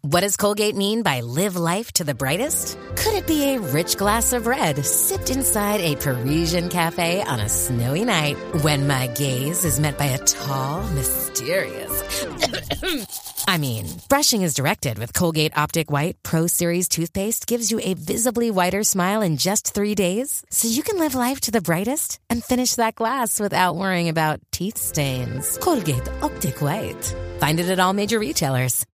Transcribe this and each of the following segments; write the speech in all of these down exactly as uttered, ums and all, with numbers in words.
What does Colgate mean by live life to the brightest? Could it be a rich glass of red sipped inside a Parisian cafe on a snowy night when my gaze is met by a tall, mysterious... I mean, brushing is directed with Colgate Optic White Pro Series toothpaste gives you a visibly whiter smile in just three days, so you can live life to the brightest and finish that glass without worrying about teeth stains. Colgate Optic White. Find it at all major retailers.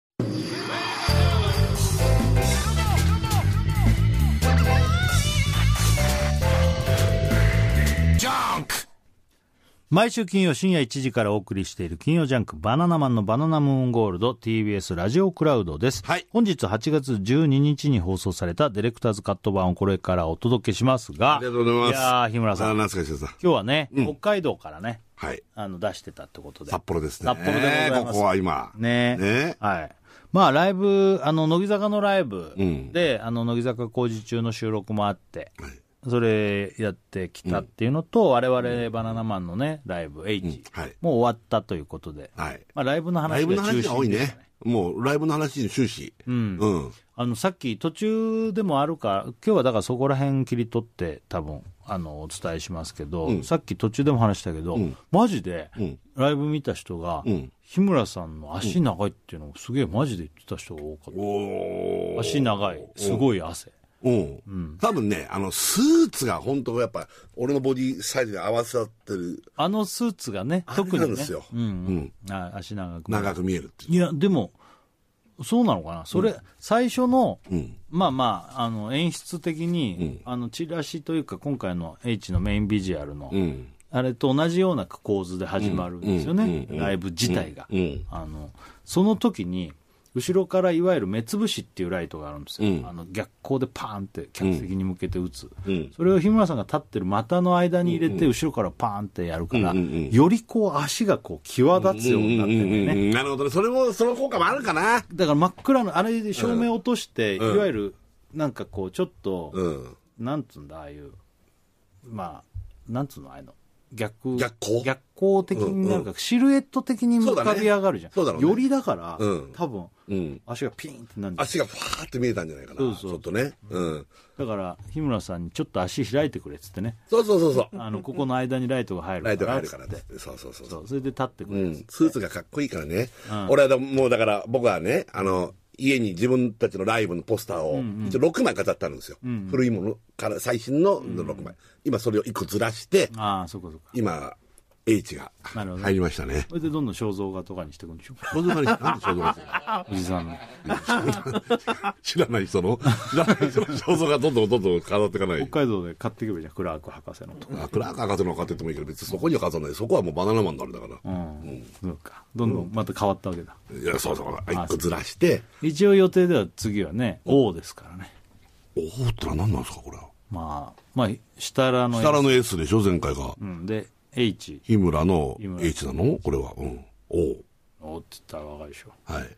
毎週金曜深夜いちじからお送りしている金曜ジャンクバナナマンのバナナムーンゴールド ティービーエス ラジオクラウドです、はい、本日はちがつじゅうににちに放送されたディレクターズカット版をこれからお届けしますが、 ありがとうございます。 いやー日村さん、 懐かしいです。 今日はね、うん、北海道からね、 はい、 あの出してたってことで札幌ですね。 札幌でございます。 ここは今ねね、 はい、まあライブ、あの乃木坂のライブで、うん、あの乃木坂工事中の収録もあって、はい、それやってきたっていうのと、うん、我々バナナマンのねライブ H、うんはい、もう終わったということで、はいまあ、ライブの話が中心、 ライブの話が多いね。もうライブの話に終始、 うんうん、あのさっき途中でもあるか、今日はだからそこら辺切り取って多分あのお伝えしますけど、うん、さっき途中でも話したけど、うん、マジで、うん、ライブ見た人が、うん、日村さんの足長いっていうのをすげえマジで言ってた人が多かった、うん、足長い、すごい汗、 うんうん、多分ね、あのスーツが本当やっぱ俺のボディサイズに合わさってる、 あのスーツがね、特にね、 なんですよ、 うんうんうん、あ足長く長く見えるっていう。 いやでもそうなのかな、それ、うん、最初の、うん、まあまあ、あの演出的に、うん、あのチラシというか今回の H のメインビジュアルの、うん、あれと同じような構図で始まるんですよね、うん、ライブ自体が、うん、あのその時に後ろからいわゆる目つぶしっていうライトがあるんですよ、うん、あの逆光でパーンって客席に向けて打つ、うん、それを日村さんが立ってる股の間に入れて後ろからパーンってやるから、うんうん、よりこう足がこう際立つようになってるんだよね、うんうんうん、 なるほどね。それもその効果もあるかな。 だから真っ暗のあれで照明落として、うん、いわゆるなんかこうちょっと、うん、なんつうんだああいうまあなんつうのああいうの逆逆光逆光的になるか、うんうん、シルエット的に浮かび上がるじゃん。 そうだね、そうだろうね、 よりだから、うん、多分、 うん、 足がピーンってなるんだ。足がファーって見えたんじゃないかな。そうそうちょっとね、うん、 だから日村さんにちょっと足開いてくれっつってね。 そうそうそうそう。 あのここの間にライトが入るから。 ライトが入るからって。そうそうそうそう。 それで立ってくれっつって、うん、 スーツがかっこいいからね。うん、俺はもうだから僕はね、あの家に自分たちのライブのポスターを一応ろくまい飾ってあるんですよ、うんうん、古いものから最新のろくまい、うん、今それをいっこずらして、 ああそうかそうか、 今H が入りましたね。 それでどんどん肖像画とかにしていくんでしょ。 肖像画になんで肖像画するの？ おじさんの知らない人の知らない人の肖像画どんどんどんどん飾っていかない。 北海道で買っていけばいいじゃん、クラーク博士のとか。 クラーク博士の買ってってもいいけど別にそこには飾らない。そこはもうバナナマンのあれだから。うん。 うん、そうか。どんどんまた変わったわけだ。 いやそうそう一個ずらして。 一応予定では次はね O ですからね。 O ってのは何なんですかこれは。 まあまあ下らの S。下らの S でしょ前回が。 うんで。H 日村の H なのこれは、うん、O O って言ったら分かるでしょ。 はい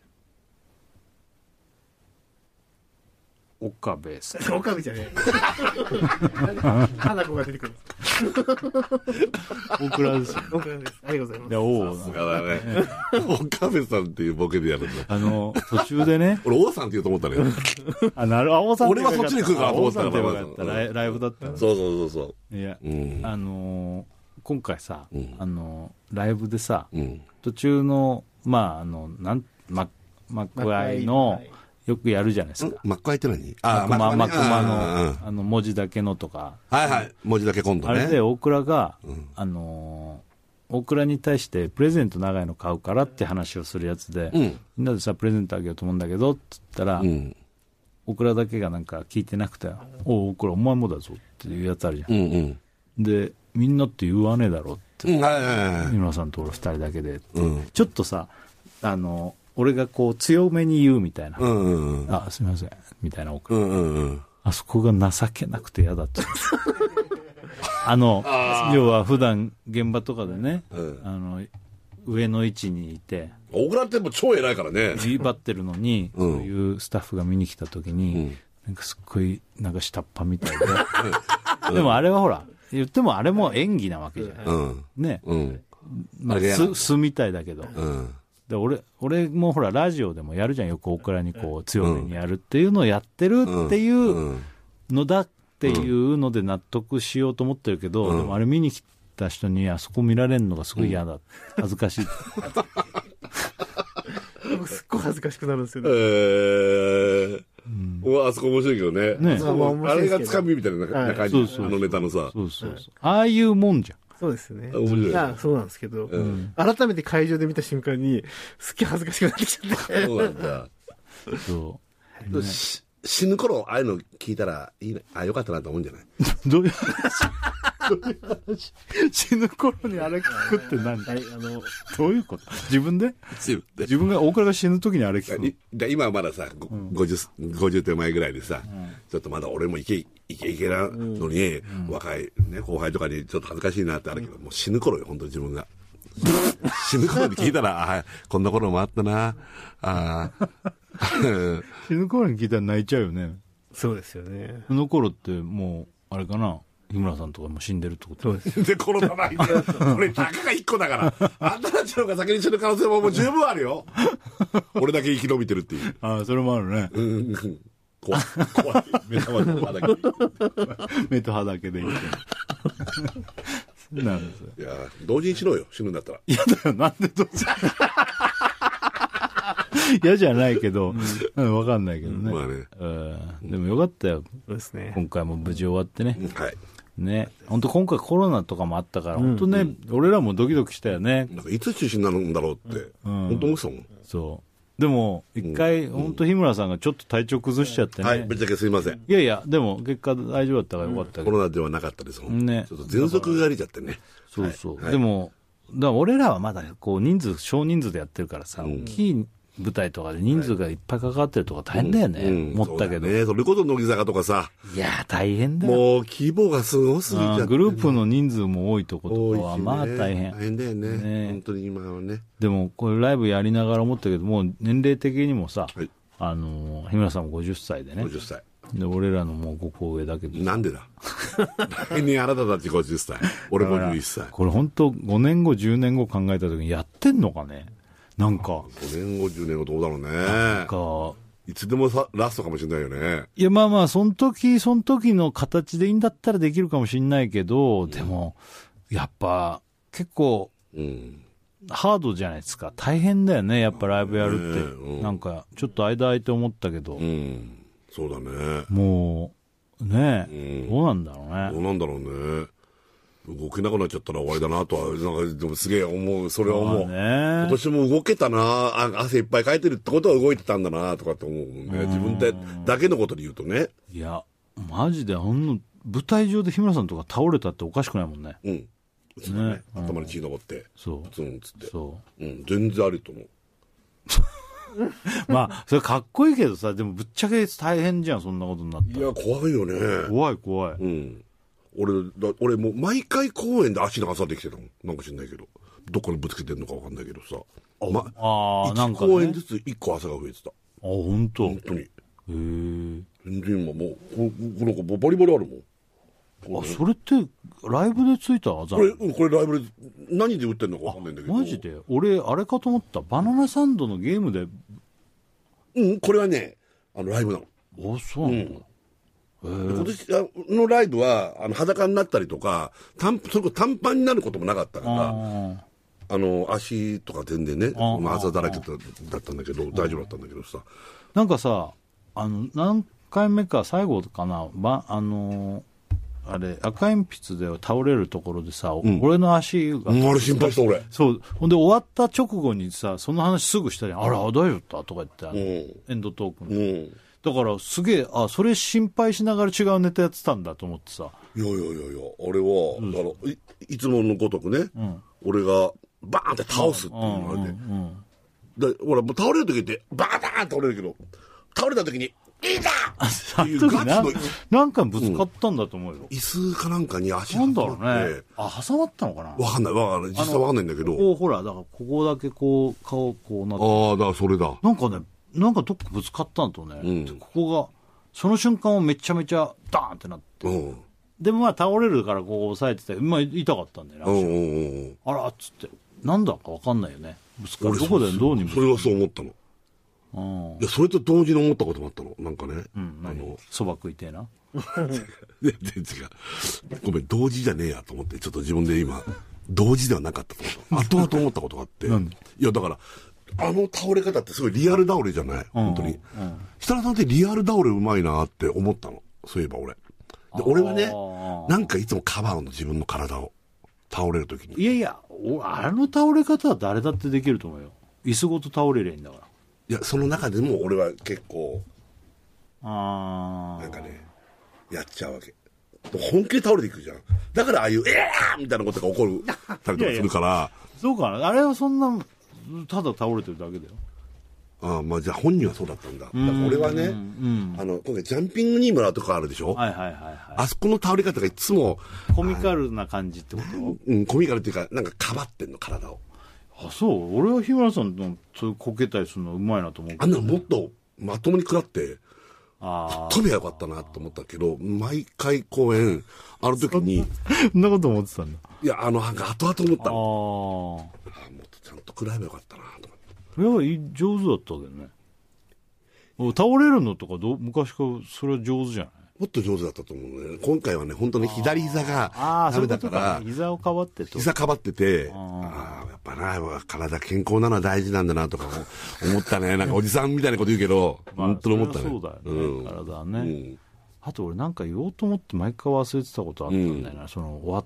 岡部さん岡部じゃねえ花子が出てくる大倉ですよ。 大倉です。ありがとうございます。いや O さすがだね岡部さんっていうボケでやるんだ。 あの途中でね俺王さんって言うと思ったのよあなる王さん俺はそっちに来るかなと思ったら王さんってよかったライ、ライブだったの。 そうそうそうそういや、うん、あのー今回さ、うん、あのライブでさ、うん、途中のまああのなんマックアイのよくやるじゃないですか。 マックアイって何？ あマクママクマのあの文字だけのとか。 はいはい文字だけ今度ね。 あれで大倉が、うん、あの大倉に対してプレゼント長いの買うからって話をするやつで、うん、みんなでさプレゼントあげようと思うんだけどって言ったら、うん、大倉だけがなんか聞いてなくて、お大倉お前もだぞっていうやつあるじゃん。うんうん、でみんなって言わねえだろって、うん、はいはいはい、三村さんと俺二人だけでって、うん、ちょっとさあの俺がこう強めに言うみたいな、うんうんうん、あすみませんみたいな大倉、うんうんうん、あそこが情けなくて嫌だってあのあ要は普段現場とかでね、うん、あの上の位置にいて大倉ってもう超偉いからね威張ってるのに、うん、そういうスタッフが見に来た時に、うん、なんかすっごいなんか下っ端みたいで、うん、でもあれはほら言ってもあれも演技なわけじゃない、うん、ね、うん、まあ、素みたいだけど、うん、 で 俺, 俺もほらラジオでもやるじゃんよく大倉にこう強めにやるっていうのをやってるっていうのだっていうので納得しようと思ってるけど、うん、でもあれ見に来た人にあそこ見られるのがすごい嫌だ、うん、恥ずかしいすっごい恥ずかしくなるんですよね。 えーうん、あそこ面白いけどね。ねあ, あれがつかみみたいな感じ、はい、あのネタのさ。 そうそうそう。ああいうもんじゃん。 そうですね。 面白い。 いや、そうなんですけど、うん、改めて会場で見た瞬間に、すっげえ恥ずかしくなってきちゃって。 そうなんだ。そう。ね、死ぬ頃、ああいうの聞いたら、いいね。あ、よかったなと思うんじゃないどういう話どういう話死ぬ頃にあれ聞くって何、はい、あのどういうこと自分で自分で自分が大倉が死ぬ時にあれ聞く今はまださ、うん、ごじゅう、ごじゅう手前ぐらいでさ、うん、ちょっとまだ俺もいけいけいけなのに、うん、若い、ね、後輩とかにちょっと恥ずかしいなってあるけど、うん、もう死ぬ頃よ本当に自分が死ぬ頃に聞いたらあこんな頃もあったなあ死ぬ頃に聞いたら泣いちゃうよね。 そうですよね。 その頃ってもうあれかな、日村さんとかも死んでるってこと。 そうですでコロナないんでこれたかがいっこだからあんたたちの方が先に死ぬ可能性ももう十分あるよ俺だけ生き延びてるっていう。 ああそれもあるね。うん怖い怖い目と歯だけ目と歯だけで生きてるなんですよ。 いや同時に死のうよ死ぬんだったら。 いやだよなんで同時に嫌じゃないけど、うん、分かんないけどね。 まあね、 うん、でもよかったよ。 そうですね。 今回も無事終わってね。 はい。 ね、本当今回コロナとかもあったから、本当ね、うん、俺らもドキドキしたよね。 なんかいつ中止になるんだろうって、うん、本当思ってたもん。 そう。でも一回、うん、本当日村さんがちょっと体調崩しちゃってね。 はい、ぶっちゃけすいません。 いやいや、でも結果大丈夫だったからよかったけど、うん、 コロナではなかったですもんね。ちょっと喘息がありちゃってね。 そうそう。はい、でもだから俺らはまだこう人数少人数でやってるからさ、うん、大きい舞台とかで人数がいっぱい関わってるとか大変だよね、うんうん、思ったけど。 そうね、それこそ乃木坂とかさ。 いや大変だよ。 もう規模がすごすぎちゃって、ね、 グループの人数も多いとことかはまあ大変。 大変だよね。ね本当に今はね。 でもこれライブやりながら思ったけど、もう年齢的にもさ、はい、あの日村さんもごじゅっさいでね。 ごじゅっさい。 で俺らのもうごこ上だけど。 なんでだ来年あなたたちごじゅっさい。俺もじゅういっさい。 これ本当ごねんごじゅうねんご考えた時にやってんのかね。なんかごねんごじゅうねんごどうだろうね。なんかいつでもさラストかもしれないよね。 いやまあまあその時その時の形でいいんだったらできるかもしれないけど、うん、でもやっぱ結構、うん、ハードじゃないですか。大変だよねやっぱライブやるって、ねうん、なんかちょっと間空いて思ったけど、うん、 そうだね。 もうねえ、うん、どうなんだろうね。 どうなんだろうね。動けなくなっちゃったら終わりだなとはなんかでもすげえ思う。それは思う、ね、今年も動けたなあ、汗いっぱいかいてるってことは動いてたんだなとかって思うもんね。自分でだけのことで言うとね。 いやマジであの舞台上で日村さんとか倒れたっておかしくないもんね。 うんそうだね、ね、頭に血登って、 そうツンつって、 そう、 うん、全然あると思うまあそれかっこいいけどさ、でもぶっちゃけ大変じゃんそんなことになったら。 いや怖いよね。 怖い怖い。 うん俺だ俺もう毎回公園で足長さできてたもん。なんか知んないけどどこにぶつけてんのか分かんないけどさ、 あ、ま、あなんか、ね、 いち公園ずついっこ朝が増えてた。あ本当。 本当に。へえ。 全然今もうここの子バリバリあるもん。あそれってライブでついたあざ。 これ、うん、これライブで何で売ってんのか分かんないんだけど。 マジで俺あれかと思った。バナナサンドのゲームで。 うんこれはねあのライブなの。 あそうなの、うん今年のライブはあの裸になったりとか短それこそ短パンになることもなかったから、ああの足とか全然ねあざだらけだったんだけど大丈夫だったんだけどさ、 なんかさあの何回目か最後かなばあのあれ赤鉛筆で倒れるところでさ、うん、俺の足が、 うん、あれ心配した俺。 そうほんで終わった直後にさその話すぐしたり、あら大丈夫だったとか言って、うん、エンドトークに、うんだからすげえあそれ心配しながら違うネタやってたんだと思ってさ。 いやいやいやいやあれは、うん、だからい, いつものごとくね、うん、俺がバーンって倒すっていうのがあれで、うんうんうん、でほらもう倒れる時ってバーンって倒れるけど倒れた時にいたっていうガチのなんかぶつかったんだと思うよ、 うん、椅子かなんかに足が挟まって。なんだろうね。あ挟まったのかな。 わかんないわかんない実際わかんないんだけど、 こうほらだからここだけこう顔こうなって、 ああだからそれだなんかねなんかどっかぶつかったんとね、うん、ここがその瞬間はめちゃめちゃダーンってなって、うん、でもまあ倒れるからこう押さえてて、まあ、痛かったんだよね、うんうんうん、あらっつってなんだか分かんないよね。 ぶつかる。どこでどうにぶつかる。 それはそう思ったの。あいや、それと同時に思ったこともあったの。なんかね。うん、 あの、蕎麦食いてえな。 全然違う。ごめん、同時じゃねえやと思って、ちょっと自分で今、同時ではなかったと思った。後々思ったことがあって。いや、だから、あの倒れ方ってすごいリアル倒れじゃない、本当に。設楽さんってリアル倒れうまいなって思ったの。そういえば俺。で、俺はね、なんかいつもカバーの自分の体を。倒れるときに。 いやいや、あの倒れ方は誰だってできると思うよ。椅子ごと倒れりゃいいんだから。 いや、その中でも俺は結構、 あなんかね、やっちゃうわけ。本気で倒れていくじゃん。だからああいう、えーみたいなことが起こるたりとかするから。いやいやそうかな。あれはそんな、ただ倒れてるだけだよ。 ああ、まあじゃあ本人はそうだったんだ。だから俺はね、あの、今回ジャンピングニームラとかあるでしょ。 はいはいはい、はい。 あそこの倒れ方がいつも。 コミカルな感じってこと？ うん、コミカルっていうか、なんかかばってんの、体を。 あ、そう。俺は日村さんのそういうこけたりするのうまいなと思うけど。 あんなのもっとまともに食らって、 あ飛べばよかったなと思ったけど、毎回公演、ある時に。 そんなこと思ってたんだ。 いや、あの、なんか後々思ったの。 ああ。 もっとちゃんと食らえばよかったなと思って。いや、上手だったけどね。倒れるのとかど昔からそれは上手じゃない？ もっと上手だったと思うね。今回はね、本当に左膝がダメだから、 そういう膝をかばってと。 膝かばってて、ああ、やっぱな、体健康なのは大事なんだなとか思ったね。なんかおじさんみたいなこと言うけど、まあ、本当に思ったね。 そうだよね、うん、体はね、うん。あと俺なんか言おうと思って毎回忘れてたことあったんだよな。うん、その終わって、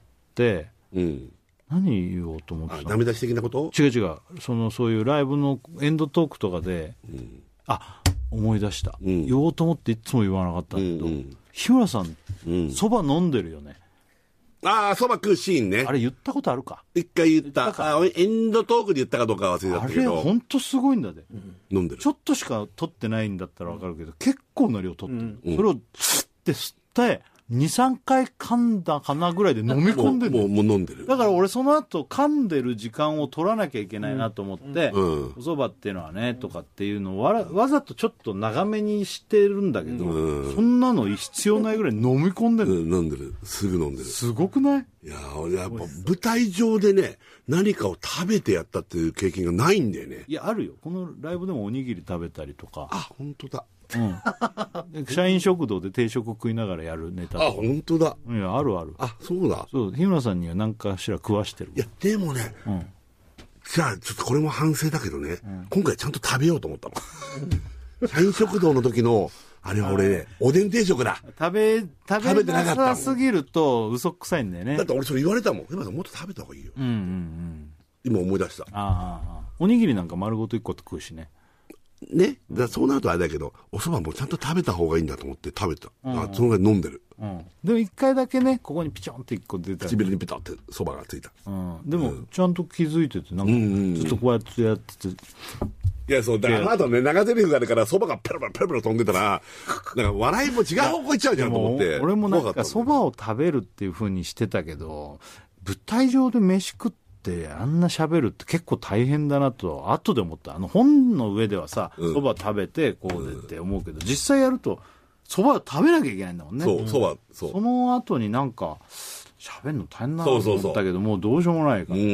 うん、何言おうと思ってたの？ ダメ出し的なこと？ 違う違う。そのそういうライブのエンドトークとかで、うん、あ、思い出した、うん、言おうと思っていつも言わなかったんだけど、うんうん、日村さんそば、うん、飲んでるよね。 ああ、そば食うシーンね。 あれ言ったことあるか？ 一回言った。ったあエンドトークで言ったかどうかは忘れちゃったけど。 あれ本当すごいんだで、うん、 飲んでる。 ちょっとしか取ってないんだったら分かるけど、うん、結構な量取ってる、うん、それを吸って吸ってに、さんかい噛んだかなぐらいで飲み込んでる。 もう、もう飲んでる。 だから俺その後噛んでる時間を取らなきゃいけないなと思って、うん、お蕎麦っていうのはね、とかっていうのをわ, わざとちょっと長めにしてるんだけど、うん、そんなの必要ないぐらい飲み込んでる。 うん、飲んでる。すぐ飲んでる。 すごくない？ いや俺やっぱ舞台上でね、何かを食べてやったっていう経験がないんだよね。 いや、あるよ。このライブでもおにぎり食べたりとか。 あ、本当だ。 うん、社員食堂で定食食いながらやるネタとか。 あ、本当だ。 いや、あるある。 あ、そうだ。 そう、日村さんには何かしら食わしてる。 いや、でもね、うん、じゃあちょっとこれも反省だけどね、うん、今回ちゃんと食べようと思ったの。社員食堂の時の、あれは俺ね、おでん定食だ。 食べ、食べてなさすぎると嘘くさいんだよね。 だって俺それ言われたもん。日村さんもっと食べた方がいいよ。 うんうんうん。 今思い出した。 ああ、おにぎりなんか丸ごといっこ食うしね。 ね、だそうなるとあれだけど、お蕎麦もちゃんと食べた方がいいんだと思って食べた。うん、あそのぐらい飲んでる。 うん、でも一回だけね、ここにピチョンって一個出た。 唇にピタって蕎麦がついた。 うん、でも、ちゃんと気づいてて、なんか、ずっとこうやってやってて。いや、そう、だからあの後ね、長ゼリフがあるから、蕎麦がペロペロペロペロ飛んでたら、なんか笑いも違う方向行っちゃうじゃんと思って。 俺もなんか蕎麦を食べるっていう風にしてたけど、舞台上で飯食って、あんな喋るって結構大変だなと後で思った。あの本の上ではさ、そば、うん、食べてこうでって思うけど、うん、実際やるとそばを食べなきゃいけないんだもんね。 そう、そば、 そう。その後になんか喋るの大変だなと思ったけど、そうそうそう、もうどうしようもないから。うん、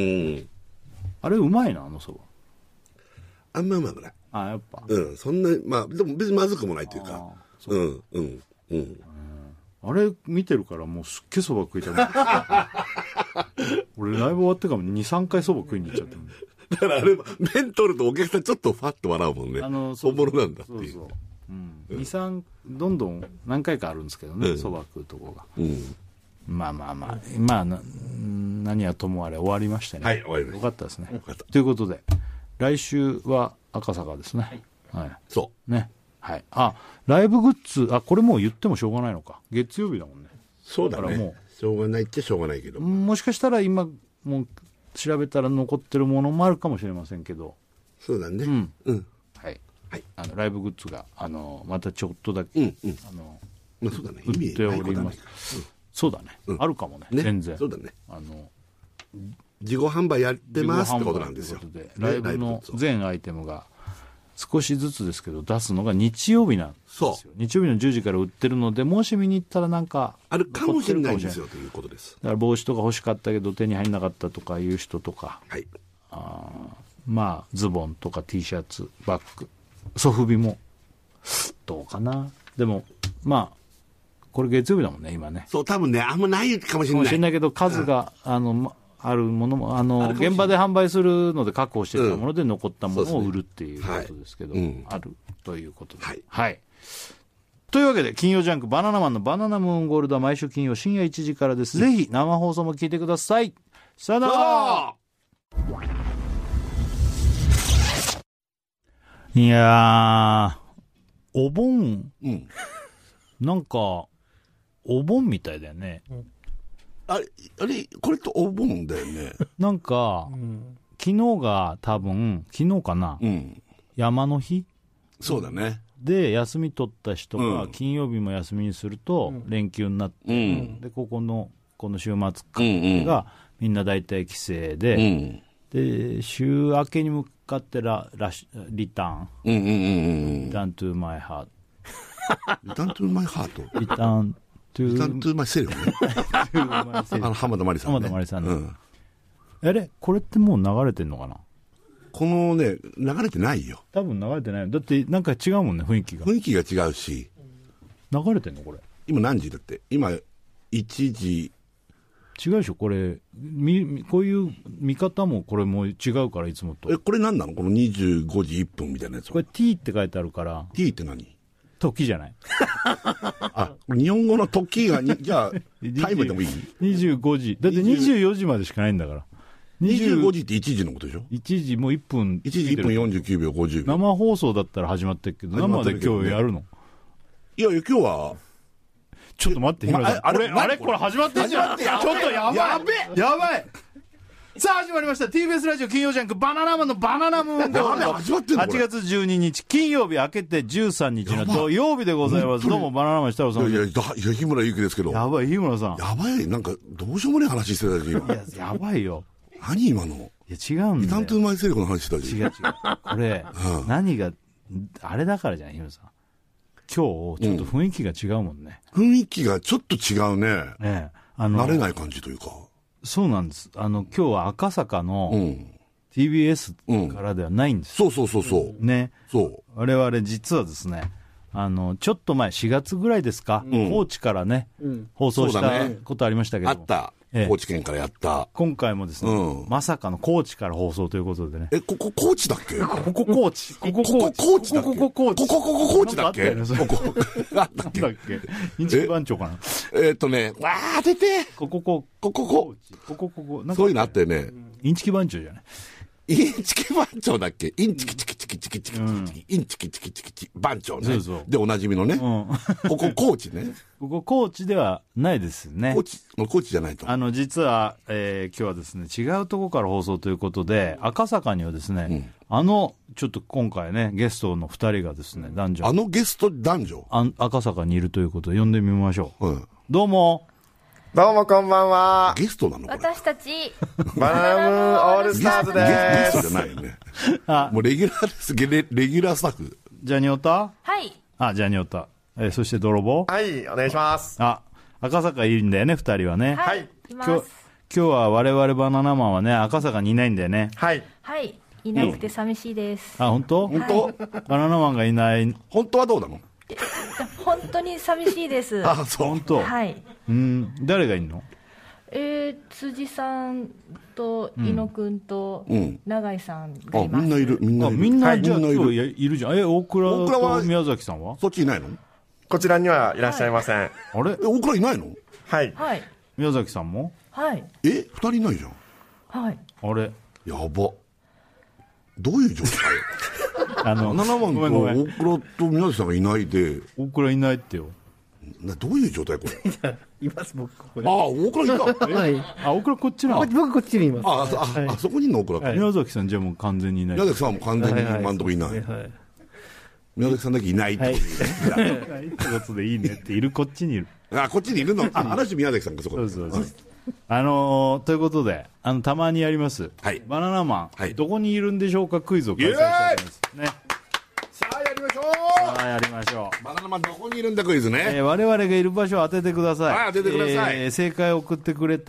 あれうまいな、あのそば。 あんまうまくない。 あ、やっぱ。 うん、そんな、まあでも別にまずくもないというか。ううん、うん、うん。 あれ見てるからもうすっげえそば食いたい。俺ライブ終わってからに、さんかいそば食いに行っちゃったんだ。 だからあれ麺取るとお客さんちょっとファッと笑うもんね。あの本物なんだっていう。そうそう、 うん、に、さんどんどん何回かあるんですけどね、そば、うん、食うとこが、うん、まあまあまあまあな何はともあれ終わりましたね。 はい、終わりました。 よかったですね。ということで来週は赤坂ですね。はい、はい、 そうね。はい、あ、ライブグッズ、あ、これもう言ってもしょうがないのか。月曜日だもんね。 そうだね。だからもうしょうがないっちゃしょうがないけど。 もしかしたら今、もう調べたら残ってるものもあるかもしれませんけど。 そうだね。 うん。 うん。 はい。はい。あの、ライブグッズが、あの、またちょっとだけ、 うんうん、 あの、 まあそうだね。 売っております。うん、そうだね、うん。あるかもね。ね、全然。 そうだね。 あの、 自己販売やってますってことなんですよ。 ということで、ライブの全アイテムが、少しずつですけど出すのが日曜日なんですよ。日曜日のじゅうじから売ってるので、もし見に行ったらなんかあるかもしれないんですよということです。 だから帽子とか欲しかったけど手に入んなかったとかいう人とか、 はい、 あまあズボンとか T シャツバッグソフビもどうかな。でもまあこれ月曜日だもんね今ね。 そう多分ねあんまないかもしれない。 かもしれないけど数が、うん、あの、ま、あるものもあの現場で販売するので確保してたもので残ったものを売るっていうことですけど、うんねはい、あるということで、はい、はい、というわけで金曜ジャンクバナナマンのバナナムーンゴールドは毎週金曜深夜いちじからです。ぜひ生放送も聞いてください。さよなら。いやーお盆、うん、なんかお盆みたいだよね、うん、 あれあれこれとお盆だよねなんか、うん、昨日が多分昨日かな、うん、山の日そうだねで休み取った人が金曜日も休みにすると連休になって、うん、でここのこの週末がみんな大体帰省で、うん、で週明けに向かってララシリターン、うんうんうんうん、リターントゥーマイハートリターントゥーマイハートリターントゥーリターントゥーマイセルフねあの浜田真理さんね浜田真理さんね、うん、あれこれってもう流れてんのかな。 このね流れてないよ多分流れてない。だってなんか違うもんね雰囲気が雰囲気が違うし流れてんのこれ今何時だって今いちじ違うでしょこれみこういう見方もこれも違うからいつもと。 えこれ何なのこのにじゅうごじいっぷんみたいなやつは。 これ T って書いてあるから。 T って何時じゃないあ日本語の時がにじゃあタイムでもいいにじゅうごじだってにじゅうよじまでしかないんだからにじゅうごじっていちじのことでしょ。 いちじもういっぷんいちじいっぷんよんじゅうきゅうびょうごじゅうびょう生放送だったら始まってるけど生で今日やるの。 いやいや今日はちょっと待って日村さん、まあ、あれあれこれ始まってんじゃん。ちょっとやばいやべやばいさあ始まりました ティービーエス ラジオ金曜ジャンクバナナマンのバナナムーンゴールドはちがつじゅうににち金曜日明けてじゅうさんにちの土曜日でございます。どうもバナナマン設楽さん。 いやいやいや日村ゆきですけど。 やばい日村さんやばいなんかどうしようもない話してたじゃん今。 いややばいよ。 何今の。いや違うんだよ。 リターントゥーマイセルフの話してたじゃん。 違う違うこれ、うん、何があれだからじゃない日村さん今日ちょっと雰囲気が違うもんね、 うん、雰囲気がちょっと違うね。 ねあの慣れない感じというか。 そうなんです。あの今日は赤坂の ティービーエス からではないんです、 うんうん、そうそうそうそうね。 そう我々実はですねあのちょっと前しがつぐらいですか、うん、高知からね、うん、放送したことありましたけど、 ね、あった、ええ、高知県からやった今回もですね、うん、まさかの高知から放送ということでね。 えここ高知だっけ。 ここ高知ここ高知だっけ。 ここ高知ここここ高知だっけ。 ここあったっけ。インチキ番長かな。 えっとねわー出てここここここここここそういうのあったよね。 インチキ番長じゃないインチキ番長だっけ。インチキチキチキチキチキチキインチキチキチキチ番長ね。そうそうでおなじみのね、うん、ここ高知ね。 ここ高知ではないですね。 高知高知じゃないと。 あの実は、えー、今日はですね違うところから放送ということで赤坂にはですね、うん、あのちょっと今回ねゲストのふたりがですね男女あのゲスト男女あ赤坂にいるということで呼んでみましょう、うん、どうもどうもこんばんは。 ゲストなのこれ。 私たちバナナムーンオールスターズです。 ゲストじゃないよね。もうレギュラーですレ。レギュラースタッフ。 ジャニオタ。 はいあジャニオタ、えー、そして泥棒。 はいお願いします。 あ赤坂いるんだよねふたりはね。 はい今日今日は我々バナナマンはね赤坂にいないんだよね。 はいはいいなくて寂しいです、 うん、あ本当本当、はい、 バナナマンがいない本当はどうなの。 本当に寂しいです。 あそう本当。 はいうん誰がいんの。 えー、辻さんと猪野くんと永井さんがいます、 うん、あみんないるみんないる。 みんなじゃあ今日いるじゃん。え大倉と宮崎さんはそっちいないの。 こちらにはいらっしゃいません、はい、 あれえ大倉いないの。 はい、 はい、 宮崎さんもはいえふたりいないじゃん。 はいあれやばどういう状態あのななまんと大倉と宮崎さんがいないで大倉いないってよ。 などういう状態これいます僕ここで。 ああ大倉いたはい、 あ大倉こっちなの。 僕こっちにいます。 ああ、はい、あそこにいんの大倉、はい、 宮崎さんじゃあもう完全にいない。 宮崎さんも完全に今んとこいない、はいはいはい、宮崎さんだけいないってことで、ね、 はい、ってことでいいねっているこっちにいる。 あこっちにいるの。あ話宮崎さんがそこで。 そうそうそうあのー、ということであのたまにやります、はい、バナナマン、はい、どこにいるんでしょうかクイズを開催したいと思いますね。 さあやりましょう。 さあやりましょう。 バナナマンどこにいるんだクイズね、 えー、我々がいる場所を当ててください。 はい当ててください、 えー、正解を送ってくれた、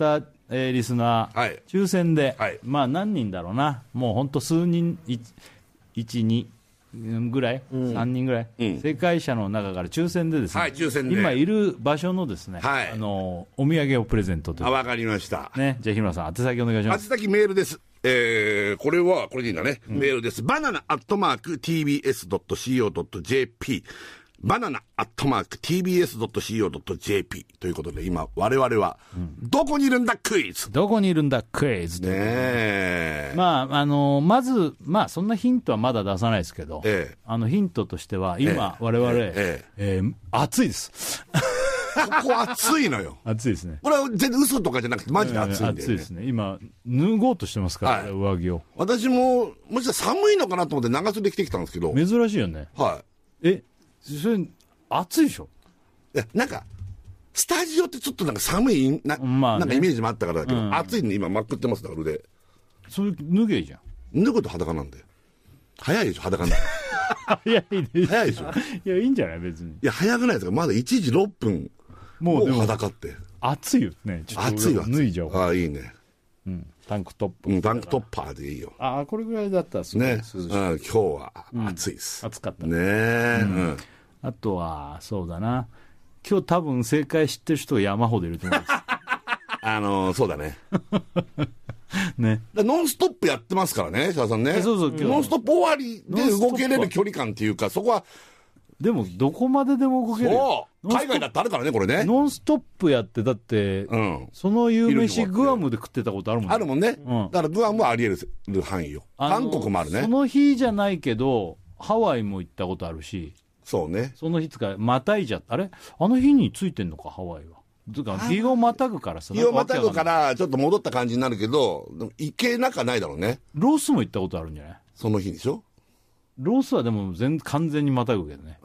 えーリスナー、 はい、 抽選で、 はい、 まあ何人だろうな、もう本当数人、いち、にぐらい、うん、さんにんぐらい、うん、正解者の中から抽選でですね、 はい、抽選で今いる場所のですね、はい、あのお土産をプレゼントという。 あ、わかりました。 ね、じゃあ日村さん、宛先お願いします。 宛先メールです。えー、これは、これでいいんだね。うん、メールです。バナナアットマーク ティービーエスドットシーオードットジェーピー。バナナアットマーク ティービーエスドットシーオードットジェーピー ということで、今、我々は、どこにいるんだクイズ、うん、 どこにいるんだクイズねえ。 まあ、あのー、まず、まあ、そんなヒントはまだ出さないですけど、ええ、あの、ヒントとしては、今、ええ、我々、えええー、暑いです。 ここ暑いのよ。 暑いですね。 これは全然嘘とかじゃなくて、マジで暑いんだよね。 暑いですね。今、脱ごうとしてますから、はい、上着を。 私も、もしかしたら寒いのかなと思って長袖着てきたんですけど。 珍しいよね。 はい。 え、それ、暑いでしょ？ いや、なんか、スタジオってちょっとなんか寒いな、まあね、なんかイメージもあったからだけど、うん、暑いんで今まくってますだから腕。 それ脱げいいじゃん。 脱ぐと裸なんで。早いでしょ、裸になる。 早いでしょ。 早いでしょ。 いや、いいんじゃない別に。いや、早くないですか。まだいちじろっぷん。もう裸って。 暑いよね。 ちょっと暑いわ。 脱いじゃおう。 ああ、いいね。 うん。タンクトップ。 うん、タンクトッパーでいいよ。 ああ、これぐらいだったらすごい涼しい。 ね。うん、今日は暑いです。 うん、暑かったね。ねえ。うん。 あとは、そうだな。今日多分正解知ってる人が山ほどいると思います。 あのー、そうだね。 ね。 ノンストップやってますからね、澤さんね。 そうそう、 ノンストップ終わりで動けれる距離感っていうか、そこは。 でも、どこまででも動ける。 そう。海外だってあるからね、これね。 ノンストップやって、だって、うん、その夕飯グアムで食ってたことあるもんね。 あるもんね。うん、だからグアムはあり得る範囲よ。韓国もあるね。 その日じゃないけど、ハワイも行ったことあるし。 そうね。 その日つか、またいじゃった。あれあの日についてんのか、ハワイは。つか、日をまたぐからさ。 日をまたぐから、ちょっと戻った感じになるけど、でも行けなかないだろうね。 ロースも行ったことあるんじゃない？ その日でしょ？ ロースはでも全、完全にまたぐけどね。 うん。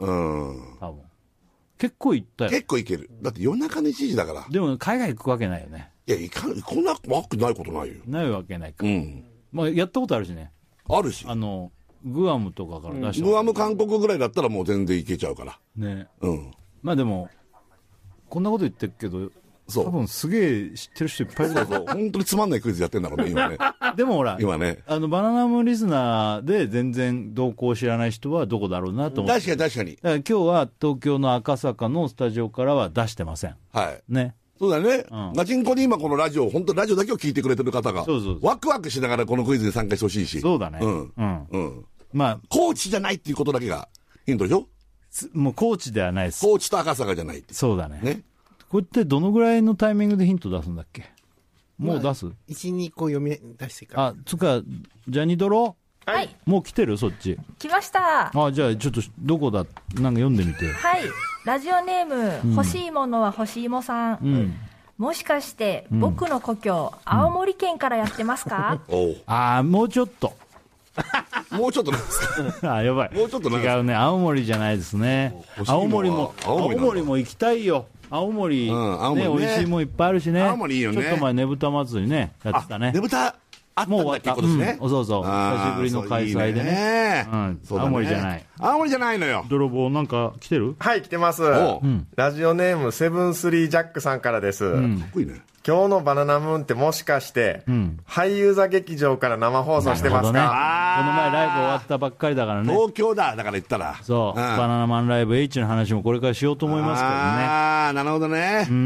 多分。結構行ったよ。 結構行ける。だって夜中のいちじだから。 でも、海外行くわけないよね。 いや、行か、行こなわけないことないよ。 ないわけないか。 うん。 まあ、やったことあるしね。 あるし。 あの、グアムとかから出した、 うん、グアム韓国ぐらいだったらもう全然いけちゃうからね。 うん。 まあでもこんなこと言ってるけど、そう多分すげえ知ってる人いっぱいいる。 そうそう本当につまんないクイズやってんだろうね今ね。 でもほら今ね、 あのバナナムーンリスナーで全然動向を知らない人はどこだろうなと思って。 確かに確かに。 だから今日は東京の赤坂のスタジオからは出してません。 はいね。 そうだね、うん、ガチンコに今このラジオ、本当ラジオだけを聞いてくれてる方がそうそうそうワクワクしながらこのクイズに参加してほしいし。 そうだね。 うんうんうん。 まあ、 コーチじゃないっていうことだけがヒントでしょ。 もうコーチではないです。 コーチと赤坂じゃないって。 そうだね。 ね。 これってどのぐらいのタイミングでヒント出すんだっけ？もう出す？ いち、にこ読み出してから。 あ、つか、ジャニドロ？ はい。 もう来てる？そっち。 来ました。 あ、じゃあちょっとどこだ？なんか読んでみて。 はい。ラジオネーム、うん、欲しいものは欲しいもさん。うん。もしかして、僕の故郷、うん、青森県からやってますか？ おう。 あー、もうちょっと。 もうちょっとなんですか？ あ、やばい。 もうちょっとなんですか？ 違うね。青森じゃないですね。青森も、青森, 青森も行きたいよ。青森、うん、青森ね、美味しいもんいっぱいあるしね。 青森いいよね。 ちょっと前ねぶた祭りね、やってたね。 ねぶたあったんだってことですね。 うん、そうそう。久しぶりの開催でね。 うん、そうだね。 青森じゃない。 青森じゃないのよ。 泥棒なんか来てる？ はい、来てます。うん、ラジオネームセブンスリージャックさんからです。うん、 かっこいいね。 今日のバナナムーンってもしかして、うん、俳優座劇場から生放送してますか？ ね、この前ライブ終わったばっかりだからね。 東京だ、だから言ったら。 そう、うん、バナナマンライブ H の話もこれからしようと思いますけどね。 ああ、なるほどね。 うん、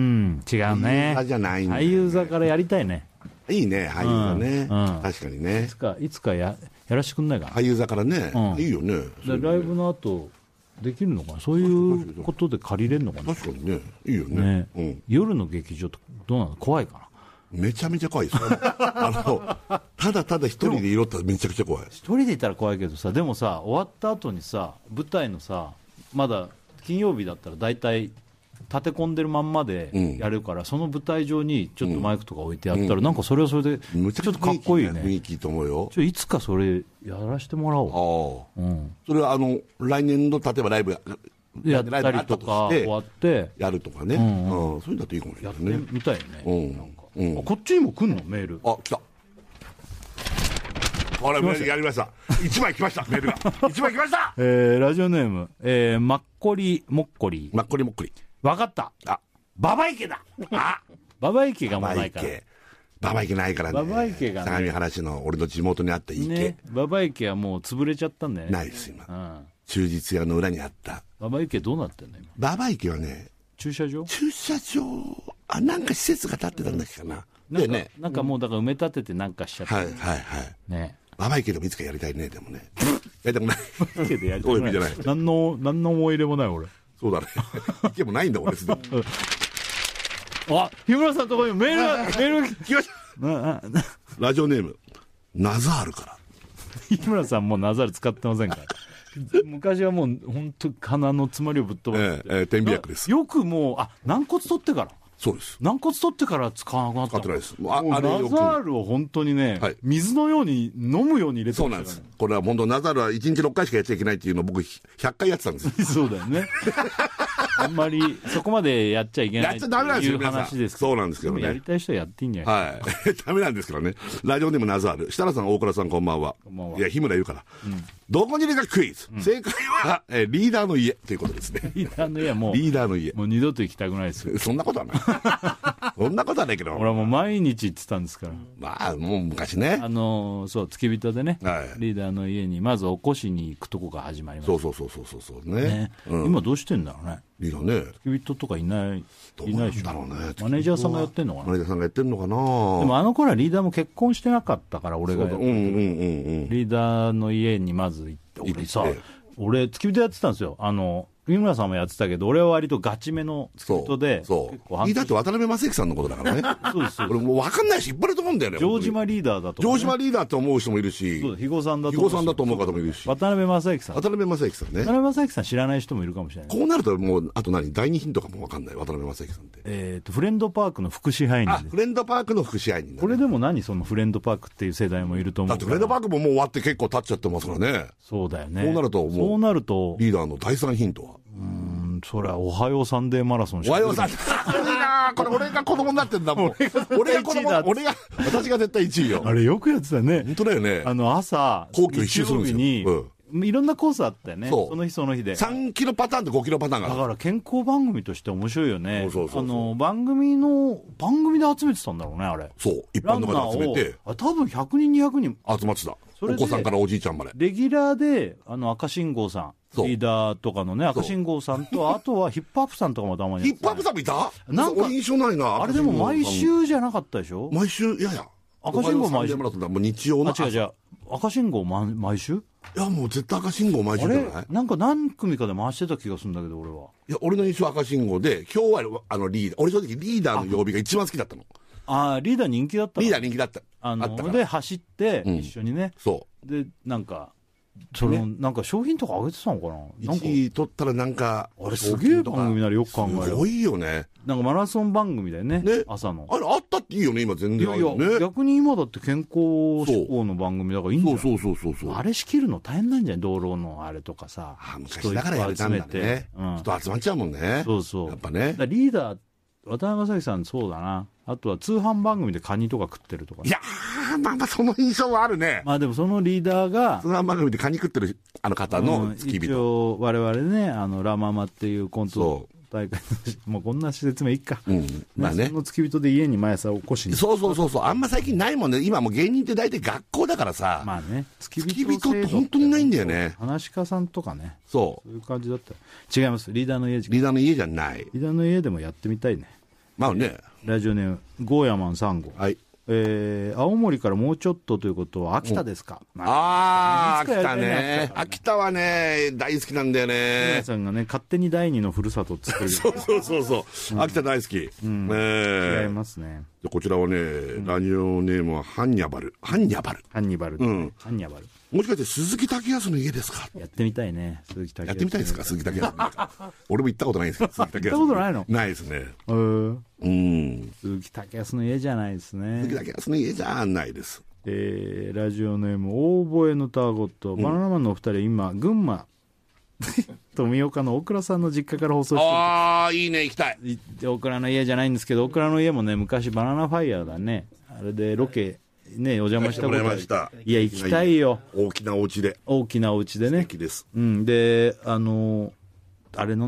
違うね。 俳優座じゃないんだ、 ね。俳優座からやりたいね。 いいね、俳優座ね。うんうん、確かにね。 いつか、いつかや、やらしてくんないかな。 俳優座からね。うん、いいよね。 ライブの後、できるのかな、そういうことで借りれるのかな。 確かにね、いいよね。ね、 うん、夜の劇場とどうなの？怖いかな。 めちゃめちゃ怖いですあのただただ一人でいろったらめちゃくちゃ怖い。 一人でいたら怖いけどさ、でもさ、終わった後にさ、舞台のさ、まだ金曜日だったら大体立て込んでるまんまでやるから、うん、その舞台上にちょっとマイクとか置いてやったら、うん、なんかそれはそれでちょっとかっこいいね。 雰囲気いいと思うよ。 ちょいつかそれやらせてもらおう。あ、うん、 それはあの来年の例えばライブやったりとか終わってやるとかね、うんうん、そういうんだといいかもしれないね。 やってみたいよね、うん、なんかうん、こっちにも来んのメール。 あ、来た。あれ、メールやりました。一枚来ました、メールが。一枚来ました。 えー、ラジオネーム、えー、マッコリモッコリ。 マッコリモッコリ。 わかった。 あ、 ババイケだ。あ、ババイケがもうないから。 馬場池ないからね。 馬場池がね、 相模原市の俺の地元にあった池。 ね、馬場池はもう潰れちゃったんだよね。 ないです、今。 うん。 忠実屋の裏にあった。 馬場池どうなってんの今。 馬場池はね、 駐車場駐車場、あ、なんか施設が建ってたんだっけかな。 なんか、 でね、 なんかもうだから埋め立ててなんかしちゃった。 はいはいはい。 ね。 馬場池でもいつかやりたいね、でもね。やりたくない。 池でやりたくない。 おいじゃない。 何の、何の思い入れもない俺。 そうだね。池もないんだ俺すでに。 あ、日村さんのところにメールが、メールが来ました。ラジオネーム、ナザールから。 日村さんもうナザール使ってませんから。昔はもう本当鼻の詰まりをぶっ飛ばして、 ええええ、点鼻薬です。 よくもう、あ、軟骨取ってから。 そうです。 軟骨取ってから使わなくなった。 使ってないです。 もうあれナザールを本当にね、はい、水のように飲むように入れてましたからね。 そうなんです。これは本当ナザールはいちにちろっかいしかやっちゃいけないっていうのを僕ひゃっかいやってたんです。 そうだよね。あんまりそこまでやっちゃいけないっていう話ですけど。 そうなんですけどね。 やりたい人はやっていいんじゃないですか。はい。ダメなんですけどね。ラジオネームナザール。設楽さん、大倉さん、こんばんは。 こんばんは。 いや、日村言うから。うん、どこにいるかクイズ。うん、正解は、えー、リーダーの家ということですね。 リーダーの家はもう。 リーダーの家。 もう二度と行きたくないですよ。 そんなことはない。そんなことはないけど。 俺はもう毎日行ってたんですから。 まあ、もう昔ね。 あのー、そう、付き人でね、 はい、 リーダーの家にまず起こしに行くとこが始まりました。 そうそうそうそうそうね。 ね、うん、今どうしてんだろうね。 リーダーね。 付き人とかいない、いないでしょ。 だろうね。 マネージャーさんがやってんのかな。 マネージャーさんがやってんのかな。でもあの頃はリーダーも結婚してなかったから、俺がやって、 うんうんうんうん、 リーダーの家にまず行って、俺さ、俺、付き人やってたんですよ。あの、三村さんもやってたけど、俺は割とガチめの付き人で、 そう。そう。リーダーって渡辺正行さんのことだからね。 そうです。 俺もう分かんないし、いっぱいいると思うんだよね。 城島リーダーだと、 ね。城島リーダーって思う人もいるし、 そう、肥後さんだと思う。肥後さんだと思う方もいるし。 渡辺正行さん。 渡辺正行さんね。 渡辺正行さん知らない人もいるかもしれない。 こうなるともう、あと何第二ヒントかも分かんない。渡辺正行さんって。 えっと、フレンドパークの副支配人。 あ、フレンドパークの副支配人、ね。 これでも何そのフレンドパークっていう世代もいると思う。 だってフレンドパークももう終わって結構経っちゃってますからね。 そうだよね。 そうなるともう。 そうなると。 リーダーの第三ヒントは。 うん、それはおはようサンデーマラソンしか。 おはようサンデー。いいなこれ俺が子供になってんだもん。俺が子供、俺が、私が絶対いちいよ。 あれよくやってたね。 本当だよね。 あの朝、 皇居一周するんですよ。 に、うん、いろんなコースあったよね。その日その日で。 さんキロパターンとごキロパターンがある。 だから健康番組として面白いよね。 そうそうそうそう。 あの、番組の、番組で集めてたんだろうね、あれ。 そう。一般の方集めて。 あ、多分ひゃくにん、にひゃくにん。 集まってた。お子さんからおじいちゃんまで。 レギュラーで、あの、赤信号さん。リーダーとかのね、赤信号さんと、あとはヒップアップさんとかもたまに。 ヒップアップさんもいたなんか、 印象ないな。 あれでも毎週じゃなかったでしょ毎週、いやいや。 赤信号毎週。 もう日曜の。 あ、違う違う。赤信号毎週いや、もう絶対赤信号毎週じゃない？ なんか何組かで回してた気がするんだけど、俺は。 いや、俺の印象は赤信号で、今日はあのリーダー、俺正直リーダーの曜日が一番好きだったの。 ああ、リーダー人気だったリーダー人気だった。 あの、あで、走って、一緒にね、うん。 そう。 で、なんか、その、ね、なんか商品とかあげてたのかな？ いちい取ったらなんか、 あれすげえ番組ならよく考える。 すごいよね。 なんかマラソン番組だよね。ね。朝の。 あれあったっていいよね、今全然あるよね。 いやいや、逆に今だって健康志向の番組だからいいんじゃない？ そうそうそうそう。 あれ仕切るの大変なんじゃない？道路のあれとかさ。 あ、昔だからやれたんだね。うん。人集まっちゃうもんね。 そうそう。 やっぱね。 リーダー、渡辺正行さんそうだな。あとは通販番組でカニとか食ってるとか、ね。 いやー、まあまあその印象はあるね。 まあでもそのリーダーが。 通販番組でカニ食ってるあの方の付き人。 一応我々ね、あの、ラ・ママっていうコント大会の、もうこんな説明いいか。 うん。まあね。 その付き人で家に毎朝起こしに。 そうそうそうそう。あんま最近ないもんね。今もう芸人って大体学校だからさ。 まあね。 付き人って本当にないんだよね。 話し家さんとかね。 そう。 そういう感じだった。違います。リーダーの家。リーダーの家じゃない。 リーダーの家でもやってみたいね。 まあね。 ラジオネーム、ゴーヤマンさん号。 はい。 えー、青森からもうちょっとということは秋田ですか？ うん、ああ、秋田ね。秋田はね、大好きなんだよね。 皆さんがね、勝手に第二のふるさとを作る。 そうそうそうそう、うん。秋田大好き。 うん。ね、違いますね。 こちらはね、うん、ラジオネームはハンニャバル。ハンニャバル。 ハンニャバル。 うん。 ハンニャバル。 もしかして鈴木武康の家ですか？ やってみたいね、鈴木武康。 やってみたいですか、鈴木武康。俺も行ったことないですけど、鈴木武康。 行ったことないの？ ないですね。 うん。 うん。 鈴木武康の家じゃないですね。 鈴木武康の家じゃないです。 えー、ラジオネーム、大声のターゴット、うん、バナナマンのお二人、今、群馬、富岡の大倉さんの実家から放送してる。 ああ、いいね、行きたい。 大倉の家じゃないんですけど、大倉の家もね、昔バナナファイヤーだね。あれでロケ、ね、お邪魔したことある。いや、行きたいよ。 大きなお家で。 大きなお家でね。 素敵です。 うん。で、あの、あれのな、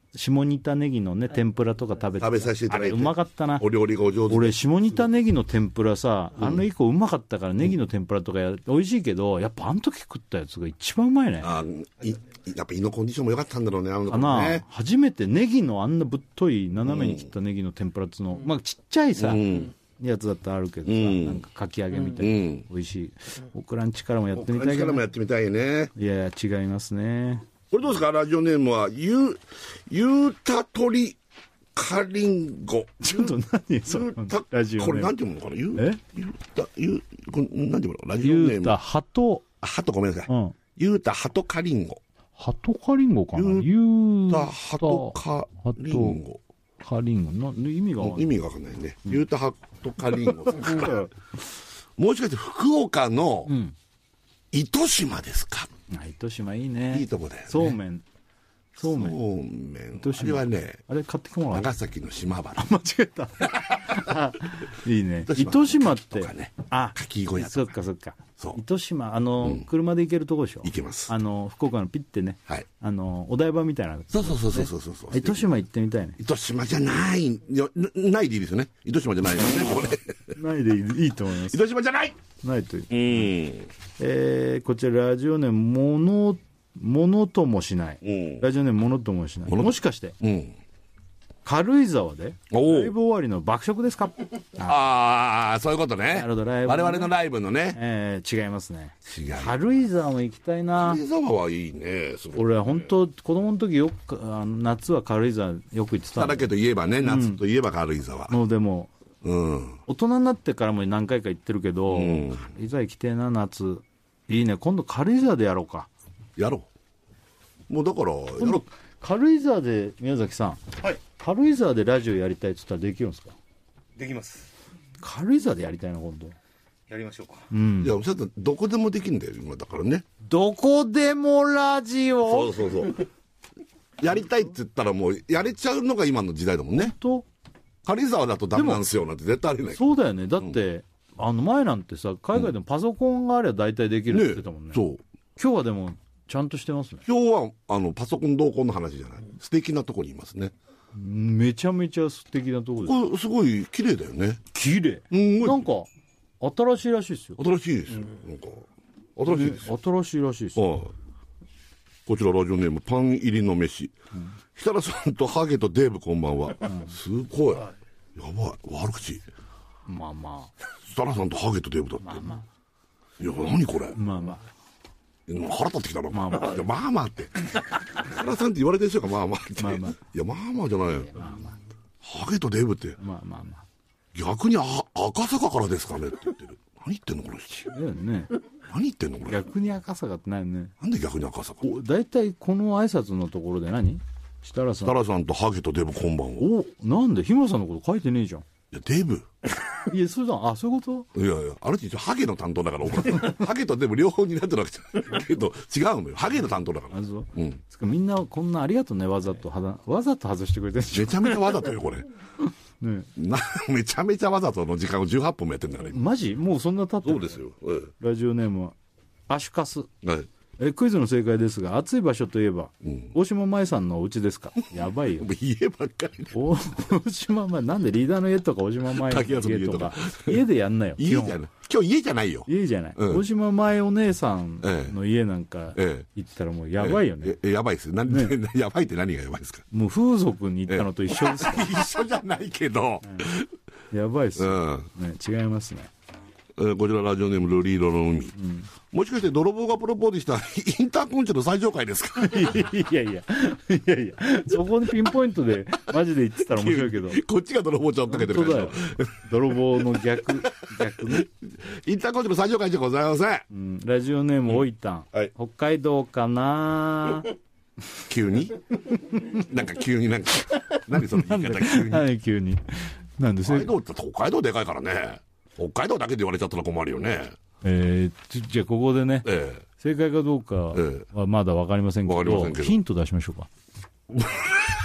下仁田ネギのね、天ぷらとか食べて、 食べさせていただいて、 あれうまかったな。 お料理がお上手で。 俺、下仁田ネギの天ぷらさ、あの以降うまかったから、ネギの天ぷらとかや美味しいけど、やっぱあの時食ったやつが一番うまいね。 あいやっぱ胃のコンディションも良かったんだろうね、あのかな、 ね。 初めてネギのあんなぶっとい斜めに切ったネギの天ぷらっつうの、まあちっちゃいさ、 うんやつだったらあるけどさ、 うんなんかかき揚げみたいな、 うん美味しい。オクランチからもやってみたいけど、 力もやってみたいね。 いやいや違いますね。 これどうですか、ラジオネームは、ゆう、ゆうたとりかりんご。 ちょっと何そのラジオネーム。 これなんて読むのかな、ゆう、 えゆうた、ゆう、これなんて読むのラジオネーム。 ゆうたはと、 あ、はとごめんなさい。 うん。 ゆうたはとかりんご。 はとかりんごかな。 ゆゆうたはとかりんご。 かりんご。な、意味がわかんない。 意味がわかんないね。ゆうたはとかりんごさんから。もしかして福岡のうん。 糸島ですか？ あ糸島いいね。 いいとこだよね。 そうめん。そうめん。 そうめん。 糸島あれはね、 あれ買ってきてもらう。 長崎の島原。 間違えた。あいいね。 糸島糸島ってとかね。 あ、 かき小屋そとか。 っかそっか。 そう糸島、あの、車で行けるとこでしょ。 行けますあの、福岡のピッてね。 はい。 あの、お台場みたいな。 そうそうそうそうそうそう。 糸島行ってみたいね。 糸島じゃないよ、なないでいいですよね。糸島じゃないですね、これ。 ないでいいいいと思います。 糸島じゃないないという。 うん。 えー、こちらラジオネーム、もの、ものともしない。 うん。 ラジオネーム、ものともしない。 ものともしかして、 うん。 軽井沢で、 おうライブ終わりの爆食ですか？ ああ、そういうことね。 なるほどライブね我々のライブのね。 えー、違いますね。 違う。 軽井沢も行きたいな。 軽井沢はいいね。すごい。 俺は本当、子供の時よく、あの夏は軽井沢よく行ってたんだだけど言えばね、夏といえば軽井沢。 もうでも、 うん。 大人になってからも何回か行ってるけど、 うん軽井沢行きてえな、夏。いいね、今度軽井沢でやろうか。 やろう。もうだから、や今度ろう。 軽井沢で、宮崎さん、 はい。 軽井沢でラジオやりたいって言ったらできるんですか？ できます。 軽井沢でやりたいな、今度。 やりましょうか。 うんい。や、おっしゃったどこでもできるんだよ、今だからね。 どこでもラジそオうそうそう。やりたいって言ったらもう、やれちゃうのが今の時代だもんね。 と、 軽井沢だとダメなんですよ、なんて絶対ありえない。 そうだよね。だって、あの前なんてさ、海外でもパソコンがあれば大体できるって言ってたもんね。 そう。 今日はでも、ちゃんとしてますね。 今日は、あの、パソコン同梱の話じゃない。素敵なとこにいますね。 めちゃめちゃ素敵なところです。 これ、すごい綺麗だよね。 綺麗。 うんなんか、新しいらしいですよ。 新しいですよ。なんか、新しいですよ。 新しいらしいですよ。 はい。こちらラジオネーム、パン入りの飯。設楽さんとハゲとデーブこんばんは。すごい。やばい。悪口。 まあま設楽さんとハゲとデーブだって。 あ、まいや、何これ。 あ、まあまあ。 腹立ってきたな。 まあまあいや、まあまあって。設楽さんって言われてる人がまあまあって。 まあまあいや、まあまあじゃないよ。ハゲとデーブって、 まあまあまあ。 逆にあ赤坂からですかねって言ってる。何言ってんのこの人。 だよね。 何言ってんのこれ。 逆に赤坂ってないよね。 なんで逆に赤坂。 お、大体この挨拶のところで何設楽さん。 設楽さんとハゲとデブこんばんは。いお、なんで日村さんのこと書いてねえじゃん。 や、デブ。 いや、それだ、あ、そういうこと？ いやいや、あの人一応ハゲの担当だから、怒られてハゲとデブ両方になってるわけじゃないけど、違うのよ。ハゲの担当だから。 あ、そう。 うん。 つかみんなこんなありがとうね、わざとはだ、わざと外してくれてるでしょ。 めちゃめちゃわざとよ、これ。 ねな、めちゃめちゃわざとの時間をじゅうはっぷんもやってんだから、今。 マジもうそんな経ってるそうですよ。えラジオネームは、アシュカス。 え。はい。 え、クイズの正解ですが、暑い場所といえば、 ん大島麻衣さんのお家ですか？やばいよ。 もう家ばっかり。 お大島麻衣、なんでリーダーの家とか大島麻衣の家とか、家でやんなよ。 家じゃない。今日家じゃないよ。 家じゃない。 うん大島麻衣お姉さんの家なんかええ行ったらもうやばいよね。 ええやばいですよ。なんで、やばいって何がやばいですか？ もう風俗に行ったのと一緒ですよ。 一緒じゃないけど。 やばいっすうよ。 ん。 ね、違いますね。 えーこちらラジオネームルリードの海、もしかして泥棒がプロポーズしたインターコンチの最上階ですか？ いやいや、いやいや、そこにピンポイントでマジで言ってたら面白いけど。 こっちが泥棒ちゃんをかけてるから本当だよ。泥棒の逆、逆ね。 インターコンチの最上階じゃございません。 うん、ラジオネームおいたん。 はい北海道かな急になんか急になんか、何その言い方急に。 はい、急に。なんで、 北海道って北海道でかいからね。北海道だけで言われちゃったら困るよね。 えー、じじゃあここでね、 え正解かどうかはまだわかりませんけど、 わかりませんけどヒント出しましょうか。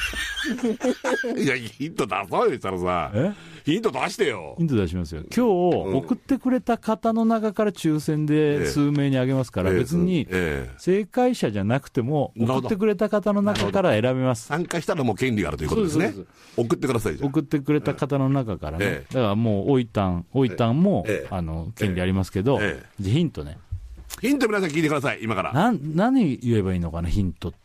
いや、ヒント出そうよ、したらさ。 えヒント出してよ。 ヒント出しますよ。今日、送ってくれた方の中から抽選で数名にあげますから、 ええ別にええ正解者じゃなくても、 なるほど送ってくれた方の中から選べます。 参加したらもう権利があるということですね。 そうです送ってください、じゃあ。 送ってくれた方の中からね。 ええだからもう、おいたん、おいたんも、 ええあの、権利ありますけど、 ええじゃあヒントね。 ヒント皆さん聞いてください、今から。 なん、何言えばいいのかな、ヒントって。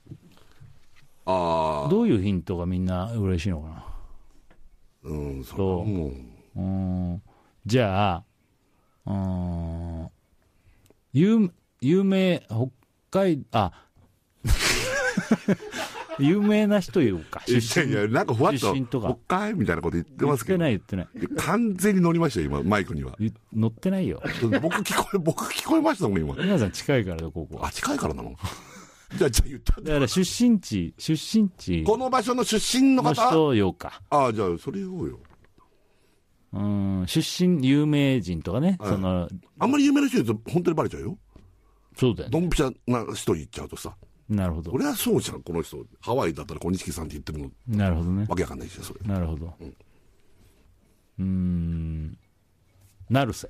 ああ。 どういうヒントがみんな嬉しいのかな。 うん、そそうう。もう。 うーんじゃあ、うーん有有名、北海、あ有名な人言うか、 い出身。 やいや、なんかふわっと、 出身とか。 北海みたいなこと言って言ってますけど。 ない言ってない。 完全に乗りましたよ、今、マイクには。 言乗ってないよ。 僕聞こえ、僕聞こえましたもん、今。 皆さん近いからだ、ここは。 あ、近いからなのじゃあ、じゃあ言ったんだ。 だから出身地、出身地この場所の出身のの方人言おうか。 ああ、じゃあ、それ言おうよ。 うーん、出身有名人とかね、 はいその、 あんまり有名な人言うと、本当にバレちゃうよ。 そうだよね。 ドンピシャな人言っちゃうとさ。 なるほど。 俺はそうじゃん、この人。ハワイだったら小錦さんって言ってるの、 なるほどね。 わけわかんないしよ、それ。 なるほど。うーん、成瀬。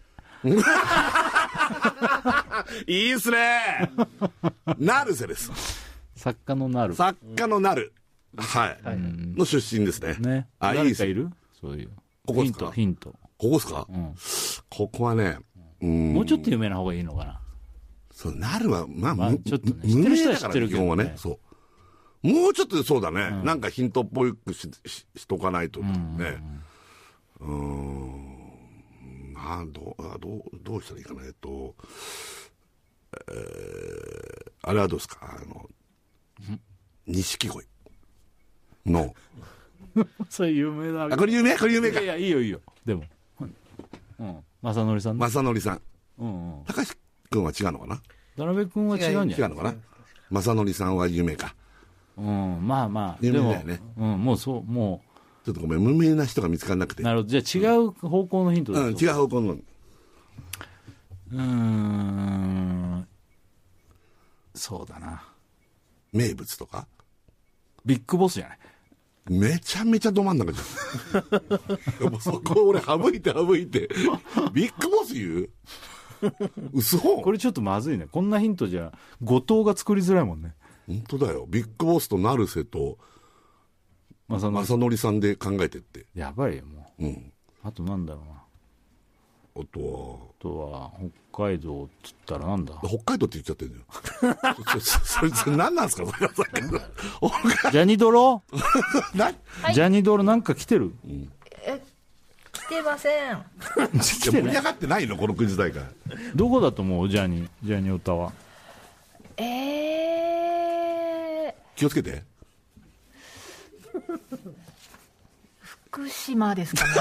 いいっすね成瀬です。 作家のなる。 作家のなる。はい。の出身ですね。 ね。 あ、いいっす誰かいるそういう。ヒント、 ここっすかヒント。 ここですか、 んここはね、うん。 もうちょっと有名な方がいいのかな。 そう、なるは、まあ、 まあむちょっとね無知ってる人は名だから知ってるけどね基本はね。そう。もうちょっとそうだね。なんかヒントっぽくしししとかないとね。うーん。なんどう、あどう、どうしたらいいかな。えっと、えー、あれはどうですかあの、錦鯉の、 それ有名だ。 あ、これ有名これ有名かいやい。や、いいよいいよ。でも。うん。正則さんね。 正則さん。 うんうん。 高橋君は違うのかな田辺君は違うんじゃない違うのかな正則さんは有名か。 うん。まあまあ。 有でも名だよね、 うん、もうそう、もちょっとごめん、無名な人が見つからなくて。 う。なるほど。じゃあ違う方向のヒントだうん、違う方向の。 うーん。そうだな。 名物とかビッグボスじゃない。 めちゃめちゃど真ん中じゃん。もうそこを俺省いて省いて。ビッグボス言う嘘これちょっとまずいね。こんなヒントじゃ、後藤が作りづらいもんね。 本当だよ。ビッグボスと成瀬と正則。 正則さんで考えてって。 やばいよ、もう。 うん。 あとなんだろうな。 あとあとは、北海道っつったらなんだ。 は、北海道って言っちゃってるんだよ。そ、そ、それ、それ何なんですかそれさっきのジャニドロな、いジャニドロなんか来てるえ来てません。 や盛り上がってないのこのクイズ大会。 どこだと思うジャニ、ジャニオタは。 えー、 気をつけて。 福島ですかね。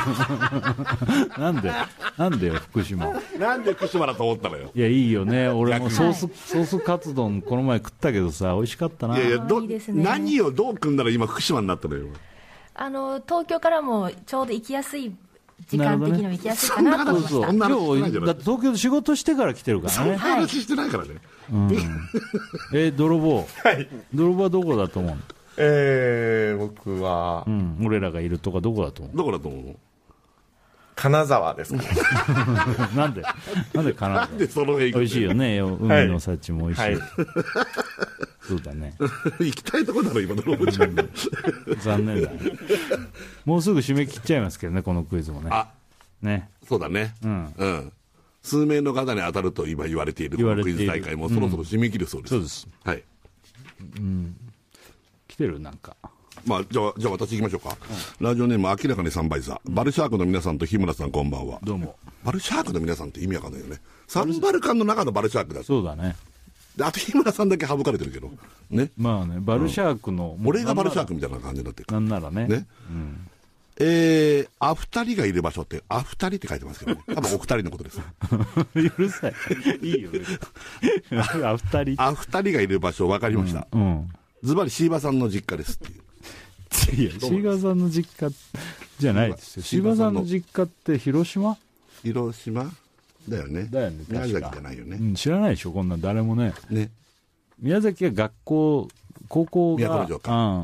なんで、なんでよ、福島。 なんで福島だと思ったのよ。 いや、いいよね。俺もソース、 はソースカツ丼この前食ったけどさ、美味しかったな。 いやいや、ど、 いいですね何をどう組んだら今福島になったのよ。 あの、東京からもちょうど行きやすい、時間的にも行きやすいかなるほどなと思いました。 そうそう。 そんな話してない今日、 じゃないだって東京で仕事してから来てるからね。 話してないからね。 えー、泥棒。泥棒はどこだと思うのえー、僕はう、ん。俺らがいるとかどこだと思どこだと思うの金沢ですかね。 うなんで、なんで金沢で、その辺美味しいよね。海の幸も美味しい。 はいそうだね。 行きたいとこだろ、今のロボちゃんが。 残念だね。もうすぐ締め切っちゃいますけどね、このクイズもね。 あ、 ね。 そうだね。 うん。 うん。数名の方に当たると今言われているこのクイ言われているズ大会もそろそろ締め切るそうです。 そうです。 はい。 来てるなんか。 まあ、じゃあ、じゃあ私行きましょうか。ラジオネーム明らかにサンバイザー。バルシャークの皆さんと日村さんこんばんは。 どうも。 バルシャークの皆さんって意味わかんないよね。サンバルカンの中のバルシャークだ。 そうだね。 であと日村さんだけ省かれてるけど。ね。 まあね、バルシャークの。 俺がバルシャークみたいな感じになってるから。 なんならね。 ね。えー、あ二人がいる場所って、あ二人って書いてますけどね。多分お二人のことです。 うるさい。いいよ。あ、二人。 あ二人がいる場所分かりました。 うん。 ズバリシーバさんの実家ですっていう。 いや、シーバさんの実家じゃないですよ。シーバさんの実家って広島広島だよね。 だよね、確か。 宮崎じゃないよね。 うん、知らないでしょ、こんなん誰もね。 ね。 宮崎は学校、高校が、 都城かうん、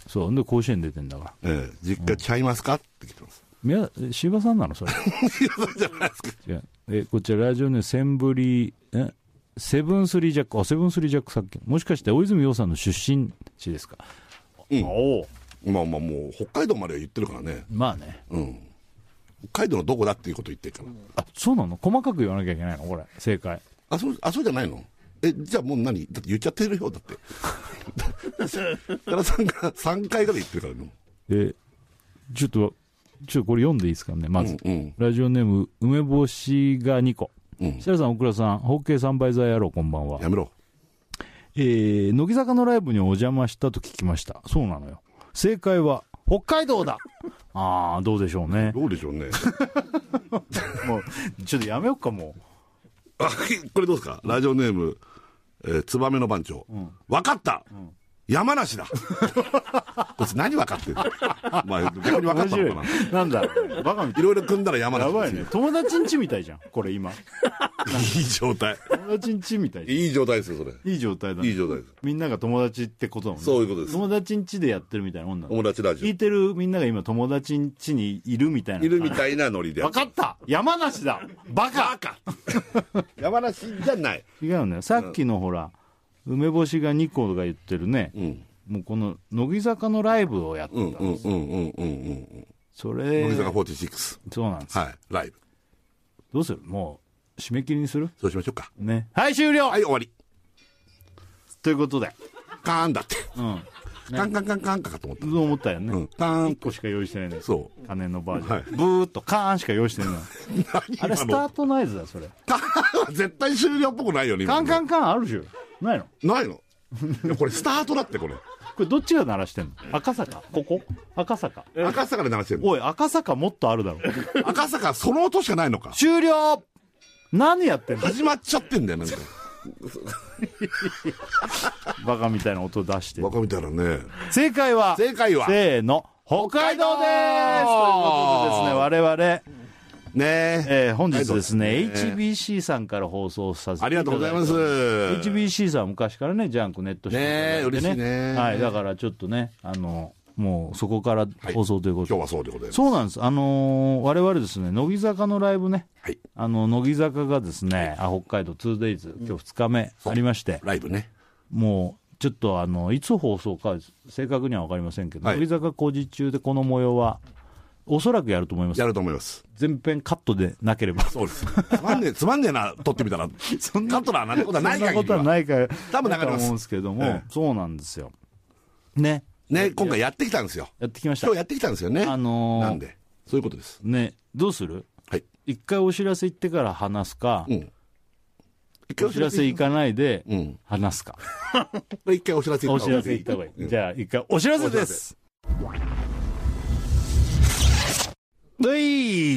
そうで甲子園出てんだから、 ええ、実家ちゃいますか、うん、って来てます。 宮柴さんなのそれ柴さんじゃないですか。 違う。えこちらラジオネームセンブリえセブンスリージャック、あセブンスリージャックさっきもしかして大泉洋さんの出身地ですか。 うん、 おまあまあもう北海道までは言ってるからね。 まあね、 うん、北海道のどこだっていうこと言ってるから。 あそうなの、細かく言わなきゃいけないのこれ正解。 あそうあそうじゃないの。えじゃあもう何だって言っちゃってるよだって多田さんがさんかいぐらい言ってるからね。 でちょっとちょっとこれ読んでいいですかねまず、 うんうん、 ラジオネーム梅干しがにこ、 うん、 設楽さん大倉さんホッケーサンバイザー野郎こんばんは。 やめろ。 えー、乃木坂のライブにお邪魔したと聞きました。そうなのよ、正解は北海道だああどうでしょうね。 どうでしょうねもうちょっとやめよっかもう。 あこれどうですか、ラジオネーム、えー、ツバメの番長、うん、分かった、うん、山梨だこいつ何分かってるまあ逆に分かったのかな。 なんだろうバカみたい。 いろいろ組んだら山梨。 やばいね、友達ん家みたいじゃんこれ今いい状態。 友達ん家みたいじゃん。 いい状態ですよそれ。 いい状態だ、ね、 いい状態です。 みんなが友達ってことだもんね。 そういうことです。 友達ん家でやってるみたいなもんだ。 友達ラジオ聞いてるみんなが今友達ん家にいるみたいな。 いるみたいなノリで。 分かった、山梨だバカバカ山梨じゃない。 違うね、さっきのほら、うん、梅干しがにこが言ってるね、うん、もうこの乃木坂のライブをやってたんです。 うんうんうんうんうんうんそれ乃木坂フォーティシックス。 そうなんです。 はいライブどうする、もう締め切りにする。 そうしましょうかね。はい終了。 はい終わりということでカーンだって、うんね、 カンカンカンカンかと思った。 そう思ったよね、うん、 カーンいっこしか用意してないね。 そう金のバージョン、 はい、 ブーっとカーンしか用意してないのあれスタートナイズだそれ。 カーンは絶対終了っぽくないよね。 カンカンカンあるじゃん。ないのないのいやこれスタートだってこれこれどっちが鳴らしてんの。赤坂ここ赤坂赤坂で鳴らしてんの。 おい赤坂もっとあるだろ赤坂その音しかないのか。 終了。何やってんの。 始まっちゃってんだよなんかバカみたいな音出してバカみたいなね。 正解は正解はせーの北海道でーす。ということでですね我々 ねええー、本日ですね、エイチビーシー さんから放送させていただいて、 ありがとうございます。 エイチビーシー さんは昔からね、ジャンクネットしていただいてね、 ね嬉しいね。 はい、だからちょっとね、あの、もうそこから放送ということで、 はい、今日はそうでございます。 そうなんです。あのー、我々ですね、乃木坂のライブね、 はい、 あの、乃木坂がですね、はい、あ北海道 ツーデイズ、今日ふつかめありまして、 ライブね。 もう、ちょっとあの、いつ放送か正確には分かりませんけど、はい、乃木坂工事中でこの模様は、おそらくやると思います。 やると思います。 全編カットでなければ。 そうです。つまんねえ、つまんねえな、撮ってみたら。そんなカットな、なんてことはないから。 そんなことはないから。 多分流れます。 と思うんですけども、ええ、そうなんですよ。ね。 ね、今回やってきたんですよ。 やってきました。 今日やってきたんですよね。 あのー、 なんで。そういうことです。 ね、どうする？はい。一回お知らせ行ってから話すか、うん、お知らせ行かないで話すか。 うん、一回お知らせ行った方がいい。 お知らせ行った方がいい。うん、じゃあ一回お知らせです。はい、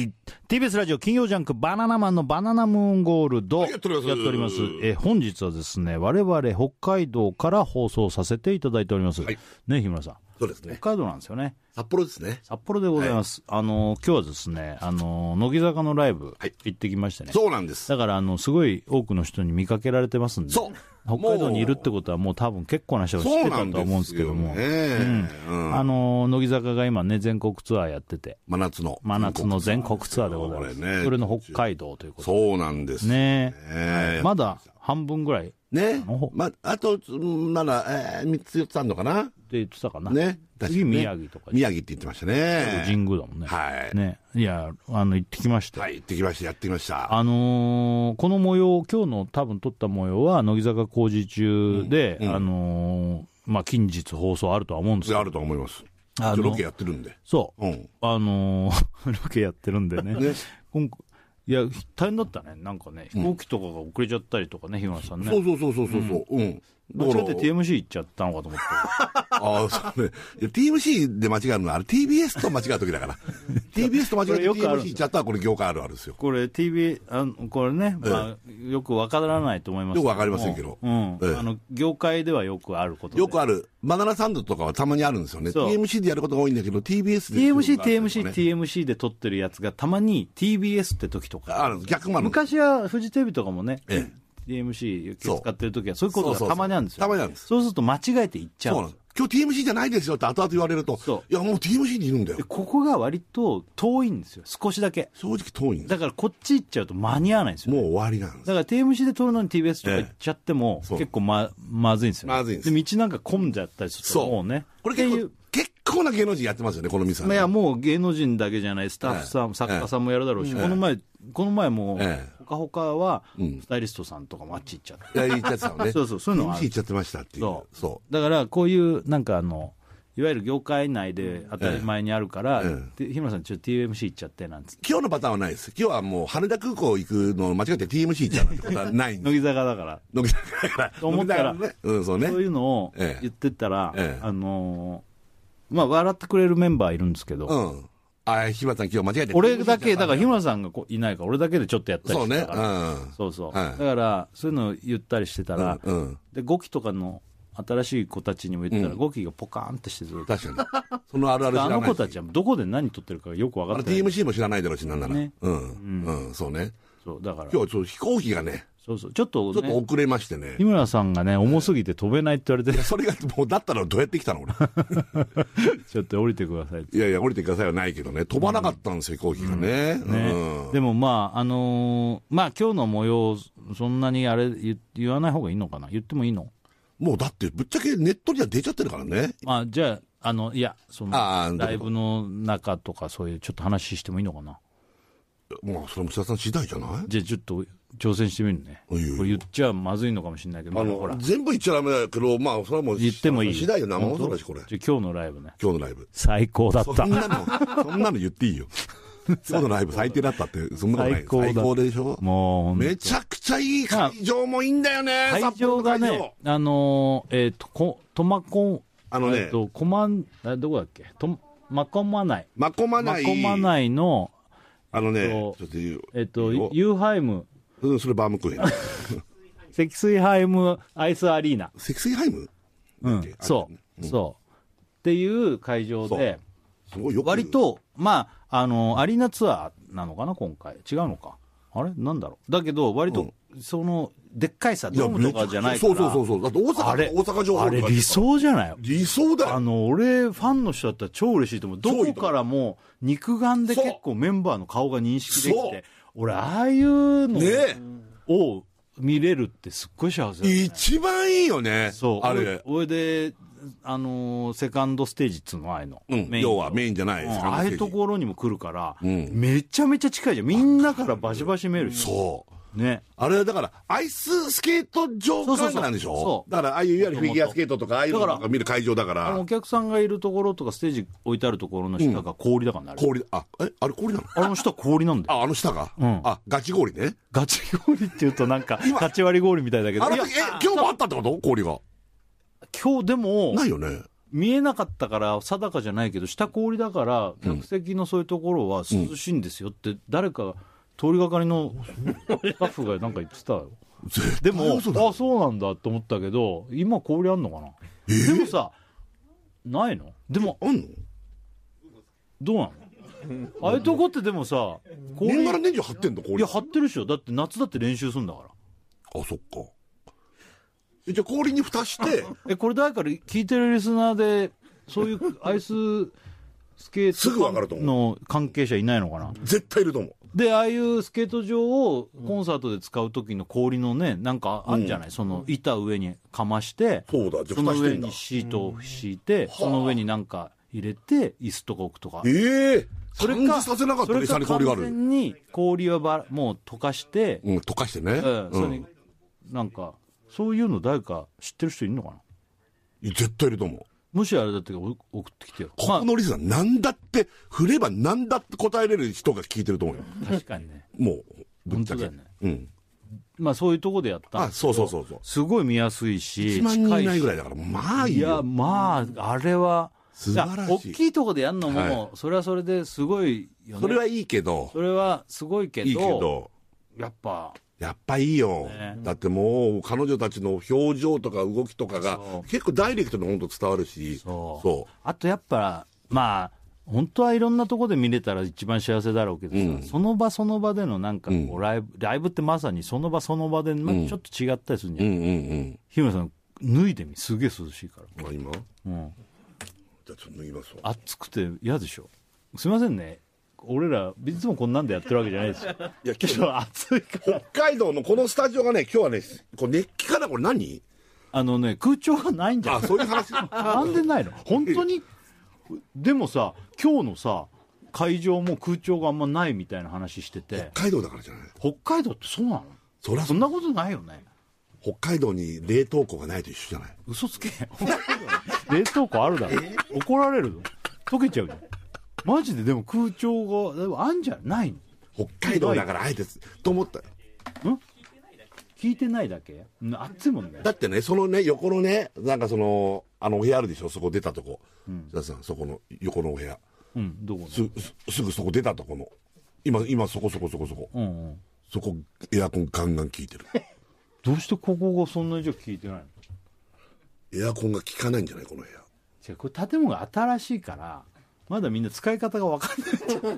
ティービーエス ラジオ金曜ジャンクバナナマンのバナナムーンゴールドやっております。 やっております。え本日はですね我々北海道から放送させていただいております、はい、ね日村さん。 そうですね。 北海道なんですよね。 札幌ですね。 札幌でございます。はい、あの今日はですねあの乃木坂のライブ行ってきましてね。 はい、そうなんです。 だからあのすごい多くの人に見かけられてますんで。 そう。 北海道にいるってことはもう多分結構な人が知ってたとは思うんですけども、ねうん、あの乃木坂が今ね全国ツアーやってて真夏の真夏の全国ツアーでございます。ね、それの北海道ということでそうなんですね。ねまだ半分ぐらいね。まあとまだ、えー、みっつよっつあるのかなって言ってたかな。 ね。 次宮城とか。 宮城って言ってましたね。 神宮だもんね。 はい。 ね。いやあの行ってきました。 はい行ってきましたやってきました。 あのー、この模様今日の多分撮った模様は乃木坂工事中で、うんうん、あのー、まあ近日放送あるとは思うんですけど。 あると思います。あのロケやってるんで。 そう。うん、あのー、ロケやってるんでね。ね今いや大変だったね。なんかね飛行機とかが遅れちゃったりとかね、日村さんね。 そうそうそうそうそう。うん。うん間違って ティーエムシー 行っちゃったのかと思って。 ああ、そうね。いや ティーエムシー で間違えるのはあれ ティービーエス と間違う時だから。ティービーエス と間違えて ティーエムシー 行っちゃったらこれ業界あるあるですよ。 これ ティービー、あのこれね、ええまあ、よくわからないと思いますけど。 よくわかりませんけど。 うん。ええ、あの業界ではよくあることで。 よくある。バナナサンドとかはたまにあるんですよね。ティーエムシー でやることが多いんだけど ティービーエス で。 ティーエムシー、ティーエムシー、ティーエムシー で撮ってるやつがたまに ティービーエス って時とか。 あるんです。逆もある。 昔はフジテレビとかもね。 ええ。 ティーエムシー 使ってるときはそういうことがたまにあるんですよ。 たまにあるんです。 そうすると間違えて行っちゃう。そうなんです。 今日 ティーエムシー じゃないですよって後々言われると、いやもう ティーエムシー にいるんだよ。 ここが割と遠いんですよ、少しだけ。 正直遠いんです。 だからこっち行っちゃうと間に合わないんですよ、ね。 もう終わりなんです。 だから ティーエムシー で撮るのに ティービーエス とか行っちゃっても、ええ、結構ま、まずいんですよ、ね。 まずいんです。 で、道なんか混んじゃったりすると、もうね。 これ結構、結構な芸能人やってますよね、この店は、ね。 いや、もう芸能人だけじゃない、スタッフさん、ええ、作家さんもやるだろうし、ええ、この前、この前も、ええ、ほかほかは、スタイリストさんとかもあっち行っちゃって。 いや、行っちゃってたのね。 そうそう、そういうのは。 行っちゃってましたっていう。 そう。そう。だから、こういう、なんかあの、いわゆる業界内で当たり前にあるから、ええ、日村さん、ちょっと ティーエムシー 行っちゃってなんつって。 今日のパターンはないです。今日はもう羽田空港行くの間違って ティーエムシー 行っちゃうなんてことはないんです。 乃木坂だから。 乃木坂だから。 と思ったら、 ね、うん、そうね。 そういうのを言ってったら、ええ、あのー、まあ、笑ってくれるメンバーいるんですけど、 うん。あ、日村さん今日間違えて。 俺だけ、だから日村さんがいないから、俺だけでちょっとやったりしてたから。 そうね。うん。 そうそう。はい、だから、そういうのを言ったりしてたら、うんうん、で、ごきとかの、新しい子たちにも言ったら、ゴキがポカーンってしてる。 確かに。そのあるある知らない。 あの子たちはどこで何撮ってるかよく分かってない。 ティーエムシー も知らないだろうし、なんなら。ね。うん。うん、そうね。 そう、だから。 今日ちょっと飛行機がね。 そうそう。ちょっと、 ちょっと遅れましてね。 日村さんがね、重すぎて飛べないって言われて。 それが、もう、だったらどうやって来たの俺。 ちょっと降りてくださいって。 いやいや、降りてくださいはないけどね。飛ばなかったんですよ、飛行機がね。 ね。でもまあ、あの、まあ今日の模様、そんなにあれ言わない方がいいのかな？言ってもいいの？ もうだってぶっちゃけネットには出ちゃってるからね。 あ、じゃあ、あの、いや、その、ライブの中とかそういうちょっと話してもいいのかな。 まあ、それも津田さん次第じゃない？ じゃあちょっと挑戦してみるね。これ言っちゃまずいのかもしれないけど、 あの、ほら全部言っちゃダメだけど、まあ、それはもう、 言ってもいい。 次第よ、生放送だし、これ。 じゃあ今日のライブね。 今日のライブ。 最高だった。 そんなの、そんなの言っていいよ。今日のライブ最低だったって、そんなことない。最高だ。最高でしょ。 もう、 めちゃくちゃいい会場もいいんだよね、 会場がね、あのー、えっ、ー、と、こ、とまこん、 あのね、 えっ、ー、と、こまん、どこだっけと、まこまない。 まこまない。 まこまないの、 あのね、ちょっと言う。 えっ、ー、と、ユーハイム。 うん、それバームクーヘン。 積水ハイムアイスアリーナ。 積水ハイムうん、そう、うん、そう。っていう会場で、 すごいよく割と、まあ、あの、アリーナツアーなのかな、今回。違うのか。あれなんだろう。だけど、割と、うん、その、でっかいさ、ドームとかじゃないから。 そうそうそうそう。だって大阪、 あれ大阪城ホールとか。 あれ理想じゃない理想だよ。 あの、俺、ファンの人だったら超嬉しいと思う。どこからも、肉眼で結構メンバーの顔が認識できて、俺、ああいうのを見れるってすっごい幸せだ、ね。 一番いいよね。 そう。あれ。俺で、あのー、セカンドステージっつうのああいうの。 うん。メイン要はメインじゃない。うん、 ああいうところにも来るから、うん、めちゃめちゃ近いじゃん。みんなからバシバシ見えるし。 そう。 ね。 あれだから、アイススケート場会なんでしょ？そう。だから、ああいういわゆるフィギュアスケートとか、ああいうのとか見る会場だから。 あのお客さんがいるところとか、ステージ置いてあるところの下が氷だからね。 うん、氷、あ、え、あれ氷なの？ あの下氷なんだよ。 あ、あの下が？ うん。 あ、ガチ氷ね。 ガチ氷って言うとなんか、ガチ割り氷みたいだけど。 あの時、え、今日もあったってこと？氷が。 今日でも、 ないよね。 見えなかったから定かじゃないけど、下氷だから、客席のそういうところは涼しいんですよって、誰か、通りがかりのスタッフがなんか言ってたよ。でも、あ、そうなんだって思ったけど、今氷あんのかな、えー、でもさ、ないのでも、 あんのどうなのああいうとこってでもさ、 氷。年がら年中張ってんの氷。 いや、張ってるでしょ。だって夏だって練習するんだから。 あ、そっか。え、じゃあ氷に蓋して。 え、これ誰か聞いてるリスナーで、そういうアイススケートの関係者いないのかな？ 絶対いると思う。 で、ああいうスケート場をコンサートで使う時の氷のね、なんかあんじゃない、うん、その板上にかまして、 そうだ、 その上にシートを敷いて、うん、その上になんか入れて、椅子とか置くとか。 ええー、それか、させなかったね、下に氷がある。 完全に氷はばもう溶かして、 うん、溶かしてね。 うん、それに、なんか、そういうの誰か知ってる人いるのかな？ 絶対いると思う。 もしあれだって送ってきてよ。 ここのリスナー、なんだって、振ればなんだって答えれる人が聞いてると思うよ。 確かにね。 もう、ぶっちゃけ。 本当だよね。うん。まあそういうとこでやったんですけど。 あ、そうそうそうそう。 すごい見やすいし。 いちまんにんいないぐらいだから、まあいいよ。 いや、まあ、あれは、 素晴らしい。 大きいとこでやるのも、はい、それはそれですごいよね。 それはいいけど。 それはすごいけど。 いいけど。 やっぱ。 やっぱいいよ、ね、だってもう彼女たちの表情とか動きとかが結構ダイレクトに本当伝わるし、 そうそうあとやっぱまあ本当はいろんなところで見れたら一番幸せだろうけどさ、うん、その場その場でのなんかこうライブ、うん、ライブってまさにその場その場で、まあ、ちょっと違ったりするんじゃん、うんうんうん、日村さん脱いでみ、すげえ涼しいから。 あ、今、 うん、 じゃあちょっと脱ぎますわ。 暑くて嫌でしょ。すいませんね、俺らいつもこんなんでやってるわけじゃないですよ。いや、けど暑いから。 北海道のこのスタジオがね、今日はね、これ熱気かな、これ何？ あのね、空調がないんじゃない？ あ、そういう話。 なんでないの？本当に。でもさ、今日のさ、会場も空調があんまないみたいな話してて。 北海道だからじゃない？ 北海道ってそうなの？ そりゃそんなことないよね。 北海道に冷凍庫がないと一緒じゃない？ 嘘つけ。冷凍庫あるだろ。怒られるの。溶けちゃうじゃん。マジで。でも空調がでもあんじゃないの？ 北海道だからあえてと思った。 ん？聞いてないだけ？暑いもんね。 だってね、そのね、横のね、なんかその、あのお部屋あるでしょ、そこ出たとこ。うん、さんそこの横のお部屋。 うん、どこの？ す, すぐそこ出たとこの。今、今そこそこそこそこ。うんうん、そこ、エアコンガンガン効いてる。 どうしてここがそんなにじゃ効いてないの？ エアコンが効かないんじゃないこの部屋。 じゃこれ建物が新しいから、まだみんな使い方が分かんない。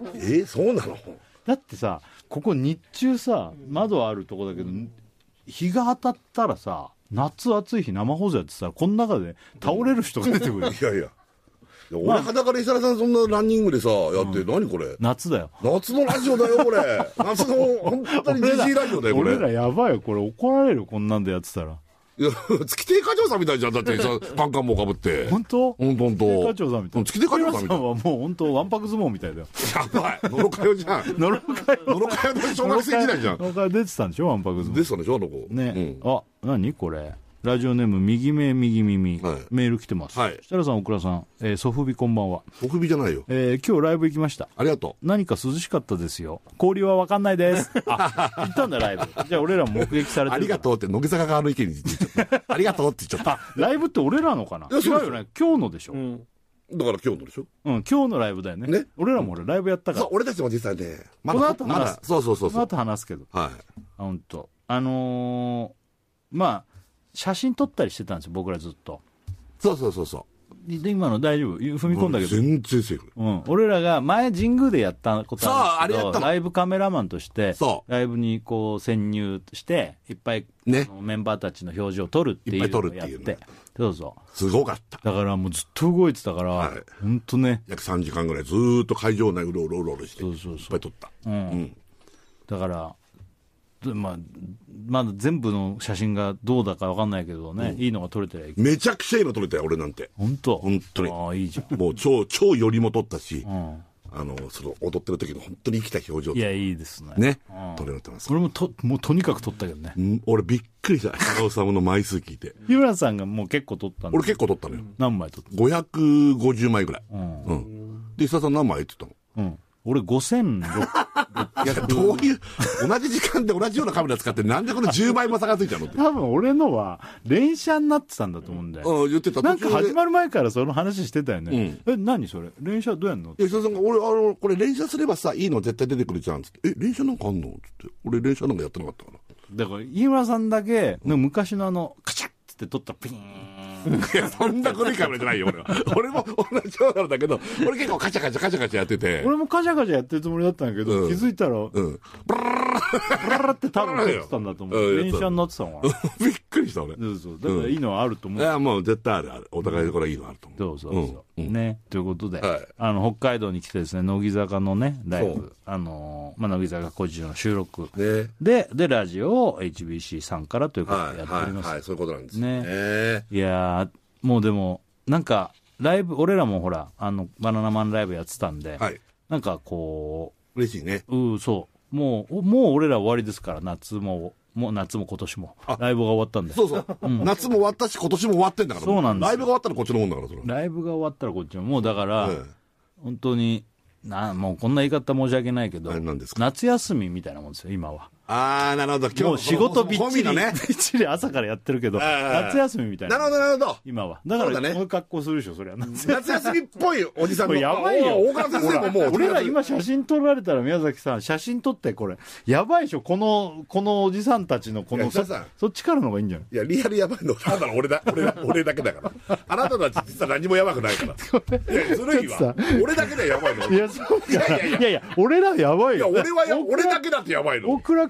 えー、そうなの？ だってさ、ここ日中さ、窓あるとこだけど、日が当たったらさ、夏暑い日生放送やってさ、この中で倒れる人が出てくる。 いやいや。俺、まあ、裸で石原さんそんなランニングでさ、やって、うん、何これ？ 夏だよ。 夏のラジオだよ、これ。夏の、本当にジジイラジオだよ、これ。 俺らやばいよ、これ怒られる、こんなんでやってたら。 いや、月亭課長さんみたいじゃん、だってさ、カンカンもかぶって。 本当？ ほんとほんと。 月亭課長さんみたい。 月亭課長さんみたい。 はもう本当わんぱく相撲みたいだよ。 やばい。のろかよじゃん。 のろかよ。 のろかよの小学生時代じゃん。 のろかよ出てたんでしょ、わんぱく相撲。 出てたんでしょ、あの子。 ね。うん、あ、何これ。ラジオネーム右目右耳、はい、メール来てます。はい、設楽さん、大倉さん、えー、ソフビこんばんは。 ソフビじゃないよ。 えー、今日ライブ行きました。 ありがとう。何か涼しかったですよ。氷は分かんないです。あ、行ったんだライブ。じゃあ俺らも目撃されてる。 ありがとうって乃木坂側の意見に言っちゃった。ありがとうって言っちゃった。 あ、ライブって俺らのかな？違うよね。今日のでしょ。うん、 だから今日のでしょ。 うん、今日のライブだよね。ね。俺らも俺ライブやったから。 そう、俺たちも実際ね。 まだこの後話す。 そうそうそうそう。 この後話すけど。 はい。 あ、本当。あのー、まあ。写真撮ったりしてたんですよ、僕らずっと。 そうそうそうそう。 で、今の大丈夫？踏み込んだけど。 全然セーフ。 うん。俺らが前神宮でやったことあるんですけど、 そう、あれやったの。 ライブカメラマンとして、 そう。 ライブにこう潜入して、いっぱい、ね、メンバーたちの表情を撮るっていうのをやって。いっぱい撮るっていうの。そうそう。 すごかった。 だからもうずっと動いてたから、はい、ほんとね。 約さんじかんぐらいずーっと会場内うろうろうろうろして、 そうそうそう。 いっぱい撮った。 うん。うん、だから、まあ、まだ全部の写真がどうだか分かんないけどね、うん、いいのが撮れてりゃいい。 めちゃくちゃいいの撮れたよ、俺なんて。 本当？ 本当に。 ああ、いいじゃん。 もう超、超寄りも撮ったし、 うん、 あの、その踊ってる時の本当に生きた表情。 いや、いいですね。 ね。うん、撮れてます。 俺もと、もうとにかく撮ったけどね。 うん、俺びっくりした。長尾さんの枚数聞いて。 日村さんがもう結構撮ったんだ。 俺結構撮ったのよ。 何枚撮った？ ごひゃくごじゅうまいぐらい。 うん。 うん。で、石田さん何枚って言ったの？うん。俺ごせんろっぴゃく。 いや、どういう、同じ時間で同じようなカメラ使ってなんでこのじゅうばいも差がついちゃうのって。 多分俺のは連写になってたんだと思うんだよ。 うん、言ってた。 なんか始まる前からその話してたよね。うん、え、何それ？連写どうやんの？ いや、石田さんが、俺、あの、これ連写すればさ、いいの絶対出てくるじゃん。つって。え、連写なんかあんのつって。俺連写なんかやってなかったから。 だから、飯村さんだけ、の昔のあの、カチャッって撮ったピーン。 いや、そんな古いカメラじゃないよ、俺は。俺も同じようなんだけど、俺結構カチャカチャカチャカチャやってて。 俺もカチャカチャやってるつもりだったんだけど、うん、気づいたら、うん。ブラーブラーって多分撮ってたんだと思う。連写になってたのかな。 びっくりした、俺。 そうそう。だからいいのはあると思う。 いや、もう絶対あるある。お互いこれいいのあると思う。 そうそうそう。ね。ということで、あの、北海道に来てですね、乃木坂のね、ライブ、あの、まあ、乃木坂工事の収録。で、で、ラジオを エイチビーシー さんからということでやっております。 はい、そういうことなんですね。いやー、もうでも、なんか、ライブ、俺らもほら、あの、バナナマンライブやってたんで、はい、なんかこう、嬉しいね。 うん、そう。もう、もう俺ら終わりですから、夏も、もう夏も今年も。ライブが終わったんで。 そうそう。うん、夏も終わったし、今年も終わってんだから。 そうなんです。 ライブが終わったらこっちのもんだから、それ。 ライブが終わったらこっちも。もうだから、ええ、本当に、な、もうこんな言い方申し訳ないけど、夏休みみたいなもんですよ、今は。 ああ、なるほど。 今日もう仕事びっちり、ね、びっちり朝からやってるけど、夏休みみたいな。 なるほど、なるほど。 今は。だから、こういう格好するでしょ、そりゃ。 夏休みっぽいおじさんの。 やばいよ。 大川先生ももう。 俺ら今写真撮られたら宮崎さん、写真撮ってこれ。やばいでしょ、この、このおじさんたちのこの、そ, そっちからの方がいいんじゃない？ いや、リアルやばいの、ただの俺だ、俺だ、俺だけだから。あなたたち実は何もやばくないから。いや、ずるいわ。俺だけでやばいの。 いや、そうか。いやいやいや、俺らやばいよ。 いや、俺はや、俺だけだってやばいの。 大倉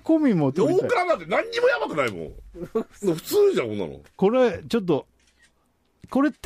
込みも取りたい。 大倉なんて何にもやばくないもん。普通じゃん、こんなの。 これ、ちょっと、これって、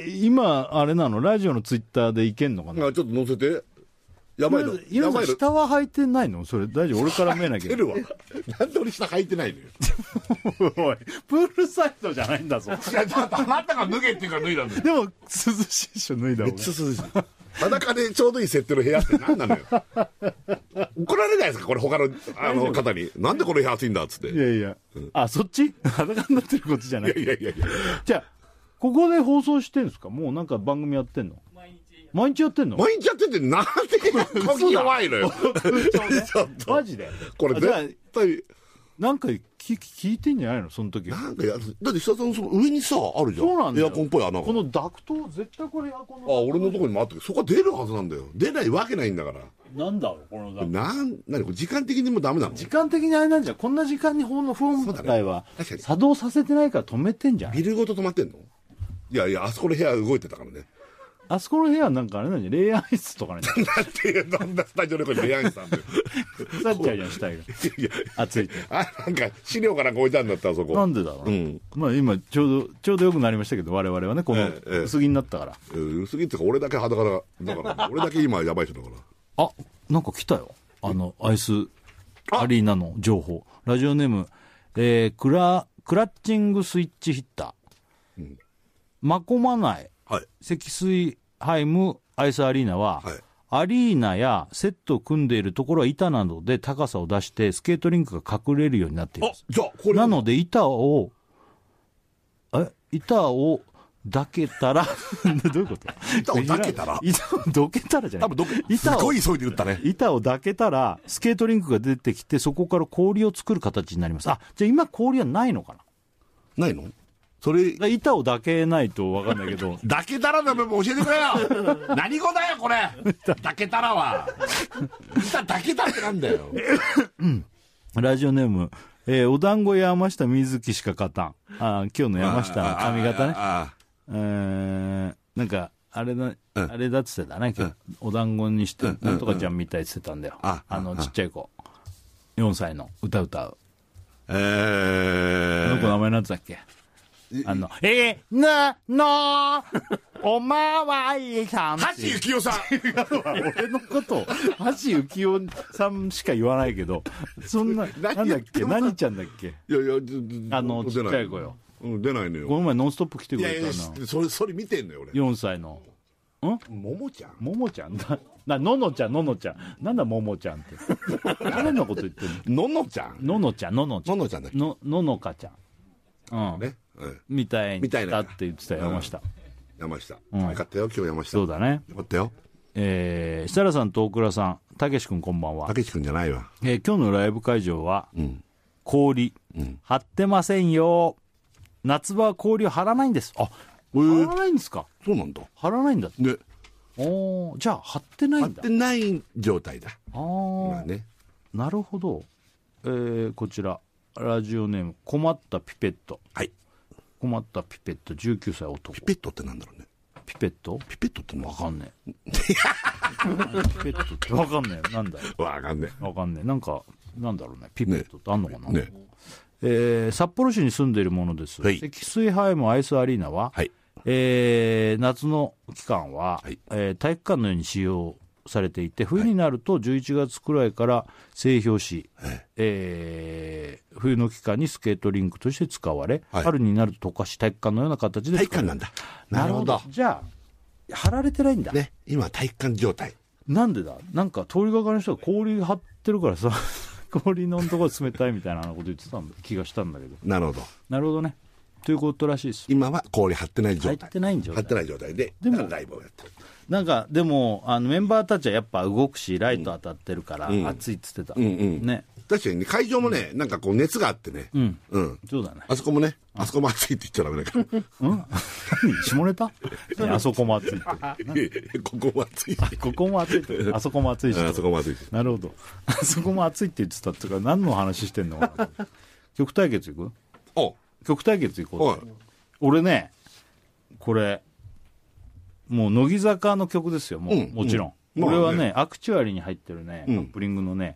今、あれなのラジオのツイッターでいけんのかな。 あ、ちょっと載せて。やばいの。 やばいの。下は履いてないのそれ大丈夫俺から見えなきゃ。 出るわ。なんで俺下履いてないのよ。 おい、プールサイドじゃないんだぞ。 いや、だってあなたが脱げっていうから脱いだんだよ。 でも、涼しいっしょ、脱いだ方が。 めっちゃ涼しい。裸でちょうどいい設定の部屋って何なのよ。怒られないですかこれ他のあの方に。なんでこの部屋暑いんだっつって。 いやいや。うん、あ、そっち裸になってることじゃない。 いやいやいや。 じゃあ、ここで放送してんですかもうなんか番組やってんの毎日。毎日やってんの毎日やってて、なんでこき弱いのよ。 マジでこれ絶対。 なんか聞聞いてんじゃないのその時は。 なんかやだって下さんその上にさ、あるじゃん。 そうなんだよ。 エアコンっぽい穴が。 このダクト、絶対これエアコンの。 あ、俺のところにもあったけど、そこは出るはずなんだよ。出ないわけないんだから。 なんだろう、このダクト。 なん、なにこれ時間的にもダメなの時間的にあれなんじゃん。こんな時間に本来は作動させてないから止めてんじゃん。 ビルごと止まってんのいやいや、あそこの部屋動いてたからね。 あそこの部屋なんかあれなんじゃん。霊安室とかね。 なんていう、どんなスタジオでこれ霊安室なんだよ。 腐っちゃうじゃん、死体が。いや、暑いて。 あ、なんか資料かなんか置いてあるんだった、あそこ。 なんでだろう。うん。まあ今、ちょうど、ちょうど良くなりましたけど、我々はね、この薄着になったから。 ええええ、薄着っていうか、俺だけ裸だ。だから、俺だけ今やばい人だから。 あ、なんか来たよ。あの、アイスアリーナの情報。ラジオネーム、えー、クラ、クラッチングスイッチヒッター。うん、まこまない。はい。積水ハイムアイスアリーナは、はい、アリーナやセットを組んでいるところは板などで高さを出してスケートリンクが隠れるようになっています。 あ、じゃあこれなので板を、え板を抱けたら、どういうこと板を抱けたら板をどけたらじゃない。 多分どけ、板をすごい急いで言ったね。 板を抱けたら、スケートリンクが出てきて、そこから氷を作る形になります。あ、じゃあ今氷はないのかなないのそれ。 板を抱けないと分かんないけど。 抱けたらの部分教えてくれよ何語だよ、これ抱けたらは。板抱けたってなんだよ。 ラジオネーム、えー、お団子山下水木しか勝たん。あ今日の山下の髪型ね。あえー、なんか、あれだ、うん、あれだっつってたね、今日、うん、お団子にして、なんとかちゃんみたいって言ってたんだよ。あ、あの、ちっちゃい子。よんさいの歌歌う。えー。あの子名前なんつったっけあの、えー、な、のおまわりさん。 橋幸夫さん俺のことを、橋幸夫さんしか言わないけど、そんな、なんだっけ何ちゃんだっけいやいや、 あの、ちっちゃい子よ。 うん、出ないのよ。 この前ノンストップ来てくれたな。いやいや、それ、それ見てんのよ、俺。 よんさいの。んももちゃんももちゃんな、な、ののちゃん、ののちゃん。なんだももちゃんって。誰のこと言ってんのののちゃんののちゃん、ののちゃん。 ののちゃんだっけの、ののかちゃん。うん。ね。うん。みたいに。だって言ってた山下。 山下。よかったよ、今日山下。 そうだね。 よかったよ。 えー、設楽さんと大倉さん、たけし君こんばんは。 たけし君じゃないわ。 えー、今日のライブ会場は、うん、氷、うん、張ってませんよ。夏場は氷を張らないんです。あ、張らないんですか。 そうなんだ。 張らないんだって。 ね。 おー、じゃあ張ってないんだ。 張ってない状態だ。 あー。まあね。なるほど。えー、こちら、ラジオネーム、困ったピペット。 はい。 困ったピペット、じゅうきゅうさい男。 ピペットってなんだろうね。 ピペットピペットってわかんねえ。ピペットってわかんねえ。なんだよ。 わかんねえ。わかんねえ。なんか、なんだろうね。ピペットってあんのかな。ね。ねえー、札幌市に住んでいるものです。はい、積水ハイムアイスアリーナは、はい、えー、夏の期間は、はい、えー、体育館のように使用されていて、冬になるとじゅういちがつくらいから製氷し、はい、えー、冬の期間にスケートリンクとして使われ、はい、春になると溶かし体育館のような形で使われる。 体育館なんだ。なるほど。 じゃあ、張られてないんだ。 ね、今体育館状態。 なんでだなんか通りがかりの人が氷張ってるからさ、氷のところ冷たいみたいなこと言ってたんだ気がしたんだけど。 なるほど。 なるほどね。ということらしいです。 今は氷張ってない状態。 張ってない状態。 張ってない状態で、でもライブをやってる。 なんか、でも、あの、メンバーたちはやっぱ動くし、ライト当たってるから、暑いっつってた。うんうん。ね。 確かにね、会場もね、なんかこう熱があってね。うん。 うん。そうだね。 あそこもね、あそこも暑いって言っちゃダメだから。 うん下ネタあそこも暑いって。 ここも暑い。 ここも暑いって。あそこも暑いし。 あそこも暑いし。 なるほど。あそこも暑いって言ってたっていうか、何の話してんの曲対決いくお曲対決いこう。俺ね、これ、もう乃木坂の曲ですよ、もう、うん、もちろん。うん、これはね、ねアクチュアリに入ってるね、カップリングのね、うん、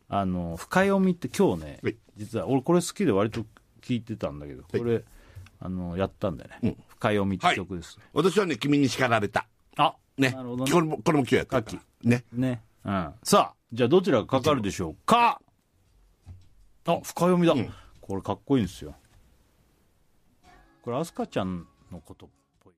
あの深読みって今日ね、はい、実は俺これ好きで割と聞いてたんだけど、これ、はい、あのやったんだよね、うん、深読みって曲です、ね、 はい、私はね君に叱られた、 あ、 ね、 なるほどね、 これもこれも今日やったからねね、うん、さあじゃあどちらがかかるでしょうか。あ、深読みだ、うん、これかっこいいんですよ。これアスカちゃんのことっぽい。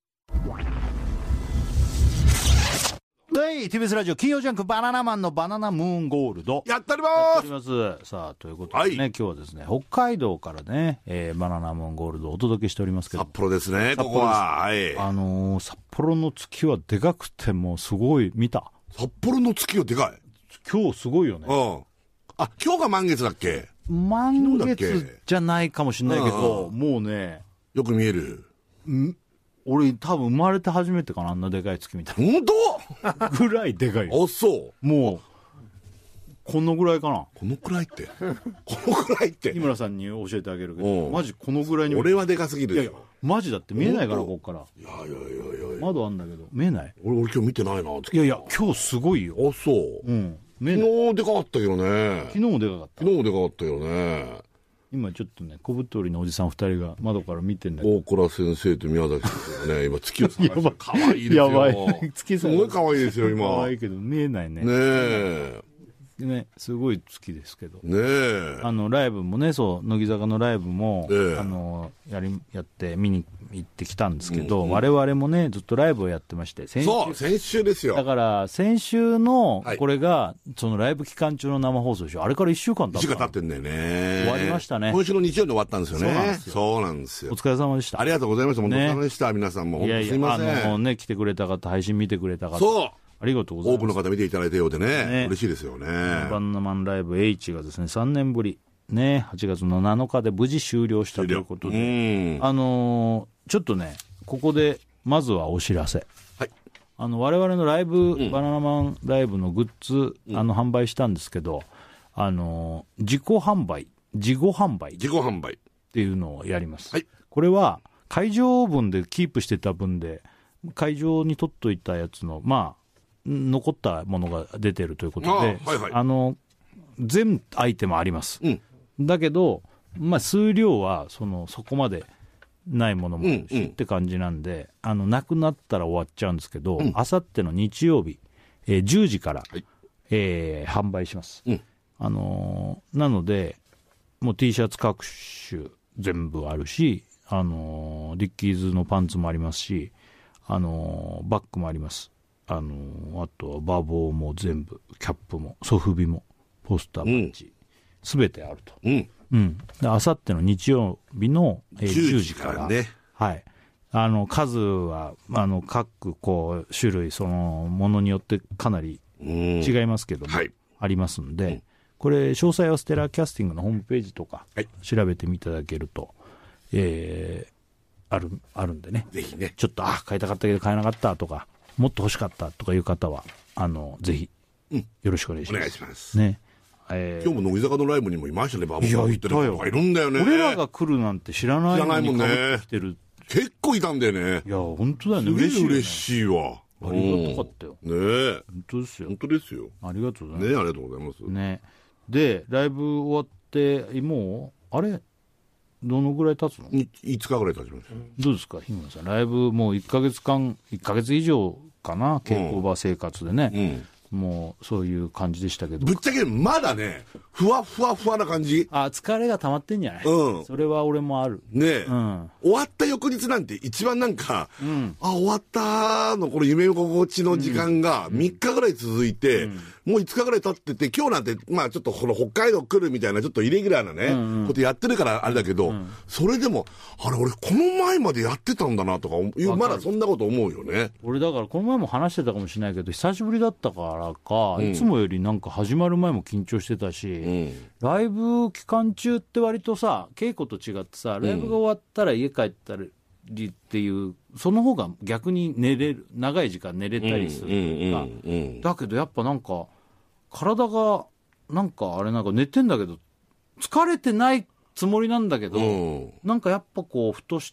はい、ティービーエス ラジオ金曜ジャンクバナナマンのバナナムーンゴールドやっております。 さあということでね、はい、今日はですね北海道からね、えー、バナナムーンゴールドをお届けしておりますけど、 札幌ですね、ここは、はい、 あのー、札幌の月はでかくてもうすごい見た。 札幌の月はでかい。 今日すごいよね。うん。 あ、今日が満月だっけ。 満月じゃないかもしれないけど、もうねよく見える。 ん俺多分生まれて初めてかな、あんなでかい月見た。 本当ぐらいでかいよ。 あ、そう。 もうこのぐらいかな。 このくらいってこのくらいって井村さんに教えてあげるけど、マジこのぐらいに。 俺はでかすぎるよ。 いやいやマジだって見えないからここから。 いやいやいやいや窓あんだけど見えない。 俺俺今日見てないな。 いやいや今日すごいよ。 あ、そう。うん。昨日でかかったけどね。昨日もでかかった。 昨日もでかかったよね。 今ちょっとね小太りのおじさんふたりが窓から見てんだけど、 大倉先生と宮崎先生がね今月を探してかわいいですよ。 やばい月すごいかわいいですよ今。 かわいいけど見えないね。 ねえね、すごい好きですけど、 ねえ、 あのライブもね、そう乃木坂のライブも、ええ、あの や, りやって見に行ってきたんですけど、うんうん、我々もねずっとライブをやってまして、先週、 そう先週ですよ。 だから先週のこれが、はい、そのライブ期間中の生放送でしょ。あれからいっしゅうかん経った。いっしゅうかん経ってんだよね。 終わりましたね。 今週の日曜で終わったんですよね。 そうなんですよ。お疲れ様でした。 ありがとうございました。本当お疲れ様でした、ね、皆さんも本当すいません。いやいやあの、ね、来てくれた方、配信見てくれた方、 そうありがとうございます。 多くの方見ていただいたようで ね, ね嬉しいですよね。 バナナマンライブ H がですねさんねんぶり、ね、はちがつのなのかで無事終了したということで、あのー、ちょっとねここでまずはお知らせ、はい、あの我々のライブ、うん、バナナマンライブのグッズ、うん、あの販売したんですけど、あのー、自己販売自己販売自己販売っていうのをやります、 はい、 これは会場分でキープしてた分で会場に取っといたやつのまあ残ったものが出てるということで、あ、はいはい、あの全アイテムあります、うん、だけど、まあ、数量は そ, のそこまでないものもあるし、うんうん、って感じなんで、あのなくなったら終わっちゃうんですけど、あさっての日曜日、えー、じゅうじから、はい、えー、販売します、うん、あのー、なのでもう T シャツ各種全部あるし、あのー、ディッキーズのパンツもありますし、あのー、バッグもあります。あのあとはバボーも全部、キャップもソフビもポスターバッジすべ、うん、てあると、うんうん、あさっての日曜日の、えー、じゅうじから、ね、はい、あの数はあの各こう種類そのものによってかなり違いますけども、はい、ありますんで、うん、これ詳細はステラキャスティングのホームページとか調べてみていただけると、えー、あるあるんでね、 ぜひね、 ちょっとあ買いたかったけど買えなかったとかもっと欲しかったとかいう方はあのぜひよろしくお願いします。 お願いしますね。 えー、今日も乃木坂のライブにもいましたね。バボーってる方がいるんだよね。 俺らが来るなんて知らないのにかぶってきてる。 結構いたんだよね。 いや本当だよね。 嬉しいよね。嬉しいわ。 ありがたかったよ。 ねえ。 本当ですよ。 本当ですよ。 ありがとうございます。 ね、ありがとうございます。 ね。でライブ終わってもうあれどのぐらい経つの？ いつかぐらい経ちました。 どうですか日村さん、ライブもういっかげつかんいっかげつ以上かな、稽古場生活でね、うん、もうそういう感じでしたけど、 ぶっちゃけまだねふわふわふわな感じ。 あ、疲れが溜まってんじゃない、うん、それは俺もあるねえ、うん、終わった翌日なんて一番なんか、うん、あ終わったのこの夢心地の時間がみっかぐらい続いて、うんうん、もういつかぐらい経ってて、今日なんてまあちょっとこの北海道来るみたいなちょっとイレギュラーなね、うんうん、ことやってるからあれだけど、うん、それでもあれ俺この前までやってたんだなとかいうまだそんなこと思うよね。 俺だからこの前も話してたかもしれないけど久しぶりだったからか、うん、いつもよりなんか始まる前も緊張してたし、うん、ライブ期間中って割とさ稽古と違ってさライブが終わったら家帰ったりっていう、うん、その方が逆に寝れる、長い時間寝れたりするとか、うんうんうんうん、だけどやっぱなんか体がなんかあれなんか寝てんだけど疲れてないつもりなんだけど、うん、なんかやっぱこうふとした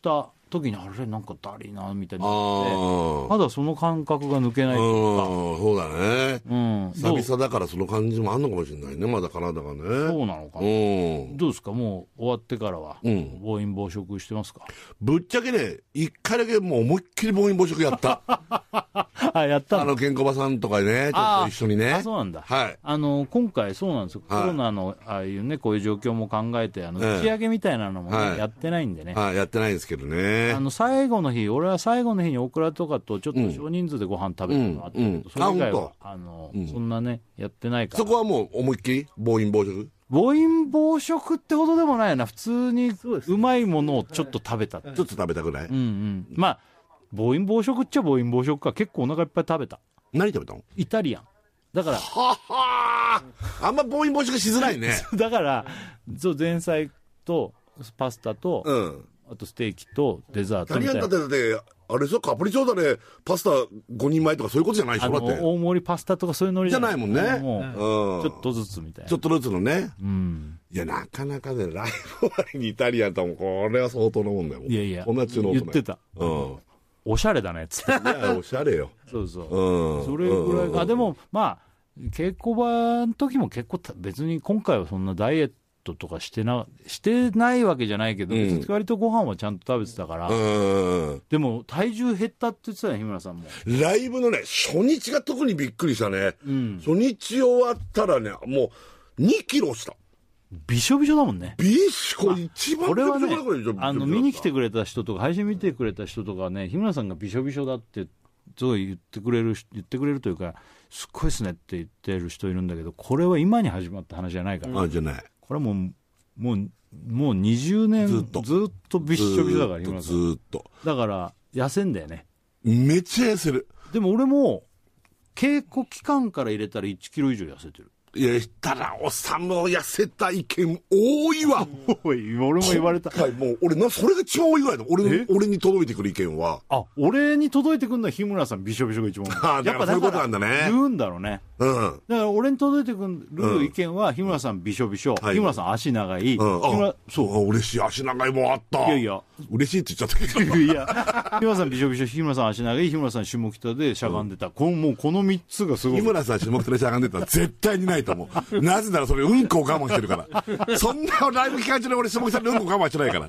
時にあれなんかだりーなみたいになってまだその感覚が抜けないというか、 うんそうだね、 うん、 久々だからその感じもあんのかもしれないね、まだ体がね。 そうなのかな、うん、どうですか、もう終わってからは、うん、暴飲暴食してますか？ ぶっちゃけね、一回だけもう思いっきり暴飲暴食やったあ、やったの？ あの、ケンコバさんとかね、ちょっと一緒にね。 あ、そうなんだ。 はい。 あの、今回そうなんですよ。はい、コロナの、ああいうね、こういう状況も考えて、あの、打ち上げみたいなのもね、はい、やってないんでね。 はい、やってないんですけどね。 あの、最後の日、俺は最後の日にオクラとかとちょっと少人数でご飯食べたのがあったけど、うんうん、それ以外は、あの、うん、そんなね、やってないから。 そこはもう思いっきり暴飲暴食？ 暴飲暴食ってほどでもないな。普通にうまいものをちょっと食べた。 ちょっと食べたぐらい。 うんうん。まあ、暴飲暴食っちゃ暴飲暴食か。結構お腹いっぱい食べた。 何食べたの？ イタリアン。だから。 ははー。あんま暴飲暴食しづらいね。 だから、そう、前菜とパスタと、うん、あとステーキとデザートみたいな。イタリアンだってだって、あれですよ、カプリチョーザでパスタごにんまえとかそういうことじゃないでしょ、だって。 大盛りパスタとかそういうノリじゃないもんね。 もう、うん、ちょっとずつみたいな。 ちょっとずつのね。 うん。 いや、なかなかね、ライブ終わりにイタリアンとも、これは相当なもんだよ。 いやいや、 こんな中の言ってた。うん。おしゃれだね、つって。いや、おしゃれよ。 そうそう。うん。それぐらい、あ、でも、まあ、稽古場の時も結構別に今回はそんなダイエットとかしてな、してないわけじゃないけど、うん、割とご飯はちゃんと食べてたから、うん、でも体重減ったって言ってたよ、日村さんも。 ライブのね、初日が特にびっくりしたね。うん、初日終わったらね、もうにキロした。 びしょびしょだもんね。 びしょ、一番びしょびしょだから、 ね、あの、見に来てくれた人とか、配信見てくれた人とかね、日村さんがびしょびしょだって、すごい言ってくれる、言ってくれるというか、すっごいっすねって言ってる人いるんだけど、これは今に始まった話じゃないから。 あ、じゃない。 これはもう、もう、もうにじゅうねんずっと、ずっとびっしょびしょだから、日村さん。 ずっと。 だから、痩せんだよね。 めっちゃ痩せる。 でも俺も、稽古期間から入れたらいちキロ以上痩せてる。 いや、したら、おさむを痩せた意見多いわ。 多い。俺も言われた。 はい、もう、俺な、それが一番多いぐらいだ。俺、俺に届いてくる意見は。 あ、俺に届いてくるのは日村さん、びしょびしょが一番多い。 ああ、やっぱそういうことなんだね。 言うんだろうね。うん。だから俺に届いてくる意見は、日村さんびしょびしょ。日村さん足長い。うん。日村、 そう。嬉しい。足長いもあった。 いやいや。 嬉しいって言っちゃったけど。 いや、日村さんびしょびしょ、日村さん足長い、日村さん下北でしゃがんでた。この、もうこのみっつがすごい。 日村さん下北でしゃがんでたら絶対にないと思う。なぜならそれうんこを我慢してるから。そんなライブ期間中に俺下北でうんこ我慢してないから。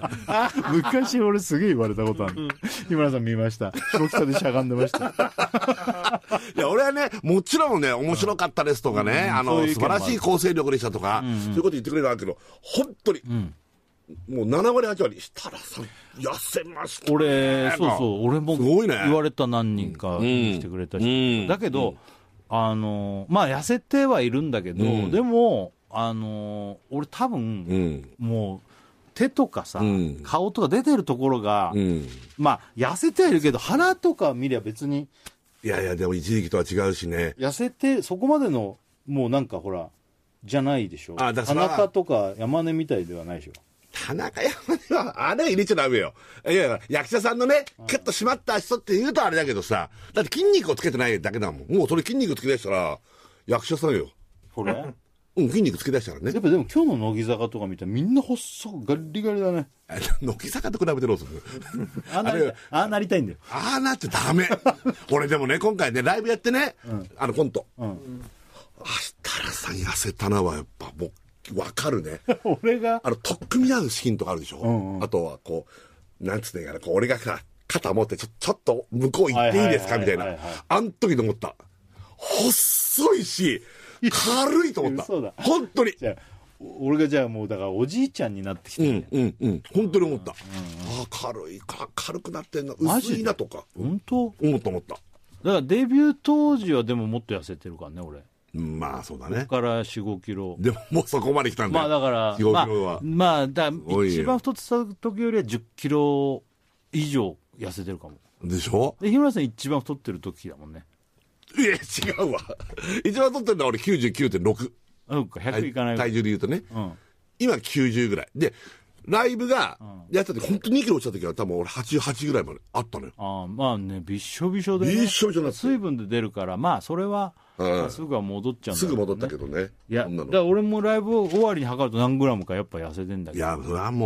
昔俺すげえ言われたことある。日村さん見ました。下北でしゃがんでました。 いや、俺はね、もちろんね、面白かったですとかね、あの、素晴らしい構成力でしたとか、そういうこと言ってくれるわけど、本当に、もうななわりはちわり、設楽さん、痩せましたね。 俺、そうそう、俺も言われた何人か来てくれた人。だけど、あの、まあ、痩せてはいるんだけど、でも、あの、俺多分、もう、手とかさ、顔とか出てるところが、まあ、痩せてはいるけど、腹とか見りゃ別に。 いやいや、でも一時期とは違うしね。 痩せて、そこまでの、もうなんかほら、じゃないでしょ。あ、だから田中とか山根みたいではないでしょ。 田中山根は、あれ入れちゃダメよ。いやいや、役者さんのね、キュッと締まった人って言うとあれだけどさ、だって筋肉をつけてないだけだもん。もうそれ筋肉つけ出したら、役者さんよ。 これうん、筋肉つけ出したらね。 やっぱでも今日の乃木坂とか見たらみんな細くガリガリだね。 乃木坂と比べてどうするああなり、ああなりたいんだよ。 ああなっちゃダメ。俺でもね、今回ね、ライブやってね、うん、あのコント。うん。設楽さん痩せたなはやっぱもう、わかるね。 俺があの、とっくみ合うシーンとかあるでしょ、うんうん、あとはこう、なんつってんやら、こう、俺が肩持ってちょ、ちょっと向こう行っていいですかみたいな。あん時と思った。細いし、軽いと思った。そうだ。本当に。 じゃあ、俺がじゃあもうだからおじいちゃんになってきて、 ね。うんうんうん。本当に思った。うんうん、ああ、軽いか、軽くなってんな。薄いなとか。 本当？ 思った思った。だからデビュー当時はでももっと痩せてるからね、俺。 まあそうだね。 ここからよん、ごキロ。 でももうそこまで来たんだよ。 まあだから、 よん、ごキロは。 まあ、まあ、だ一番太ってた時よりはじゅっキロ以上痩せてるかも。 でしょ？ で、日村さん一番太ってる時だもんね。 いや、違うわ。一番太ってるのは俺 きゅうじゅうきゅうてんろく。 うんか、ひゃくいかない。 体重で言うとね。うん。今きゅうじゅうぐらい。で、ライブが、やった時、本当ににキロ落ちた時は多分俺はちじゅうはちぐらいまであったのよ。 ああ、まあね、びっしょびしょで、ね。 びっしょびしょなって。 水分で出るから、まあ、それは、うん、すぐは戻っちゃうんだ、ね、 すぐ戻ったけどね。 いや、だから俺もライブ終わりに測ると何グラムかやっぱ痩せてんだけど。 いや、それはも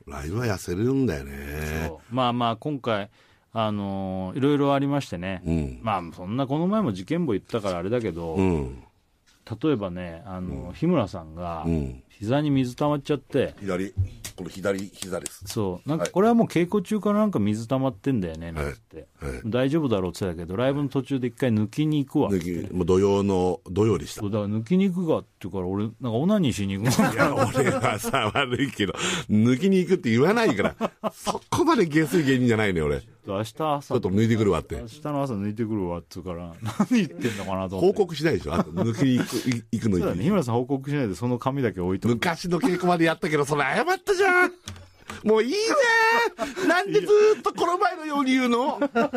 ライブは痩せるんだよね。 そうまあまあ今回あのー、いろいろありましてね、うん、まあそんなこの前も事件簿言ったからあれだけど、うん、例えばねあのーうん、日村さんが膝に水溜まっちゃって、 うん、左この左膝です。 そうなんかこれはもう稽古中からなんか水溜まってんだよねなんつって、はいはい、大丈夫だろうって言ってたけどライブの途中で一回抜きに行くわって抜きもう土曜の土曜でした。 そうだから抜きに行くかって言うから俺なんかオナニーしに行くのいや俺はさ悪いけど抜きに行くって言わないからそこまで下水芸人じゃないね俺。 明日朝ちょっと抜いてくるわって明日の朝抜いてくるわって言うから何言ってんのかなと思って報告しないでしょあと抜きに行く行くのにそうだね日村さん報告しないでその紙だけ置いとく。 昔の稽古までやったけどそれ謝ったじゃんもういいねなんでずーっとこの前のように言うの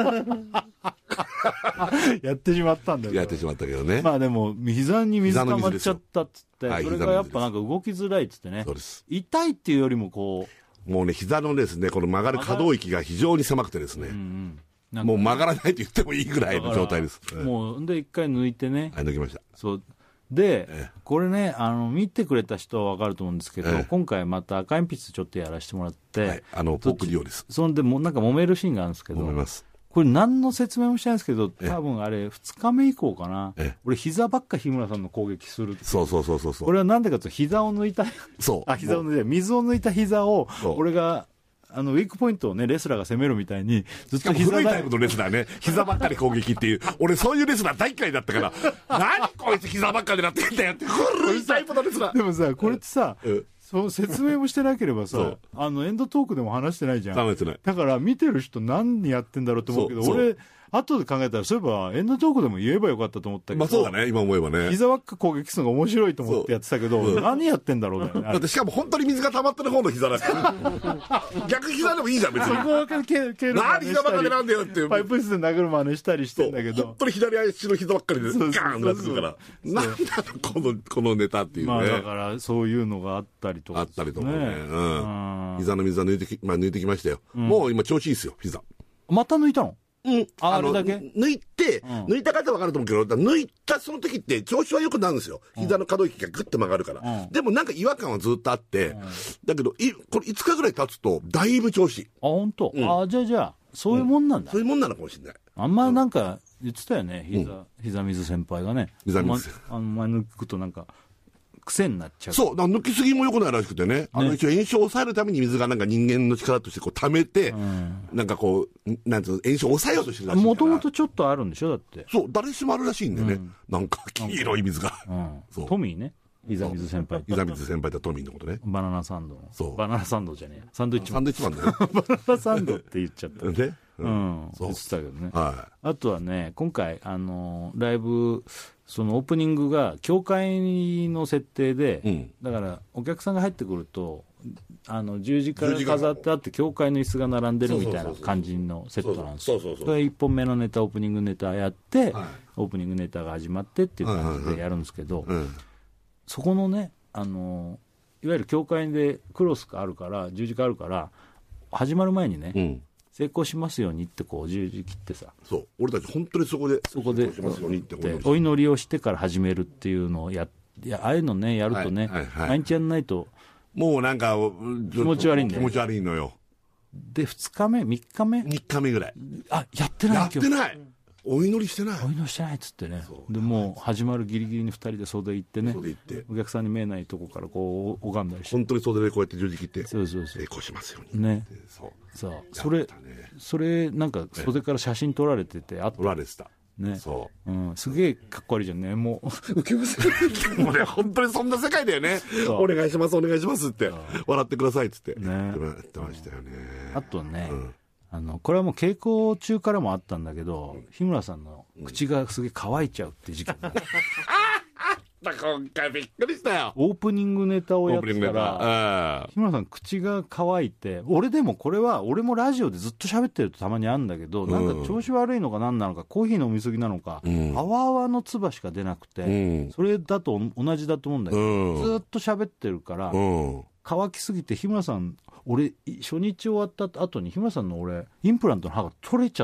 やってしまったんだけどやってしまったけどね。 まあでも膝に水溜まっちゃったっつって、はい、それがやっぱなんか動きづらいっつってね。 そうです。 痛いっていうよりもこうもうね膝のですねこの曲がる可動域が非常に狭くてですね、うんうん、もう曲がらないと言ってもいいぐらいの状態です。 もうで一回抜いてね。 はい抜きました。 そうで、ええ、これねあの見てくれた人は分かると思うんですけど、ええ、今回また赤鉛筆ちょっとやらせてもらって、はい、 あのポークリオです。 そんでもなんか揉めるシーンがあるんですけど、 揉めます。 これ何の説明もしてないんですけど多分あれふつかめ以降かな、ええ、俺膝ばっか日村さんの攻撃する。 そうそうそうそうそう。 これはなんでかというと膝を抜いたそうあ膝を抜いた水を抜いた膝を俺があのウィークポイントをねレスラーが攻めるみたいにずっと膝古いタイプのレスラーね膝ばっかり攻撃っていう俺そういうレスラー大嫌いだったから何こいつ膝ばっかりなってんだよって古いタイプのレスラー。 でもさこれってさ、うん、そう説明もしてなければさあのエンドトークでも話してないじゃん。 話してない。 だから見てる人何やってんだろうと思うけど俺後で考えたらそういえばエンドトークでも言えばよかったと思ったけど、 まあそうだね今思えばね膝ばっか攻撃するのが面白いと思ってやってたけど、うん、何やってんだろうねだってしかも本当に水が溜まってる方の膝だから逆膝でもいいじゃん別に。そこは何膝ばっかりなんだよってパイプ椅子で殴る真似したりしてんだけど本当に左足の膝ばっかりでガーンなってくるからなんだろこのこのネタっていうね。まあだからそういうのがあったりとか、 ね、あったりとかね、うん、膝の水は抜いてき、まあ、抜いてきましたよ、うん、もう今調子いいですよ膝。 また抜いたの？ うん、 あ, あれだけ抜いて、うん、抜いた方は分かると思うけど、抜いたその時って調子は良くなるんですよ。膝の可動域がグッと曲がるから。うん、でもなんか違和感はずっとあって、うん、だけどい、これいつかぐらい経つと、だいぶ調子いい。 あ、本当、うん、あ、じゃあじゃあ、そういうもんなんだ。 うん、そういうもんなのかもしれない。 あんまなんか言ってたよね、膝、うん、膝水先輩がね。 膝水。 あの前抜くとなんか、癖になっちゃう。 そう、だから抜きすぎも良くないらしくてね、あの一応炎症を抑えるために水がなんか人間の力としてこう溜めて、うん、なんかこう、なんつうの、炎症を抑えようとしてるらしいから。 もともとちょっとあるんでしょだって。 そう、誰しもあるらしいんだよね。うん、なんか黄色い水が。 うん、そうトミーね。膝水先輩。 膝水先輩とトミーのことね。 バナナサンドの。 そう。 バナナサンドじゃねえ。サンドイッチマン。 サンドイッチマンだよ。 バナナサンドって言っちゃった。 でうん。そう。言ってたけどね。はい。あとはね、今回、あの、ライブ、そのオープニングが教会の設定で、うん、だからお客さんが入ってくるとあの十字架が飾ってあって教会の椅子が並んでるみたいな感じのセットなんですよ。それいっぽんめのネタオープニングネタやって、はい、オープニングネタが始まってっていう感じでやるんですけど、はいはいはい、そこのねあのいわゆる教会でクロスがあるから十字架あるから始まる前にね、うん成功しますようにってこう十字切ってさそう俺たち本当にそこでそこでお祈りをしてから始めるっていうのをやいやああいうのねやるとね、はいはいはい、毎日やんないともうなんか気持ち悪いんだよ気持ち悪いのよ。 でふつかめみっかめみっかめぐらいあやってないやってないお祈りしてないお祈りしてないっつってねでもう始まるギリギリにふたりで袖行ってね袖行ってお客さんに見えないとこからこう拝んだりして本当に袖でこうやって十字切ってそうそうそう成功しますようにねそうそうそれそれなんか袖から写真撮られててあ撮られてたねそう、 うん、すげえかっこ悪いじゃんねもう受けますもうね本当にそんな世界だよねお願いしますお願いしますって笑ってくださいっつってねやってましたよね。 あとね、うんあのこれはもう稽古中からもあったんだけど、うん、日村さんの口がすげえ乾いちゃうっていう事件が、うん、 今回びっくりしたよ。 オープニングネタをやってたら日村さん口が乾いて俺でもこれは俺もラジオでずっと喋ってるとたまにあるんだけど、うん、なんか調子悪いのか何なのかコーヒー飲みすぎなのか、うん、泡泡の唾しか出なくて、うん、それだと同じだと思うんだけど、うん、ずっと喋ってるから、うん乾きすぎて日村さん俺初日終わった後に日村さんの俺インプラントの歯が取れちゃ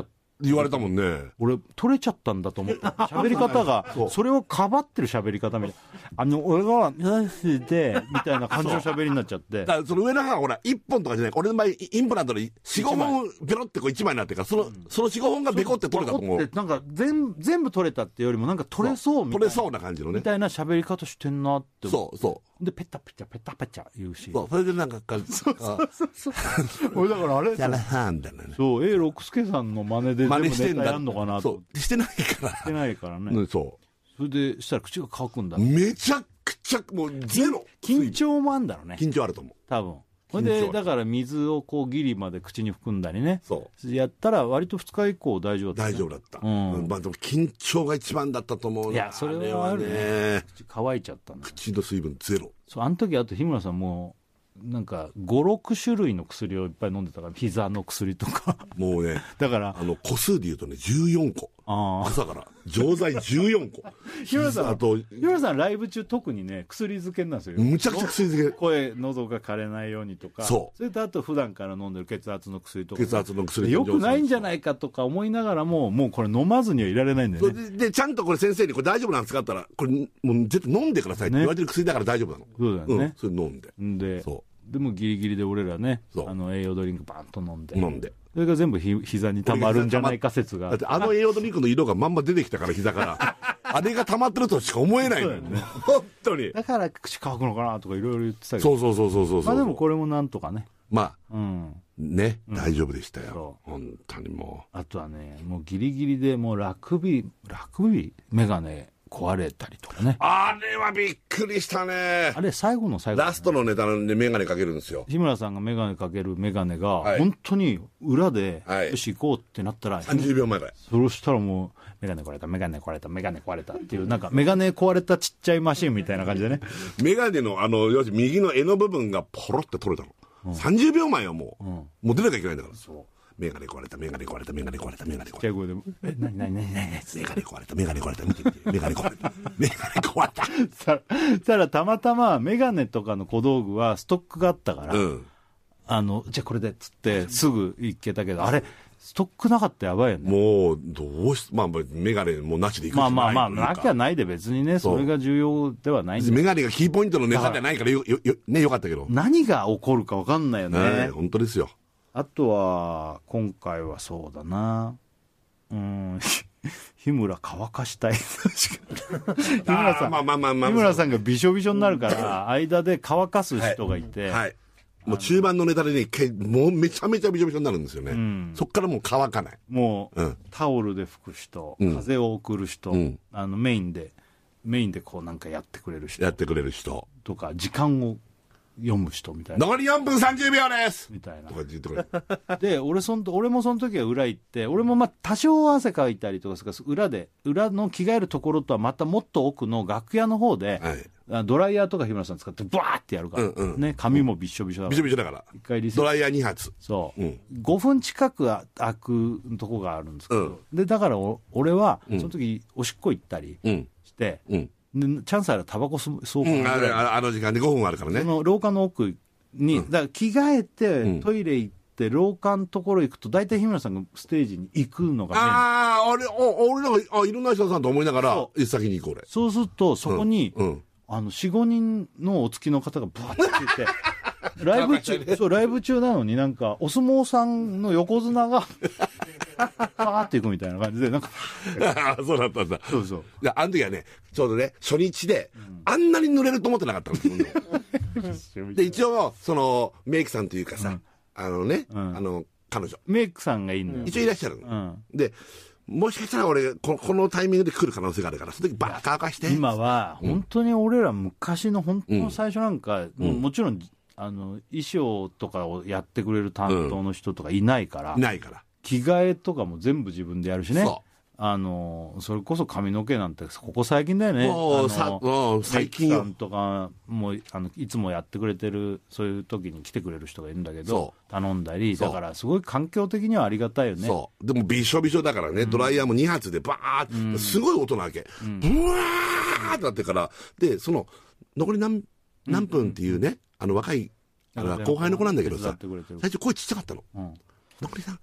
言われたもんね。 俺、取れちゃったんだと思った。喋り方が、それをかばってる喋り方みたいな。あの、俺が、ナイスで、みたいな感じの喋りになっちゃって。 だから、その上の歯がほら、いっぽんとかじゃない。俺の場合、インプラントでよん、ごほん、ベロってこういちまいになってるから、その、うん、そのよん、ごほんがベコって取れたと思う。 なんか、全、全部取れたってよりも、なんか取れそうみたいな。 取れそうな感じのね。 みたいな喋り方してんなって思う。そう、そう。 で、ペタペタ、ペタペタ言うし。 そう、それでなんか、 そうそうそう。俺だからあれ、 やらはんだね。 そう、A 六輔さんの真似で、 真似してんだ。 やんのかなと。 そう、してないから。 してないからね。 うん、そう。 それで、したら口が乾くんだ。 めちゃくちゃ、もうゼロ。 緊張もあんだろうね。 緊張あると思う。 多分。ほんで、だから水をこうギリまで口に含んだりね。そう。やったら割とふつか以降大丈夫だった、 ね。大丈夫だった。うん。まあでも緊張が一番だったと思う。 いや、それはあるね。口乾いちゃったんだ。 口の水分ゼロ。 そう、あの時あと日村さんもう、なんかご、ろく種類の薬をいっぱい飲んでたから、膝の薬とか。 もうね。 だから。 あの、個数で言うとね、じゅうよんこ。ああ。朝から。錠剤じゅうよんこ。 日村さん、日村さんライブ中特にね、薬漬けなんですよ。 むちゃくちゃ薬漬け。 声、喉が枯れないようにとか。そう。それとあと普段から飲んでる血圧の薬とか、 ね。血圧の薬よくないんじゃないかとか思いながらも、もうこれ飲まずにはいられないんだよね。 で、でちゃんとこれ先生にこれ大丈夫なんですかって言ったら、これもう絶対飲んでくださいって言われてる薬だから大丈夫なの。 そうだよね。 うん、それ飲んで。 んで、そう。でもギリギリで俺らね、あの栄養ドリンクバーンと飲んで。 飲んで。 それが全部ひ膝に溜まるんじゃないか説が。 だってあの栄養ドリンクの色がまんま出てきたから膝から。あれが溜まってるとしか思えないのよね。本当に。 だから口乾くのかなとかいろいろ言ってたけど。そうそうそうそうそう。 まあでもこれもなんとかね。 まあ、うん、ね、うん、大丈夫でしたよ。本当にもう。あとはね、もうギリギリでもうラグビー、ラグビーメガネ壊れたりとかね。 あれはびっくりしたね。 あれ最後の最後、ね。 ラストのネタでメガネかけるんですよ。 日村さんがメガネかけるメガネが、はい、本当に裏で、はい、よし行こうってなったら、 さんじゅうびょうまえぐらい。 そしたらもう、メガネ壊れた、メガネ壊れた、メガネ壊れたっていう、なんかメガネ壊れたちっちゃいマシンみたいな感じでね。 メガネのあの、よし、右の柄の部分がポロって取れたの。うん、さんじゅうびょうまえはもう、うん、もう出なきゃいけないんだから。そう。メガネ壊れた、メガネ壊れた、メガネ壊れた、メガネ壊れた。 ちっちゃい声でも、え、なになになになにメガネ壊れた、メガネ壊れた、見て見て、メガネ壊れた、メガネ壊れた。 さ、たらたまたまメガネとかの小道具はストックがあったから、うん、あの、じゃあこれでっつってすぐ行けたけど、あれ、ストックなかったらやばいよね。 もう、どうし、まあ、メガネもなしで行くしかない。 まあまあまあ、なきゃないで別にね、それが重要ではないんで。 メガネがキーポイントのネタじゃないからよ、よ、よ、ね、よかったけど。 何が起こるか分かんないよね。ね、 本当ですよ。 あとは、今回はそうだな。うん、日村乾かしたい。日村さん、まあまあまあまあ、日村さんがびしょびしょになるから、間で乾かす人がいて。はい。はい、 もう中盤のネタでね、もうめちゃめちゃびしょびしょになるんですよね。うん、そっからもう乾かない。 もう、うん、タオルで拭く人、うん、風を送る人、うん、あのメインで、メインでこうなんかやってくれる人。 やってくれる人。 とか、時間を読む人みたいな。 残りよんぷんさんじゅうびょうですみたいな。 とか言ってくれる。 で、俺そん、俺もその時は裏行って、俺もまあ多少汗かいたりとかするから、裏で、裏の着替えるところとはまたもっと奥の楽屋の方で、はい、ドライヤーとか日村さん使ってバーってやるから、うんうん、ね、髪もびっしょびしょだから。 びしょびしょだから。一回リセット。ドライヤーにはつ。 そう。うん、ごふん近く開くとこがあるんですけど、うん、で、だから俺は、その時おしっこ行ったりして、うんうんでチャンスあらタバコ吸おうかな、 うん、あ, あの時間でごふんあるからね。 その廊下の奥に、うん、だから着替えて、トイレ行って、廊下のところ行くと、大体日村さんがステージに行くのがメイン。 ああ、俺、俺なんか、あ、いろんな人さんと思いながら、先に行こう俺。 そうすると、そこに、うんうん、あの、よん、ごにんのお付きの方がバーって来て、ライブ中、そう、ライブ中なのになんか、お相撲さんの横綱が、パーっていくみたいな感じで、なんか。 そうだったんだ。 そうそう。 いや、あの時はね、ちょうどね、初日で、うん、あんなに濡れると思ってなかったんですよ。で、一応、その、メイクさんというかさ、うん、あのね、うん、あの、彼女。 メイクさんがいいのよ。 一応いらっしゃるの。うん、で、もしかしたら俺こ、このタイミングで来る可能性があるから、その時バーッと乾かして。 今は、本当に俺ら昔の本当の最初なんか、うん、もちろん、あの、衣装とかをやってくれる担当の人とかいないから。 いないから。 着替えとかも全部自分でやるしね。あの、それこそ髪の毛なんて、ここ最近だよね。 もうさ、もう最近よ。 さんとかも、あの、いつもやってくれてる、そういう時に来てくれる人がいるんだけど、頼んだり、だからすごい環境的にはありがたいよね。 そう。でもびしょびしょだからね、うん、ドライヤーもにはつでバーって、うん、すごい音なわけ。うん、ブワーってなってから、で、その、残り何、何分っていうね、うん、あの若い、あの後輩の子なんだけどさ、最初声ちっちゃかったの。うん、残りさん、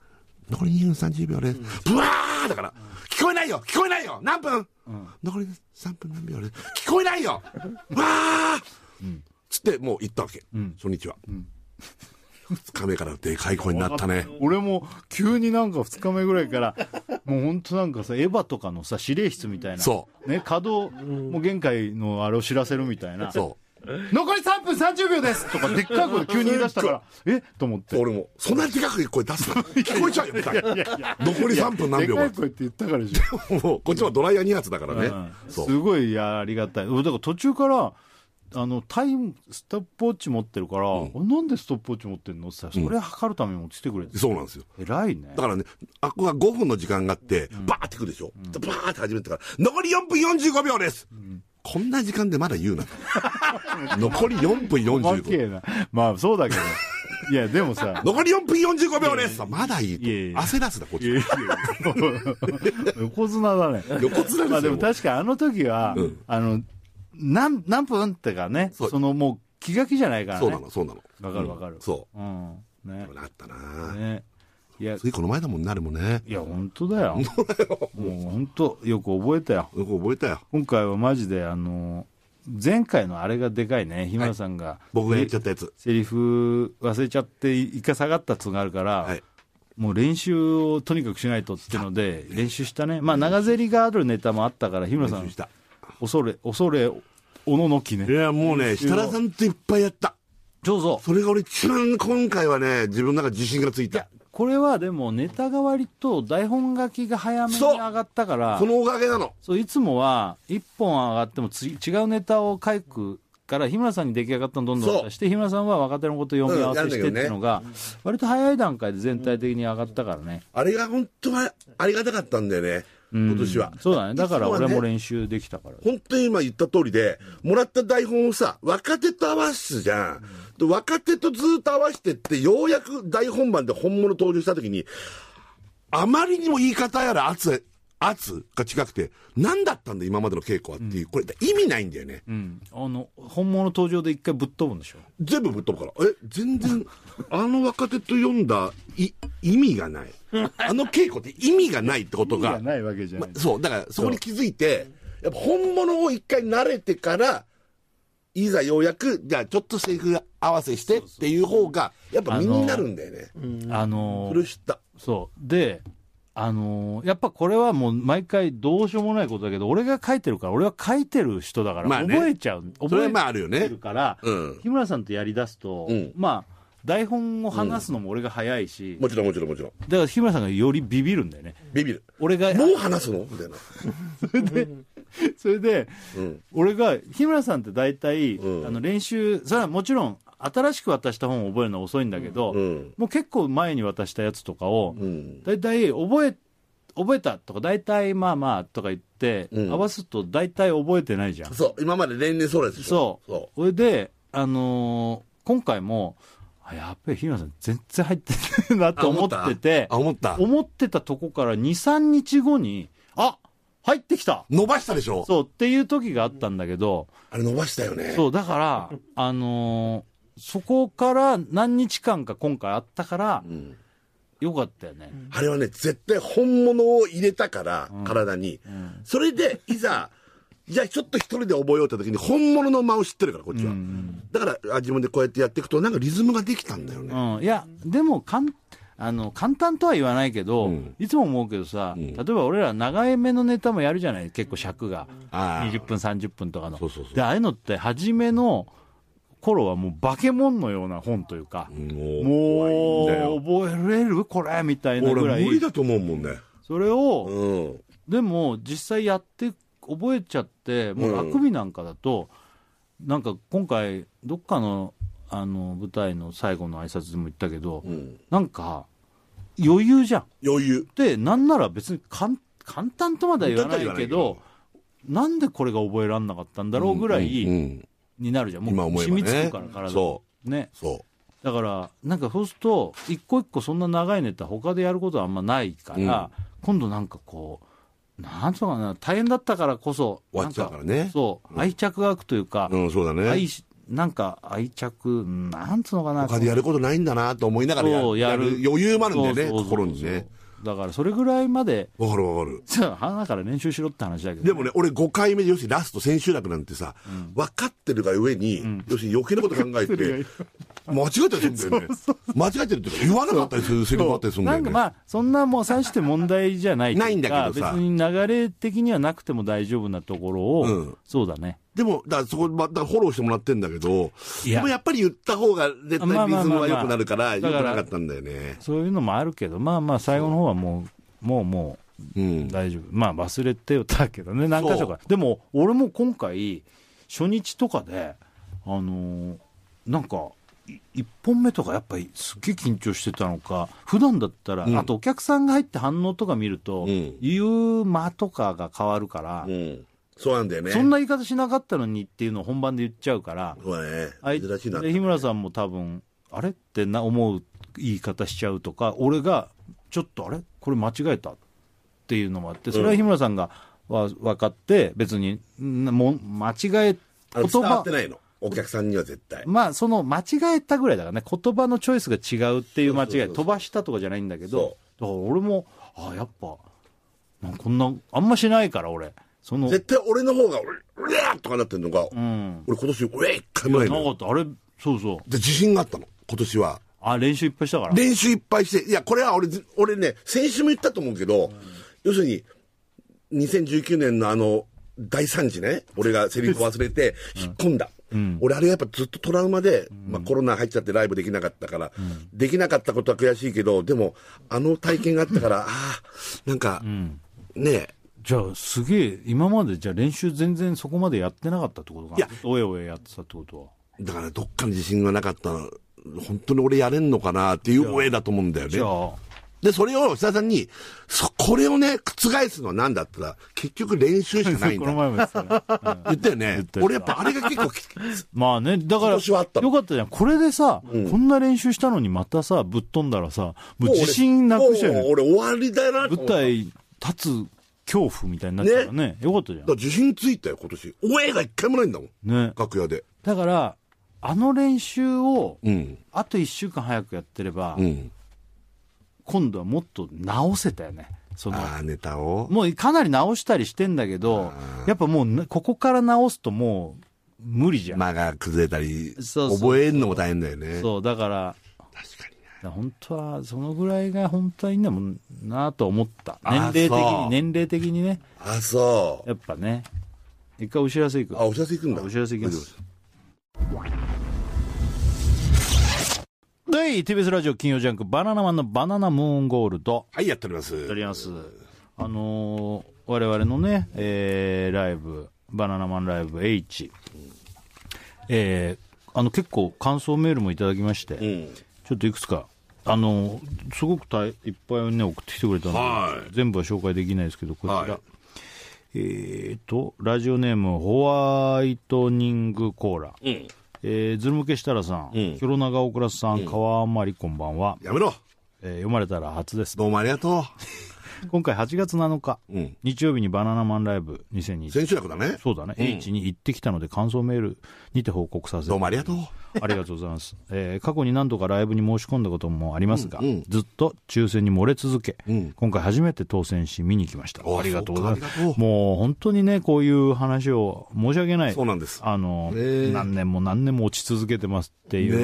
残りにふんさんじゅうびょうです。ブワーだから、聞こえないよ聞こえないよ何分、うん、残りさんぷん何秒です。聞こえないよわー、うん、つってもう行ったわけ、うん、初日は。うんふつかめからでかい声になったね。 俺も急になんかふつかめぐらいからもうほんとなんかさエヴァとかのさ指令室みたいな、そうね、稼働もう限界のあれを知らせるみたいな、そう残りさんぷんさんじゅうびょうですとかでっかい声で急に言い出したからえと思って、 俺もそんなにでかく声出すの聞こえちゃうよみたいな。残りさんぷん何秒でかい声って言ったからでしょもうこっちはドライヤーに発だからね、うん、 そうすごいありがたい。だから途中からあのタイムストップウォッチ持ってるから、うん、なんでストップウォッチ持ってんのってさ、それ測るために持ってきてくれて、うん、 そうなんですよ。 偉いね。 だからね、あこがごふんの時間があって、うん、バーってくるでしょ、うん、バーって始めてから残りよんぷんよんじゅうごびょうです、うん、こんな時間でまだ言うな残りよんぷんよんじゅうごびょうなまあそうだけどいやでもさ残りよんぷんよんじゅうごびょうですまだいいと、いやいや汗出すなこっち。いやいや横綱だね。 横綱ですよ。 まあでも確かあの時は、うん、あの何, 何分ってかね、そ, そのもう気が気じゃないからね。 そうなのそうなの。 わかるわかる、うん、 そう、 うん、ね、 なったな、 ね、いやついこの前だもんなるもんね。 いや本当だよ本当だよもう本当よく覚えたよよく覚えたよ。 今回はマジであの前回のあれがでかいね。日村さんが、はい、 僕がやっちゃったやつセリフ忘れちゃって一回下がったやつがあるから、はい、もう練習をとにかくしないとってので練習したね。まあ長ゼリがあるネタもあったから日村さん恐れ恐れおののきね。 いやもうね設楽さんといっぱいやった。 そうそう。 それが俺一番今回はね自分の中自信がついた。 これはでもネタが割と台本書きが早めに上がったから、 このおかげなの。 そういつもはいっぽん上がってもつ違うネタを書くから日村さんに出来上がったのどんどん出して日村さんは若手のことを読み合わせしてっていうのが割と早い段階で全体的に上がったからね。 あれが本当はありがたかったんだよね。今年は、うん、 そうだね。だから俺も練習できたから、ね、 本当に今言った通りでもらった台本をさ若手と合わすじゃん、うん、で若手とずっと合わせてってようやく大本番で本物登場した時にあまりにも言い方やら圧圧が違くて何だったんだ今までの稽古はっていう、うん、これ意味ないんだよね、 うん、あの本物登場で一回ぶっ飛ぶんでしょ。 全部ぶっ飛ぶからえ全然あの若手と読んだい意味がないあの稽古って意味がないってことが意味がないわけじゃない、 ま、そうだからそこに気づいてやっぱ本物を一回慣れてからいざようやくじゃあちょっとセリフ合わせしてっていう方がやっぱ身になるんだよね。 あのー、 それ知った。 そうであのー、やっぱこれはもう毎回どうしようもないことだけど俺が書いてるから俺は書いてる人だから覚えちゃう、まあね、覚えてるから、 うん、 日村さんとやりだすと、うん、まあ台本を話すのも俺が早いし、 うん、もちろんもちろんもちろんだから日村さんがよりビビるんだよね。 ビビる。 俺がもう話すのみたいなそれでそれで、うん、俺が日村さんって大体、うん、あの練習それはもちろん新しく渡した本を覚えるのは遅いんだけど、うん、もう結構前に渡したやつとかを、うん、大体覚え覚えたとか大体まあまあとか言って、うん、合わすと大体覚えてないじゃん。 そう今まで年々そうですでしょ。 そうそうそれで、あのー、今回もあやっぱり日村さん全然入ってないなと思っててあ思った思ってたとこから にさんにちごにあ入ってきた伸ばしたでしょ。 そうっていう時があったんだけどあれ伸ばしたよね。 そうだからあのー、そこから何日間か今回あったから、うんよかったよね。 あれはね絶対本物を入れたから、うん、体に、うん、それでいざじゃあちょっと一人で覚えようって時に本物の間を知ってるからこっちは、うん、だから自分でこうやってやっていくとなんかリズムができたんだよね、 うん、いやでもかんあの簡単とは言わないけど、うん、いつも思うけどさ、うん、例えば俺ら長めのネタもやるじゃない結構尺がにじゅっぷんさんじゅっぷんとかのそうそうそうでああいうのって初めの頃はもう化け物のような本というかもう覚えれるこれみたいなぐらい俺無理だと思うもんねそれを、 うん、 でも実際やって覚えちゃってもうあくびなんかだと、うん、なんか今回どっかのあの舞台の最後の挨拶でも言ったけど、うん、なんか余裕じゃん余裕でなんなら別に簡単とまでは言わないけどなんでこれが覚えられなかったんだろうぐらい、うんうんうんになるじゃん。もう染みつくから体そうね。 そうだからなんかそうすると一個一個そんな長いネタ他でやることはあんまないから、うん、今度なんかこうなんとかな大変だったからこそ終わっちゃうからね。 そう、うん、愛着が湧くというか、 うん、そうだね。 愛なんか愛着なんつうのかな他でやることないんだなと思いながらやる、やる余裕もあるんだよね心にね。 だからそれぐらいまでわかるわかる。 じゃあ花から練習しろって話だけど、ね、 でもね俺ごかいめで要するにラスト千秋楽なんてさ、うん、分かってるが上に、うん、要するに余計なこと考えて間違えたりするんだよね。そうそうそう間違えてるって言わなかったりするセリフあったりするんだよね。 なんかまあそんなもう最して問題じゃないないんだけどさ、 別に流れ的にはなくても大丈夫なところを、うん、そうだね。 でもだからそこまたフォローしてもらってんだけど、でもやっぱり言った方が絶対リズムは良くなるから良くなかったんだよね。 そういうのもあるけど、まあまあ最後の方はもうもうもう、うん、大丈夫。まあ忘れてよったけどね、何箇所か。でも俺も今回初日とかであのー、なんかいっぽんめとかやっぱりすっげえ緊張してたのか、普段だったら、うん、あとお客さんが入って反応とか見ると、うん、言う間とかが変わるから、うん、 そうなんだよね。 そんな言い方しなかったのにっていうのを本番で言っちゃうから、 そうね、珍しいな。 で日村さんも多分あれってな思う言い方しちゃうとか、俺がちょっとあれこれ間違えたっていうのもあって、それは日村さんがわ分かって別にも間違え言葉伝わってないの。お客さんには絶対。 まあ、その間違えたぐらいだからね、言葉のチョイスが違うっていう間違い、そうそうそうそう飛ばしたとかじゃないんだけど、だから俺も、ああ、やっぱ、なんかこんな、あんましないから、俺。その絶対俺の方が、うれーとかなってんのが、うん、俺今年、うれー一回もないの。 なかった、あれ、そうそう。 で、自信があったの、今年は。 あ、練習いっぱいしたから。 練習いっぱいして、いや、これは俺、俺ね、先週も言ったと思うけど、うん、要するに、にせんじゅうきゅうねんのあの、大惨事ね、俺がセリフ忘れて、引っ込んだ。うん、俺あれやっぱずっとトラウマで、うんまあ、コロナ入っちゃってライブできなかったから、うん、できなかったことは悔しいけど、でもあの体験があったからああなんか、うん、ねえじゃあすげえ今までじゃあ練習全然そこまでやってなかったってことかな。いやおえおえやってたってことはだからどっかに自信がなかったの本当に俺やれんのかなっていうおえだと思うんだよね。 じゃあで、それを久田さんに、そ、これをね、覆すのは何だったら、結局練習しかないんだ。 この前も言ってたね。 うん、言ったよね。俺やっぱあれが結構まあね、だから、よかったじゃん。これでさ、うん、こんな練習したのにまたさ、ぶっ飛んだらさ、もう自信なくしちゃうよ。 俺終わりだよな。 舞台立つ恐怖みたいになっちゃうからね。ねよかったじゃん。 だから自信ついたよ、今年。おえが一回もないんだもん。ね。楽屋で。 だから、あの練習を、うん、あと一週間早くやってれば、うん今度はもっと直せたよね。そのあネタをもうかなり直したりしてんだけど、やっぱもうここから直すともう無理じゃん。 間が崩れたりそうそうそう覚えるのも大変だよね。 そうだから確かにね。本当はそのぐらいが本当はいいんだもんなと思った。年齢的に年齢的にね。 あそうやっぱね。一回お知らせいく。 あお知らせいくんだ。 お知らせいきます。はい、ティービーエス ラジオ金曜ジャンクバナナマンのバナナムーンゴールド。 はい、やっております。 やっております。あのー、我々のね、えー、ライブ、バナナマンライブ H、えー、あの結構感想メールもいただきまして、うん、ちょっといくつか、あのー、すごくたいいっぱいね、送ってきてくれたので、はい、全部は紹介できないですけど、こちら。はい、えーと、ラジオネーム、ホワイトニングコーラ。うんえー、ズル向け設楽さん、うん、広長大倉さん、うん、川まりこんばんは。 やめろ、 えー、読まれたら初です。 どうもありがとう。 今回はちがつなのか、うん、日曜日にバナナマンライブにせんにじゅう千秋楽だね。 そうだね、うん、H に行ってきたので感想メールにて報告させて。 どうもありがとう。 ありがとうございます、えー、過去に何度かライブに申し込んだこともありますが、うんうん、ずっと抽選に漏れ続け、うん、今回初めて当選し見に来ました。ありがとうございます。もう本当にねこういう話を申し訳ない。 そうなんです。 あの何年も何年も落ち続けてますっていう、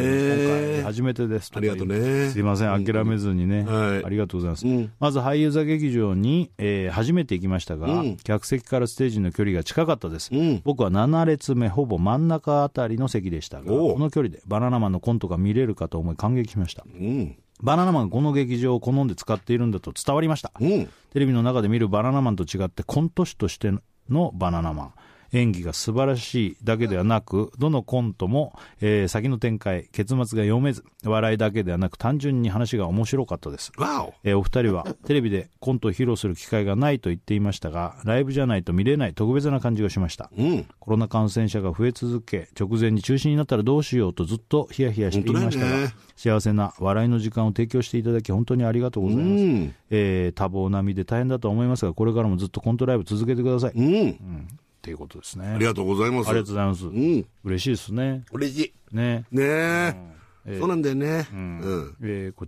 今回初めてですとありがとうね。 すいません諦めずにね、うんはい、ありがとうございます、うん、まず俳優座劇場に、えー、初めて行きましたが、うん、客席からステージの距離が近かったです、うん、僕はなな列目ほぼ真ん中あたりの席でしたが、この距離でバナナマンのコントが見れるかと思い感激しました、うん、バナナマンがこの劇場を好んで使っているんだと伝わりました、うん、テレビの中で見るバナナマンと違ってコント師としてのバナナマン、演技が素晴らしいだけではなく、どのコントも、えー、先の展開結末が読めず、笑いだけではなく単純に話が面白かったです、えー、お二人はテレビでコントを披露する機会がないと言っていましたが、ライブじゃないと見れない特別な感じがしました、うん、コロナ感染者が増え続け直前に中止になったらどうしようとずっとヒヤヒヤしていましたが、幸せな笑いの時間を提供していただき本当にありがとうございます、うんえー、多忙な身で大変だと思いますが、これからもずっとコントライブ続けてください、うんうんっていうことですね。 ありがとうございます。 ありがとうございます。うん、嬉しいですね。 嬉しい。 ね。 ねえ、うんえー。そうなんだよね。 うんうんえー、こちら、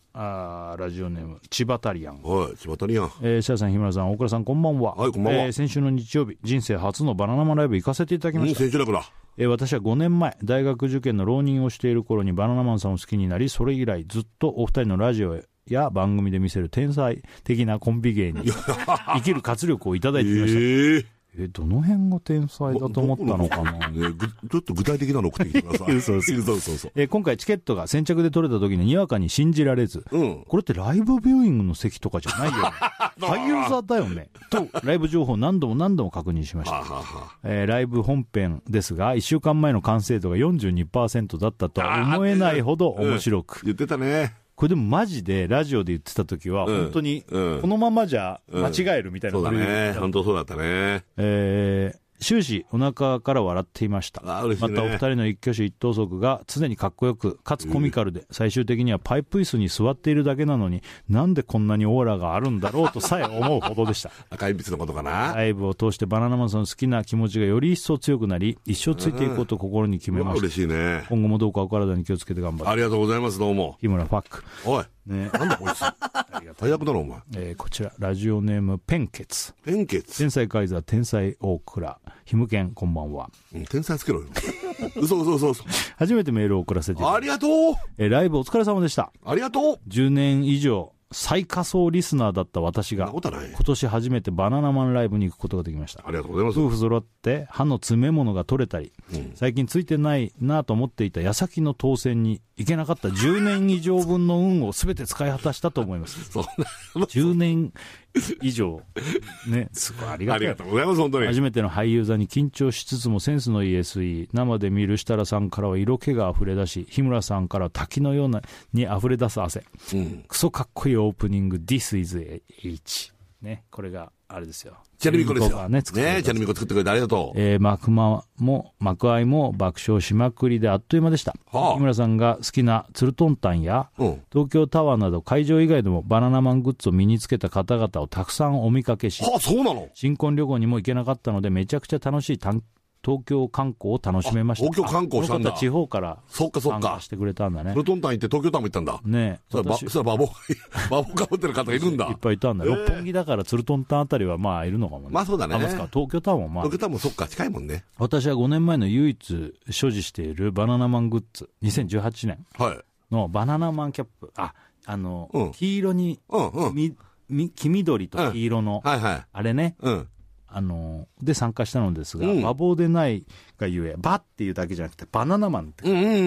あラジオネーム千葉タリアン。 はい、千葉タリアン。 えー、シャイさん、日村さん、大倉さん、こんばんは。 はい、こんばんは。 えー、先週の日曜日、人生初のバナナマンライブ行かせていただきました。 うん、千秋楽だ。 えー、私はごねんまえ、大学受験の浪人をしている頃にバナナマンさんを好きになり、それ以来ずっとお二人のラジオや番組で見せる天才的なコンビ芸に生きる活力をいただいてきました。えーえ、どの辺が天才だと思ったのかな、 ね、ちょっと具体的なの送ってきてください。 そうそうそうそう、えー、今回チケットが先着で取れた時ににわかに信じられず、うん、これってライブビューイングの席とかじゃないよね。俳優座だよね。と、ライブ情報を何度も何度も確認しました。えー、ライブ本編ですが、いっしゅうかんまえの完成度が よんじゅうにパーセント だったとは思えないほど面白く。 うん、言ってたね。 これでもマジでラジオで言ってた時は本当にこのままじゃ間違えるみたいな、 うんうん、そうだね、本当そうだったね。 えー終始お腹から笑っていました。 あ、嬉しいね。 またお二人の一挙手一投足が常にかっこよくかつコミカルで、最終的にはパイプ椅子に座っているだけなのになんでこんなにオーラがあるんだろうとさえ思うほどでした。 赤い鉛筆のことかな。 ライブを通してバナナマンさんの好きな気持ちがより一層強くなり、一生ついていこうと心に決めました。 嬉しいね。 今後もどうかお体に気をつけて頑張って。 ありがとうございます。どうも。 日村ファック。 おい。 ね、 なんだこいつ。最悪だろお前。 えー、こちらラジオネームペンケツ。 ペンケツ。 天才カイザー天才大倉。ひむけんこんばんは。 うん、天才つけろよ。嘘嘘嘘嘘。 初めてメールを送らせていただきありがとう。 えー、ライブお疲れ様でした。 ありがとう。 じゅうねん以上最下層リスナーだった私が今年初めてバナナマンライブに行くことができました。 ありがとうございます。 夫婦揃って歯の詰め物が取れたり、うん、最近ついてないなと思っていた矢先の当選に行けなかったじゅうねん以上分の運を全て使い果たしたと思います。 そんなじゅうねん以上ね、すごいありがたい。 ありがとうございます。本当に初めての俳優座に緊張しつつもセンスのいい エスイー、 生で見る設楽さんからは色気が溢れ出し、日村さんからは滝のようなに溢れ出す汗、うん、クソかっこいいオープニング This is H ね、これがあれですよ。 チャルミコですよ。ね、チャルミコ作ってくれてありがとう。 えー、幕間も幕愛も爆笑しまくりであっという間でした。はあ、日村さんが好きなツルトンタンや、うん、東京タワーなど会場以外でもバナナマングッズを身につけた方々をたくさんお見かけし、 はあ、そうなの？ 新婚旅行にも行けなかったのでめちゃくちゃ楽しい短東京観光を楽しめました。 東京観光したんだ。 地方から参加してくれたんだね。 ツルトンタン行って東京タワーも行ったんだ。 ねえ。 それはバボバボかぶってる方がいるんだ。 いっぱいいたんだ。六本木だからツルトンタンあたりはまあいるのかもね。 まあそうだね。 東京タワーもまあ。 東京タワーもそっか近いもんね。 私はごねんまえの唯一所持しているバナナマングッズ、にせんじゅうはちねんのバナナマンキャップ、あ、あの、うん、黄色に、うんうん、みみ黄緑と黄色の、うんはいはい、あれね。うんあので参加したのですが、うん、馬棒でないがゆえ、バっていうだけじゃなくてバナナマンって、うんうんうんうん、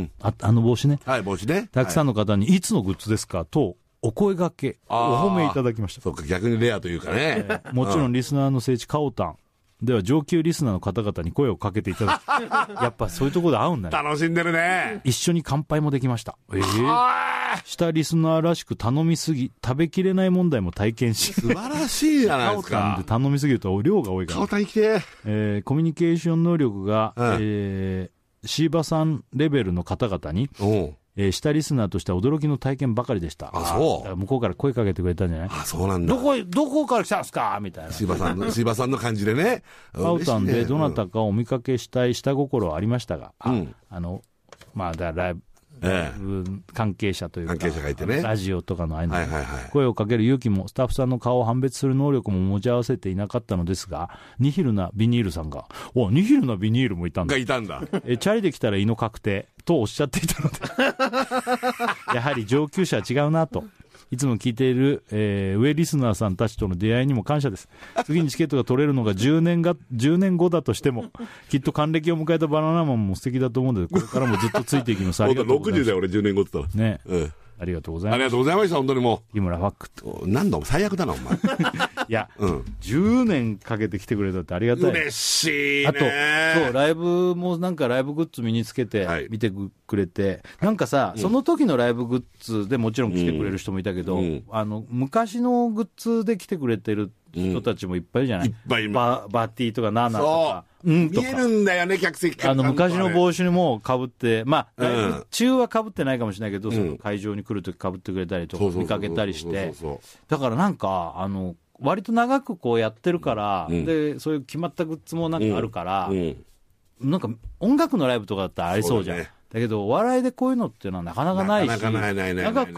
あ, あの帽子ね、 はい、帽子ね、 たくさんの方にいつのグッズですかとお声掛け、お褒めいただきました。 そうか、逆にレアというかね、 えー、もちろんリスナーの聖地カオタンでは上級リスナーの方々に声をかけていただきやっぱそういうところで会うんだね。 楽しんでるね。 一緒に乾杯もできました。えー下リスナーらしく頼みすぎ食べきれない問題も体験し、 素晴らしいじゃないですか。 カオタンで頼みすぎると量が多いから、 カオタン生きて、 えー、コミュニケーション能力が、うんえー、シーバさんレベルの方々に、えー、下リスナーとしては驚きの体験ばかりでした。 あ、そう。 あ向こうから声かけてくれたんじゃない？ あ、そうなんだ。 どこ、どこから来たんすかみたいな。 シーバさんの、シーバさんの感じでね。 カオタンでどなたかお見かけしたい下心はありましたが、うん、あ、あの、まあ、だライブ、ええ、関係者というか関係者がいてね、 ラジオとかの間に声をかける勇気もスタッフさんの顔を判別する能力も持ち合わせていなかったのですが、ニヒルなビニールさんが、おニヒルなビニールもいたんだがいたんだえチャリで来たら胃の確定とおっしゃっていたのでやはり上級者は違うなと。いつも聞いている、えー、上リスナーさんたちとの出会いにも感謝です。次にチケットが取れるのがじゅうねんがじゅうねんごだとしてもきっと還暦を迎えたバナナマンも素敵だと思うので、これからもずっとついていきます。ありがとうございます。ろくじゅうだよ俺じゅうねんごって言ったらね、うん、ありがとうございます。 ありがとうございました。本当にもう日村ファック何度も最悪だなお前いや、うん、じゅうねんかけて来てくれたってありがたい。 嬉しいね。 あとそうライブもなんかライブグッズ身につけて見てくれて、はい、なんかさ、うん、その時のライブグッズでもちろん来てくれる人もいたけど、うん、あの昔のグッズで来てくれてる人たちもいっぱいいるじゃない、うん、いっぱいいる。ババッティとかナーナーとかうんとか見えるんだよね、客席から。 あの昔の帽子にもかぶって、まあ、ライブ中はかぶってないかもしれないけど、うん、その会場に来るときかぶってくれたりとか見かけたりして、だからなんかあの割と長くこうやってるから、うん、でそういう決まったグッズもなんかあるから、うんうん、なんか音楽のライブとかだったらありそうじゃん。だけどお笑いでこういうのっていうのはなかなかないし、長く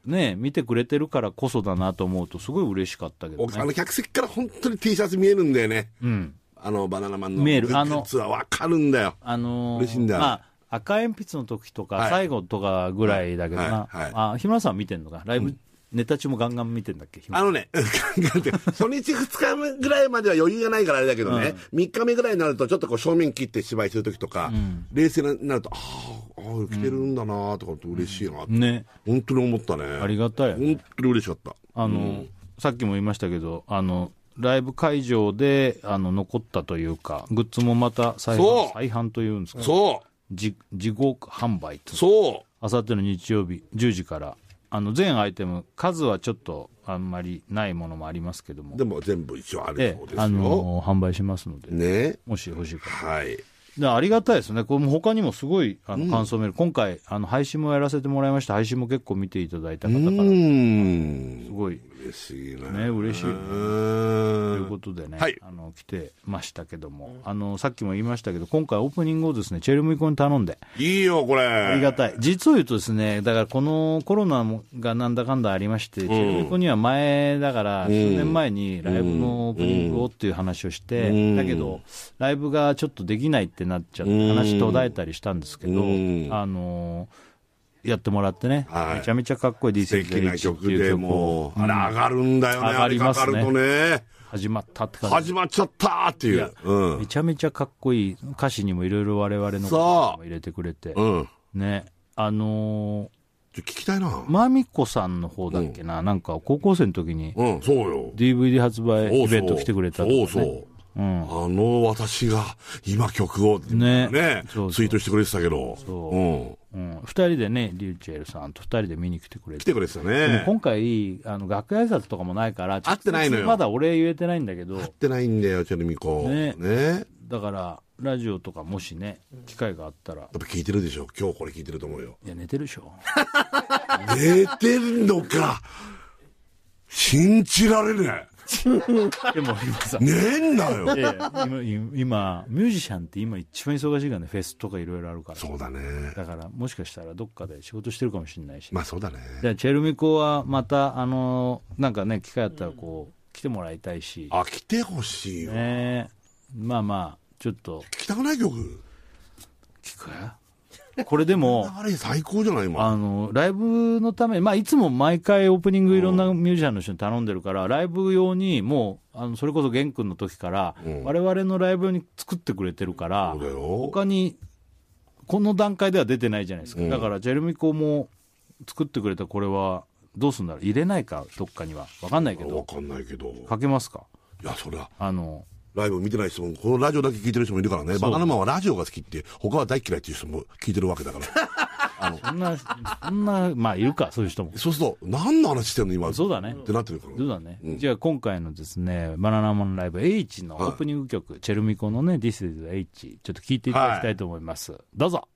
ね、見てくれてるからこそだなと思うとすごい嬉しかったけどね。 あの客席から本当に T シャツ見えるんだよね。 うん。 あのバナナマンの見える。 グッズは分かるんだよ。 あのー、 嬉しいんだよ。 まあ赤鉛筆の時とか、はい、最後とかぐらいだけどな、はいはいはい、あ日村さん見てんのか、ライブ、うん、ネタ中もガンガン見てんだっけ。 あのね、ガンガンって初日ふつかめぐらいまでは余裕がないからあれだけどね、うん、みっかめぐらいになるとちょっとこう正面切って芝居する時とか、うん、冷静になるとああ来てるんだなとかって嬉しいなって、うん、ね、本当に思ったね。 ありがたいよね。 本当に嬉しかった。 あの、うん、さっきも言いましたけど、あのライブ会場であの残ったというかグッズもまた再販、再販というんですか、 そう自自己販売と、 そうあさっての日曜日じゅうじからあの全アイテム数はちょっとあんまりないものもありますけども、 でも全部一応あるそうですよ、ええ、 あの販売しますので、 ね、 もし欲しいから、 はい、 でありがたいですね。これも他にもすごいあの感想メール、うん、今回あの配信もやらせてもらいました。配信も結構見ていただいた方からすごい嬉しいな、 ね、嬉しいということでね、はい、あの来てましたけども、あのさっきも言いましたけど今回オープニングをですねチェルミコに頼んで、 いいよこれありがたい。実を言うとですね、だからこのコロナがなんだかんだありまして、うん、チェルミコには前だから数年前にライブのオープニングをっていう話をして、うん、だけどライブがちょっとできないってなっちゃって話途絶えたりしたんですけど、あのやってもらってね、はい、めちゃめちゃかっこいい ディースイズ素敵な曲でもう、うん、あれ上がるんだよね。 上がりますね。 あれかかるとね、 始まったって感じ。 始まっちゃったっていう、うん、 めちゃめちゃかっこいい。歌詞にもいろいろ我々のことも入れてくれて、うん、ね、あのー、聞きたいな。 マミコさんの方だっけな、うん、なんか高校生の時に、 うん、そうよディーブイディー 発売イベント来てくれたとか、ね、 そうそううん、あの私が今曲をね、ねそうそうツイートしてくれてたけど、そううんうん、ふたりでね、リューチェルさんとふたりで見に来てくれて、 来てくれてたね。 でも今回あの楽屋挨拶とかもないから会ってないのよ。 まだお礼言えてないんだけど、 会ってないんだよチェルミコ ね, ねだからラジオとかもしね機会があったら、やっぱ聞いてるでしょ。今日これ聞いてると思うよ。 いや寝てるでしょ寝てんのか信じられないでも今さねえんだよ、 ええ、今, 今ミュージシャンって今一番忙しいからね。フェスとかいろいろあるから。 そうだね。 だからもしかしたらどっかで仕事してるかもしれないし、 まあそうだね。 でチェルミコはまたあのなんかね機会あったらこう、うん、来てもらいたいし。 あ来てほしいよ、 ね、まあまあちょっと聞きたくない曲聞くこれでもあれ最高じゃない今あのライブのために、まあ、いつも毎回オープニングいろんなミュージシャンの人に頼んでるから、うん、ライブ用にもうあのそれこそ玄君の時から、うん、我々のライブ用に作ってくれてるから、他にこの段階では出てないじゃないですか、うん、だからジェルミコも作ってくれたこれはどうするんだろう。入れないかどっかには分かんないけど。 分かんないけどかけますか。 いやそれはあのライブ見てない人もこのラジオだけ聞いてる人もいるからね。バナナマンはラジオが好きって他は大嫌いっていう人も聞いてるわけだからあのそんなそんなまあいるかそういう人も。 そうすると何の話してんの今。 そうだねってなってるから。 そうだね、うん、じゃあ今回のですねバナナマンライブ H のオープニング曲、はい、チェルミコのね This is H ちょっと聞いていただきたいと思います、はい、どうぞ。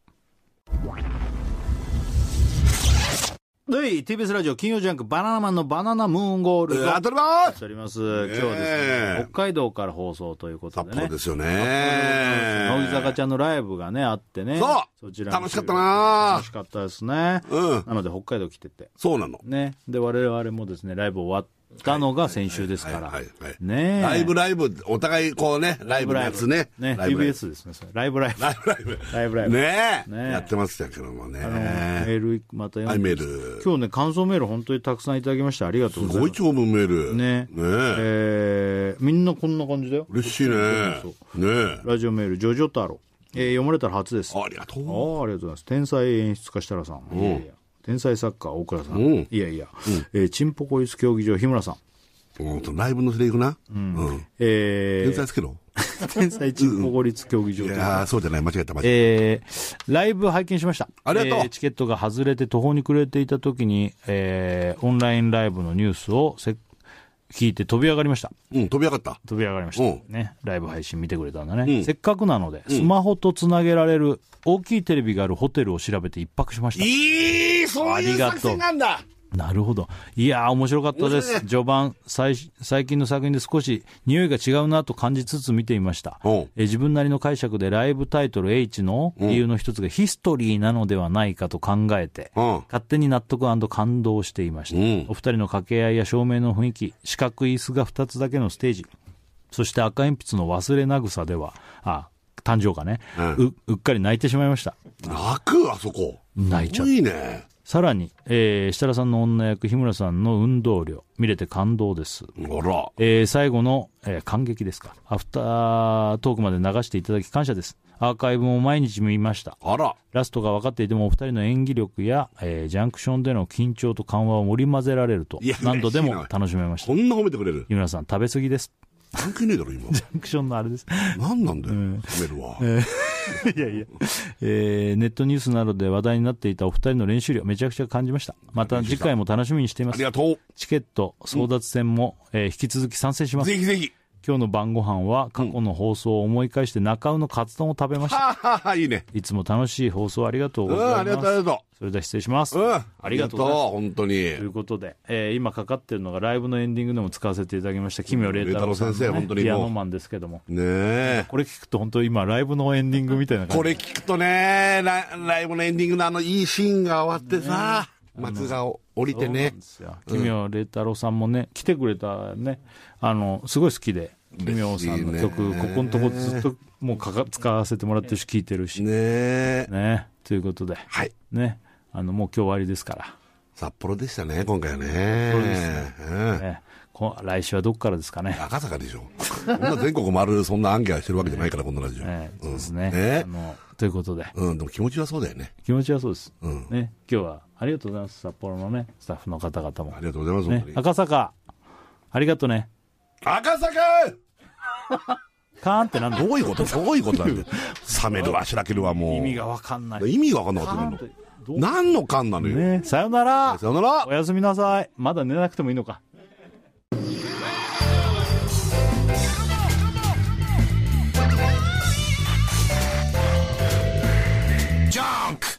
はい、ティービーエス ラジオ金曜ジャンクバナナマンのバナナムーンゴールド、 えー、当たります当たります、今日はですね北海道から放送ということでね。 札幌ですよね。 乃木坂ちゃんのライブがねあってね。 そうそちら楽しかったな。 楽しかったですね、うん、なので北海道来てて。 そうなのね。で我々もですねライブ終わったのが先週ですからね。ライブライブお互いこうねライブのやつね。 ね ティービーエス ですね。ライブライブライブライブライブライブねえやってましたけどもね。 あのメールまた読んで、 メール今日ね感想メール本当にたくさんいただきましてありがとうございます。 すごい長文メールね。ねえー、みんなこんな感じだよ。 嬉しいね。ねラジオメールジョジョ太郎、えー、読まれたら初です。 ありがとう。 あありがとうございます。天才演出家設楽さん、うん、いやいや天才作家大倉さん、うん、いやいや、うんえー、チンポコイス競技場日村さん。 ライブのセリフな、うんうんえー、 天才つけろ天才チンポコ立競技場、 うん、いやそうじゃない間違えた間違えた、えー、ライブ拝見しました。 ありがとう、えー、 チケットが外れて途方に暮れていた時に、えー、オンラインライブのニュースをせ聞いて飛び上がりました。 うん飛び上がった飛び上がりました、うんね、ライブ配信見てくれたんだね、うん、せっかくなので、うん、スマホとつなげられる大きいテレビがあるホテルを調べて一泊しました。 いいそういう作戦なんだ。 なるほど。いやー、面白かったです。ね、序盤最、最近の作品で少し匂いが違うなと感じつつ見ていました。え自分なりの解釈でライブタイトル H の理由の一つがヒストリーなのではないかと考えて、うん、勝手に納得&感動していました。うん、お二人の掛け合いや照明の雰囲気、四角い椅子が二つだけのステージ、そして赤鉛筆の忘れなぐさでは、あ、誕生かね、うん、う、うっかり泣いてしまいました。 泣くあそこ。 泣いちゃった。いいね。さらに、えー、設楽さんの女役、日村さんの運動量、見れて感動です。 あら。 えー、最後の、えー、感激ですか。アフタートークまで流していただき感謝です。アーカイブも毎日見ました。 あら。 ラストが分かっていても、お二人の演技力や、えー、ジャンクションでの緊張と緩和を織り交ぜられると、何度でも楽しめました。 こんな褒めてくれる。 日村さん、食べ過ぎです。 関係ねえだろ、今。 ジャンクションのあれです。 何なんだよ、褒めるわ。 えー、いやいや、えー、ネットニュースなどで話題になっていたお二人の練習量、めちゃくちゃ感じました。また次回も楽しみにしています。 ありがとう。 チケット争奪戦も、うんえー、引き続き参戦します。 ぜひぜひ。 今日の晩ご飯は過去の放送を思い返して中尾のカツ丼を食べました。 はは、いいね。 いつも楽しい放送ありがとうございます。 うん、ありがとう、ありがとう。 それでは失礼します。 うん、ありがとう。本当に。ということで、えー、今かかってるのがライブのエンディングでも使わせていただきました奇妙麗太郎さんの、ね、 先生、本当にピアノマンですけども。 ねえ。 これ聞くと本当今ライブのエンディングみたいな感じ。 これ聞くとねラ、ライブのエンディングのあのいいシーンが終わってさ、ね、松が降りてね。 奇妙麗太郎さんもね、来てくれたね、あの、すごい好きで。奇妙さんの曲、ここのとこずっともうかか使わせてもらってるし、聴いてるし。 ねえ。 ねということで。 はい。 ね。あの、もう今日終わりですから。 札幌でしたね、今回はね。 札幌ですね。うんねこ来週はどこからですかね。 赤坂でしょ。そんな全国丸、そんな暗記はしてるわけじゃないから、このラジオ。 ねそうですね。ねあのということで。 うん、でも気持ちはそうだよね。 気持ちはそうです。 うん。 ね。今日はありがとうございます。札幌のね、スタッフの方々も。 ありがとうございます。 ね、赤坂、ありがとうね。 赤坂カーンってなんだどういうことどういうことなんで冷めるわ、しらけるわ、もう。 意味がわかんない。 意味がわかんなかったけど。何の缶なのよ。 ね、さよなら。 さよなら。 おやすみなさい。まだ寝なくてもいいのか。ジャンク